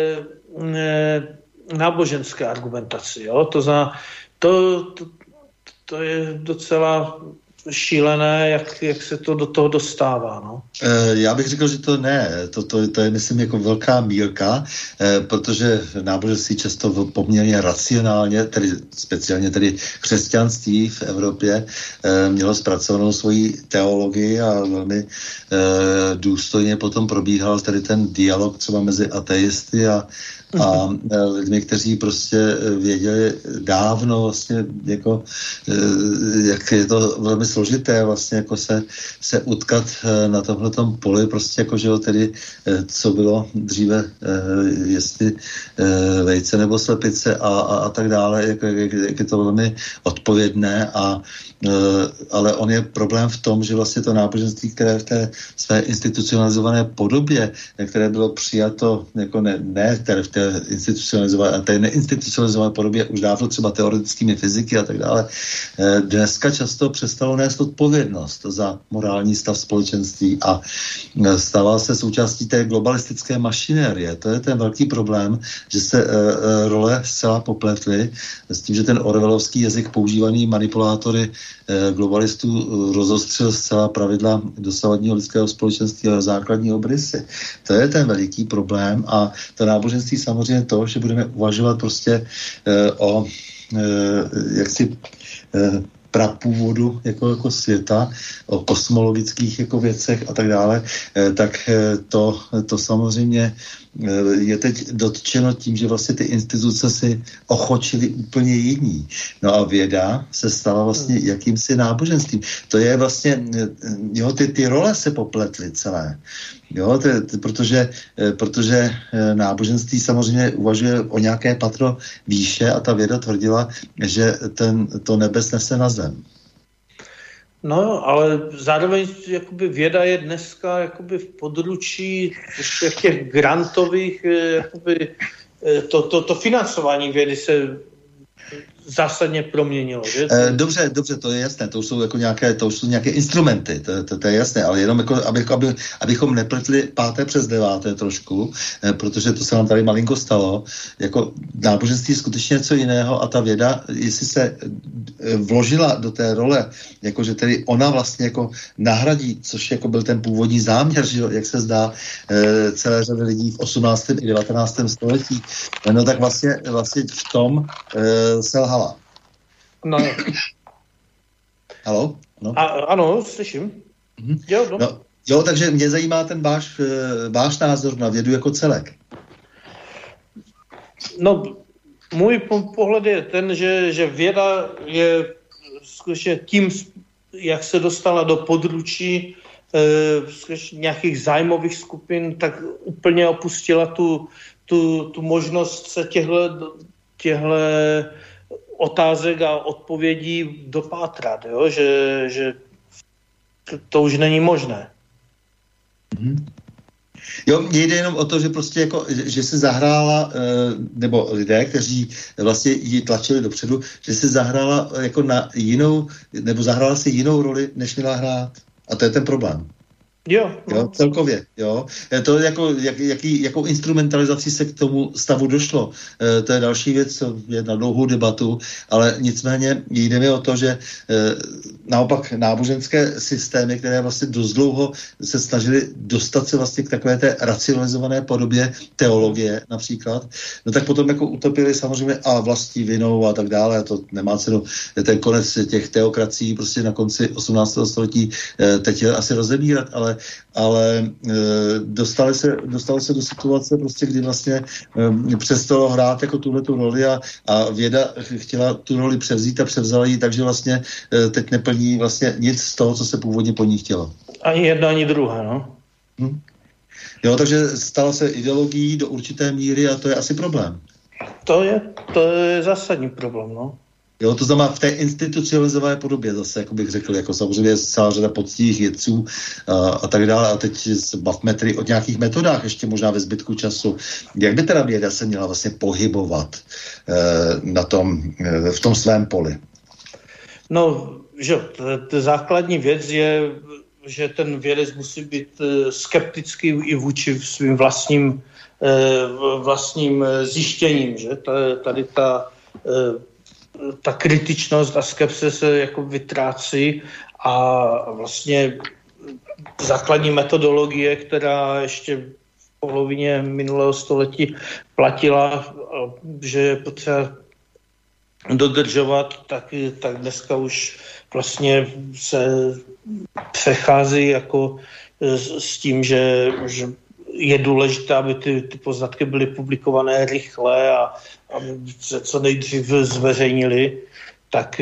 e, náboženské argumentaci. Jo? To, za, to, to, to je docela šílené, jak, jak se to do toho dostává. No? Já bych řekl, že to ne. To, to, to je, myslím, jako velká mírka, protože náboženství často poměrně racionálně, tedy speciálně tedy křesťanství v Evropě, mělo zpracovanou svoji teologii a velmi důstojně potom probíhal tady ten dialog třeba mezi ateisty a a lidmi, kteří prostě věděli dávno vlastně jako, jak je to velmi složité vlastně jako se, se utkat na tomhletom poli prostě jako, že jo, tedy co bylo dříve, jestli vejce nebo slepice a, a, a tak dále, jak, jak, jak je to velmi odpovědné a ale on je problém v tom, že vlastně to náboženství, které v té své institucionalizované podobě, které bylo přijato jako ne, ne které v té institucionalizované, a té neinstitucionalizované podobě už dávno třeba teoretickými fyziky a tak dále, dneska často přestalo nést odpovědnost za morální stav společenství a stává se součástí té globalistické mašinérie. To je ten velký problém, že se role zcela popletly s tím, že ten orwellovský jazyk používaný manipulátory globalistů rozostřil zcela pravidla dosavadního lidského společenství a základní obrysy. To je ten veliký problém a to náboženství samozřejmě to, že budeme uvažovat prostě eh, o eh, jaksi eh, prapůvodu jako, jako světa, o kosmologických jako věcech a tak dále, eh, tak eh, to, to samozřejmě je teď dotčeno tím, že vlastně ty instituce si ochočily úplně jiní. No a věda se stala vlastně jakýmsi náboženstvím. To je vlastně, jo, ty, ty role se popletly celé. Jo, to, to, protože, protože náboženství samozřejmě uvažuje o nějaké patro výše a ta věda tvrdila, že ten, to nebe snese na zem. No, ale zároveň jakoby věda je dneska jakoby v područí všech těch grantových, jakoby to, to, to financování vědy se zásadně proměnilo. Že? Dobře, dobře, to je jasné, to jsou jako nějaké, to jsou nějaké instrumenty, to, to, to je jasné, ale jenom jako, aby, aby, abychom nepletli páté přes deváté trošku, protože to se nám tady malinko stalo, jako náboženství je skutečně něco jiného a ta věda, jestli se vložila do té role, jakože tedy ona vlastně jako nahradí, což jako byl ten původní záměr, že jo, jak se zdá celé řady lidí v osmnáctém i devatenáctém století, no tak vlastně, vlastně v tom selhala. No. Haló? No. A, ano, slyším. Mm-hmm. Jo, no. No, jo, takže mě zajímá ten váš, váš názor na vědu jako celek. No, můj pohled je ten, že, že věda je skutečně tím, jak se dostala do područí e, nějakých zájmových skupin, tak úplně opustila tu, tu, tu možnost se těchto těchto otázek a odpovědí dopátrat, jo? Že, že to, to už není možné. Mm-hmm. Jo, mně jde jenom o to, že prostě jako, že se zahrála, nebo lidé, kteří vlastně ji tlačili dopředu, že se zahrála jako na jinou, nebo zahrála si jinou roli, než měla hrát. A to je ten problém. Jo, no. Jo, celkově, jo. To jako, jak, jaký, jakou instrumentalizací se k tomu stavu došlo, e, to je další věc, je na dlouhou debatu, ale nicméně jde mi o to, že e, naopak náboženské systémy, které vlastně dost dlouho se snažili dostat se vlastně k takové té racionalizované podobě teologie například, no tak potom jako utopili samozřejmě a vlastní vinou a tak dále, a to nemá cenu, ten konec těch teokracií prostě na konci osmnáctého století e, teď je asi rozebírat, ale ale e, dostali, se, dostali se do situace, prostě, kdy vlastně e, přestalo hrát jako tuhletu roli a, a věda chtěla tu roli převzít a převzala ji, takže vlastně e, teď neplní vlastně nic z toho, co se původně po ní chtělo. Ani jedna, ani druhá, no. Hm? Jo, takže stala se ideologií do určité míry a to je asi problém. To je, to je zásadní problém, no. Jo, to znamená v té institucionalizované podobě zase, jako bych řekl, jako samozřejmě je celá řada poctivých vědců a, a tak dále. A teď se bavme tedy o nějakých metodách, ještě možná ve zbytku času. Jak by teda věda se měla vlastně pohybovat e, na tom, e, v tom svém poli? No, že ta základní věc je, že ten vědec musí být skeptický i vůči svým vlastním, e, vlastním zjištěním, že? Tady ta e, ta kritičnost a skepse se jako vytrácí a vlastně základní metodologie, která ještě v polovině minulého století platila, že je potřeba dodržovat, tak, tak dneska už vlastně se přechází jako s tím, že, že je důležité, aby ty, ty poznatky byly publikované rychle a aby se co nejdřív zveřejnili, tak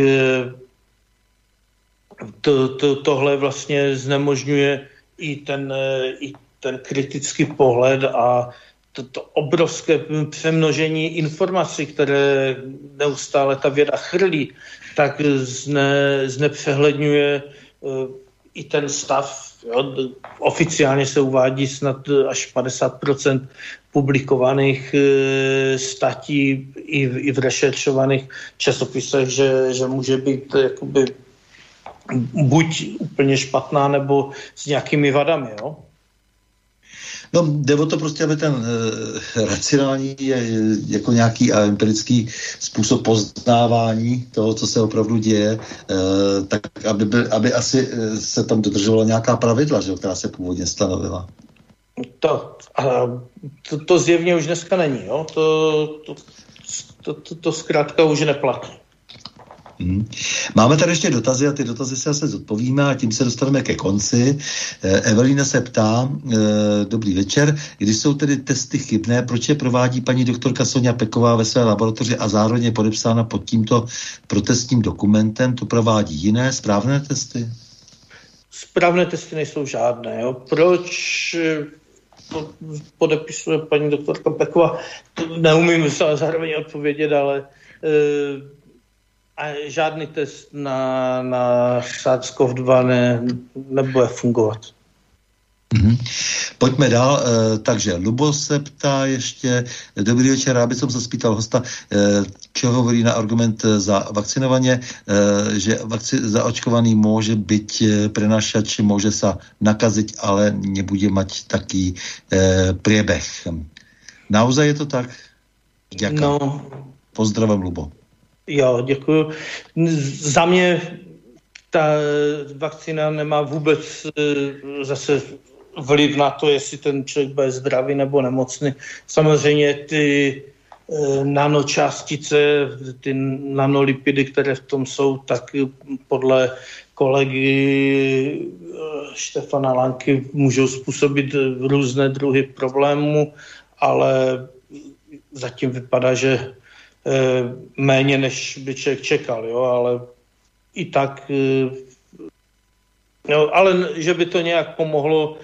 to, to, tohle vlastně znemožňuje i ten, i ten kritický pohled a to, to obrovské přemnožení informací, které neustále ta věda chrlí, tak zne, znepřehledňuje i ten stav. Jo, oficiálně se uvádí snad až padesát procent publikovaných e, statí i v, i v rešeršovaných časopisech, že, že může být jakoby buď úplně špatná, nebo s nějakými vadami, jo? No, jde o to prostě, aby ten e, racionální je, jako nějaký empirický způsob poznávání toho, co se opravdu děje, e, tak aby, by, aby asi se tam dodržovala nějaká pravidla, že, která se původně stanovila. To, to, to zjevně už dneska není, jo? To, to, to, to, to zkrátka už neplatí. Hmm. Máme tady ještě dotazy a ty dotazy se zase zodpovíme a tím se dostaneme ke konci. Evelina se ptá, dobrý večer, když jsou tedy testy chybné, proč je provádí paní doktorka Sonja Peková ve své laboratoři a zároveň je podepsána pod tímto protestním dokumentem, to provádí jiné správné testy? Správné testy nejsou žádné. Jo. Proč to podepisuje paní doktorka Peková? To neumím zároveň odpovědět, ale a žádný test na, na SARS-C o V dva ne, nebude fungovat. Mm-hmm. Pojďme dál. E, takže Lubo se ptá ještě, dobrý večer, já bych se spýtal hosta, e, čo hovorí na argument za vakcinovaně, e, že vakci, zaočkovaný může být prenašač, může se nakazit, ale nebude mať taký e, priebeh. Naozaj je to tak? Děkuji. No. Pozdravím, Lubo. Jo, děkuju. Za mě ta vakcína nemá vůbec zase vliv na to, jestli ten člověk bude zdravý nebo nemocný. Samozřejmě ty nanočástice, ty nanolipidy, které v tom jsou, tak podle kolegy Štefana Lanky můžou způsobit různé druhy problémů, ale zatím vypadá, že méně, než by člověk čekal, jo, ale i tak, jo, ale že by to nějak pomohlo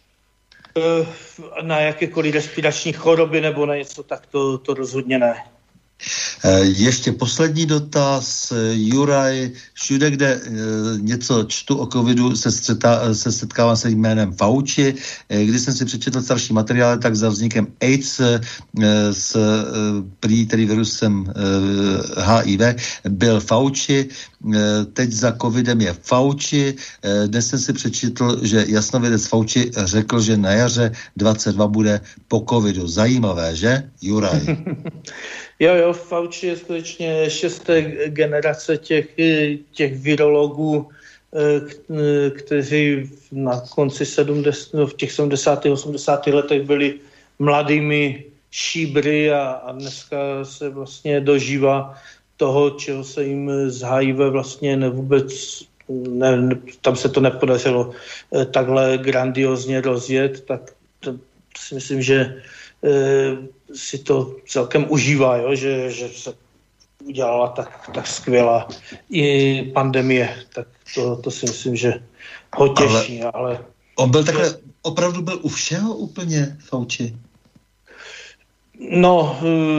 na jakékoliv respirační choroby nebo na něco, tak to, to rozhodně ne. Ještě poslední dotaz. Juraj, všude, kde něco čtu o covidu, se, střetá, se setkávám se jménem Fauci. Když jsem si přečetl starší materiály, tak za vznikem AIDS s prý tedy virusem H I V byl Fauci. Teď za covidem je Fauci. Dnes jsem si přečetl, že jasnovědec Fauci řekl, že na jaře dvacet dva bude po covidu. Zajímavé, že? Juraj. Jo, jo, Fauci je skutečně šesté generace těch, těch virologů, kteří na konci sedmdesátých, v těch sedmdesátých, osmdesátých letech byli mladými šíbry a, a dneska se vlastně dožívá toho, čeho se jim z H I V vlastně ne, vůbec, ne, ne, tam se to nepodařilo takhle grandiozně rozjet, tak to si myslím, že si to celkem užívá, jo? Že, že se udělala tak, tak skvělá i pandemie, tak to, to si myslím, že ho těší, ale... ale on byl takhle, opravdu byl u všeho úplně, Fauci? No,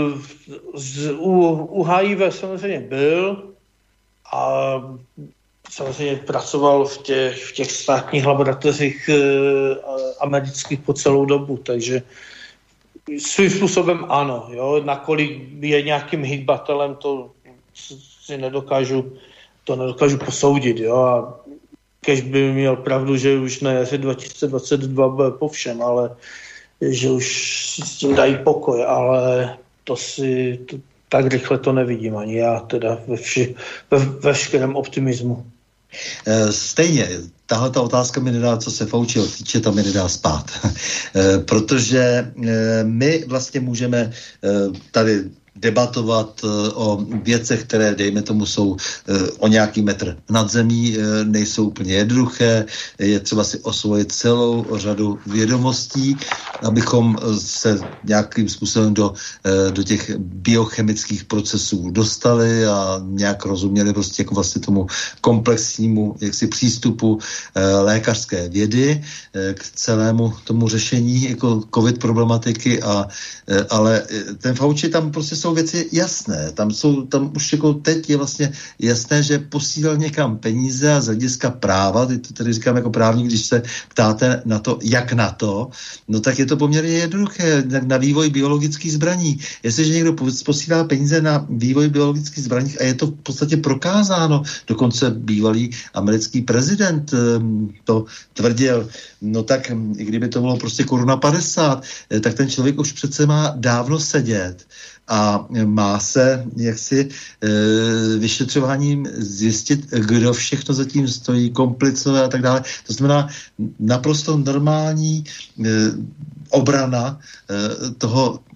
z, u, u H I V samozřejmě byl a samozřejmě pracoval v těch, v těch státních laboratořích amerických po celou dobu, takže svým způsobem ano, jo, nakolik je nějakým hýbatelem, to si nedokážu, to nedokážu posoudit, jo, a kež by měl pravdu, že už na jaře dva tisíce dvacet dva bude po všem, ale že už s tím dají pokoj, ale to si, to, tak rychle to nevidím ani já, teda ve, vši, ve, ve veškerém optimismu. Stejně, tahle ta otázka mi nedá, co se Fauciho týče, to mi nedá spát. Protože my vlastně můžeme tady debatovat o věcech, které, dejme tomu, jsou o nějaký metr nad zemí, nejsou úplně jednoduché, je třeba si osvojit celou řadu vědomostí, abychom se nějakým způsobem do, do těch biochemických procesů dostali a nějak rozuměli prostě jako vlastně tomu komplexnímu jaksi přístupu lékařské vědy k celému tomu řešení jako covid problematiky, a, ale ten Fauci tam prostě jsou věci jasné. Tam jsou, tam už jako teď je vlastně jasné, že posílal někam peníze a z hlediska práva, teď to tady říkám jako právník, když se ptáte na to, jak na to, no tak je to poměrně jednoduché, na vývoj biologických zbraní. Jestliže někdo posílá peníze na vývoj biologických zbraní a je to v podstatě prokázáno, dokonce bývalý americký prezident to tvrdil, no tak i kdyby to bylo prostě koruna padesát, tak ten člověk už přece má dávno sedět a má se jaksi e, vyšetřováním zjistit, kdo všechno zatím stojí, komplicové a tak dále. To znamená naprosto normální e, obrana e, toho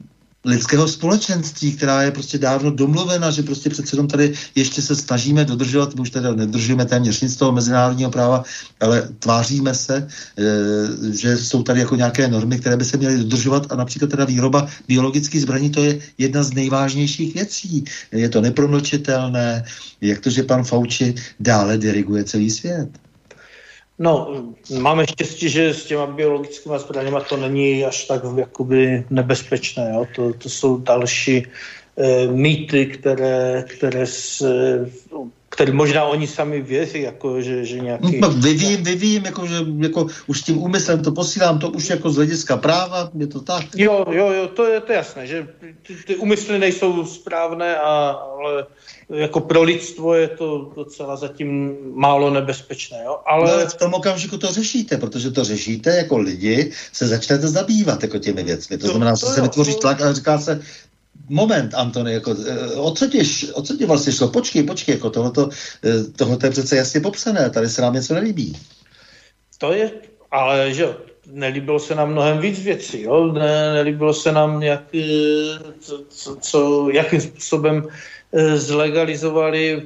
lidského společenství, která je prostě dávno domluvena, že prostě přece jenom tady ještě se snažíme dodržovat, my už tady nedržíme téměř nic z toho mezinárodního práva, ale tváříme se, že jsou tady jako nějaké normy, které by se měly dodržovat a například teda výroba biologických zbraní, to je jedna z nejvážnějších věcí. Je to nepromlčitelné, jak to, že pan Fauci dále diriguje celý svět. No, máme štěstí, že s těma biologickými zbraněma to není až tak jakoby nebezpečné. Jo? To, to jsou další e, mýty, které, které, s, které možná oni sami věří, jako, že, že nějaký... No, vyvím, vyvím, jako, že jako, už tím úmyslem to posílám, to už jako z hlediska práva, je to tak? Jo, jo, jo, to je, to je jasné, že ty, ty úmysly nejsou správné, a, ale jako pro lidstvo je to docela zatím málo nebezpečné. Jo? Ale... No, v tom okamžiku to řešíte, protože to řešíte jako lidi, se začnete zabývat jako těmi věcmi. To, to znamená, že se vytvoří to... tlak a říká se, moment, Antony, jako, o co ti, o co ti vlastně šlo? Počkej, počkej, jako tohleto, tohleto je přece jasně popsané, tady se nám něco nelíbí. To je, ale že nelíbilo se nám mnohem víc věcí, jo? Ne, nelíbilo se nám nějak, co, co, co, jakým způsobem zlegalizovali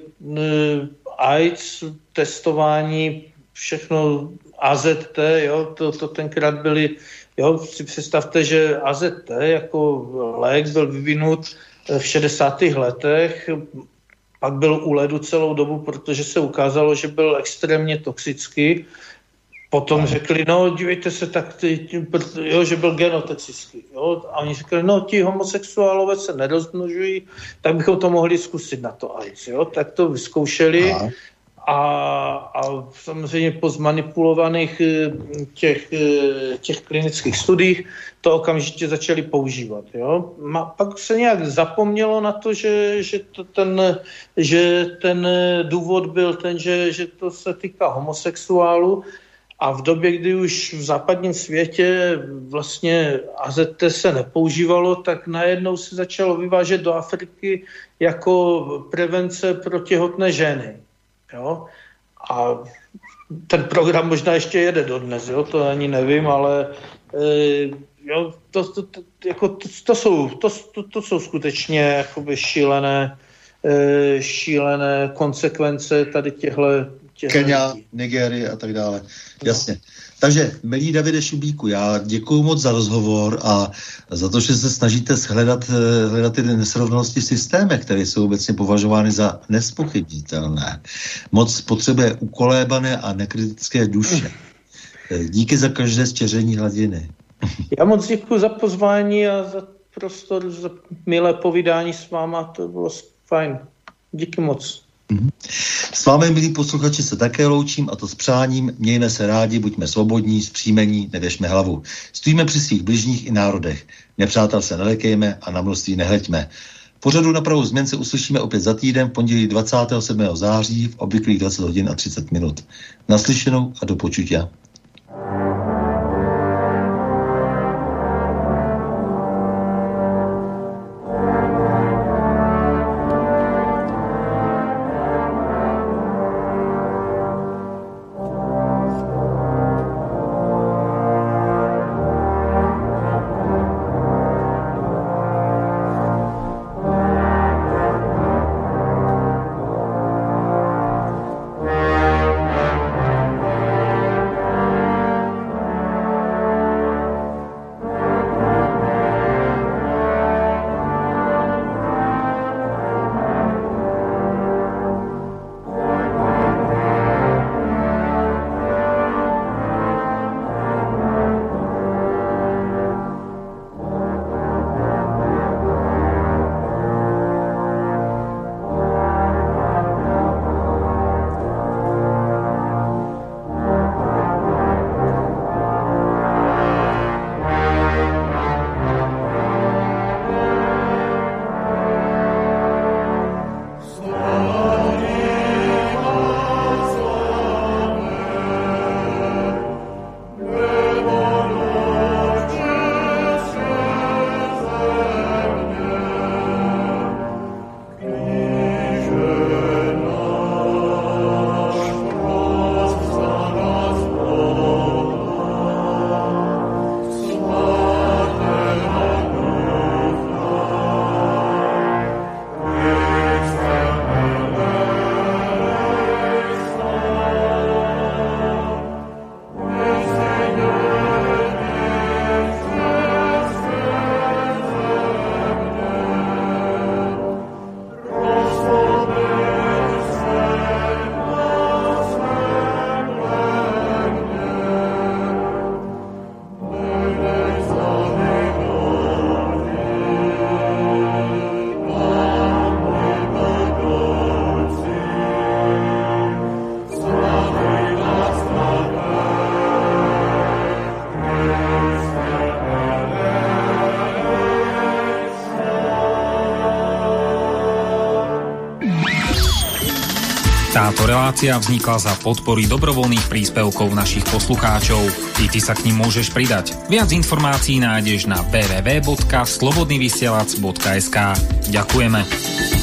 AIDS, testování, všechno A Z T, jo? To, to tenkrát byly, jo? Si představte, že A Z T jako lék byl vyvinut v šedesátých letech, pak byl u ledu celou dobu, protože se ukázalo, že byl extrémně toxický. Potom řekli, no dívejte se, tak ty, jo, že byl genotoxický. Jo? A oni řekli, no ti homosexuálové se nerozmnožují, tak bychom to mohli zkusit na to AIDS. Jo? Tak to vyzkoušeli a, a samozřejmě po zmanipulovaných těch, těch klinických studiích to okamžitě začali používat. Jo? Pak se nějak zapomnělo na to, že, že, to ten, že ten důvod byl ten, že, že to se týká homosexuálů. A v době, kdy už v západním světě vlastně A Z T se nepoužívalo, tak najednou se začalo vyvážet do Afriky jako prevence pro těhotné ženy. Jo? A ten program možná ještě jede dodnes, jo? To ani nevím, ale e, jo, to, to, to, jako to, to, jsou, to, to, to jsou skutečně jakoby šílené, e, šílené konsekvence tady těchto Kenia, Nigérie a tak dále. Jasně. Takže, milý Davide Šubíku, já děkuju moc za rozhovor a za to, že se snažíte shledat, hledat ty nesrovnalosti v systémech, které jsou obecně považovány za nespochybnitelné. Moc potřebuje ukolébané a nekritické duše. Díky za každé stěření hladiny. Já moc děkuji za pozvání a za prostor, za milé povídání s váma, to bylo fajn. Díky moc. S vámi, milí posluchači, se také loučím, a to s přáním: mějme se rádi, buďme svobodní, zpříjmení, nevěšme hlavu. Stojíme při svých bližních i národech. Nepřátel se nelekejme a na množství nehleďme. Pořadu Na pravou změn se uslyšíme opět za týden v pondělí dvacátého sedmého září v obvyklých dvacet hodin a třicet minut. Naslyšenou a do počutia. Táto relácia vznikla za podpory dobrovoľných príspevkov našich poslucháčov. I ty sa k nim môžeš pridať. Viac informácií nájdeš na w w w bodka slobodnyvysielac bodka es ka. Ďakujeme.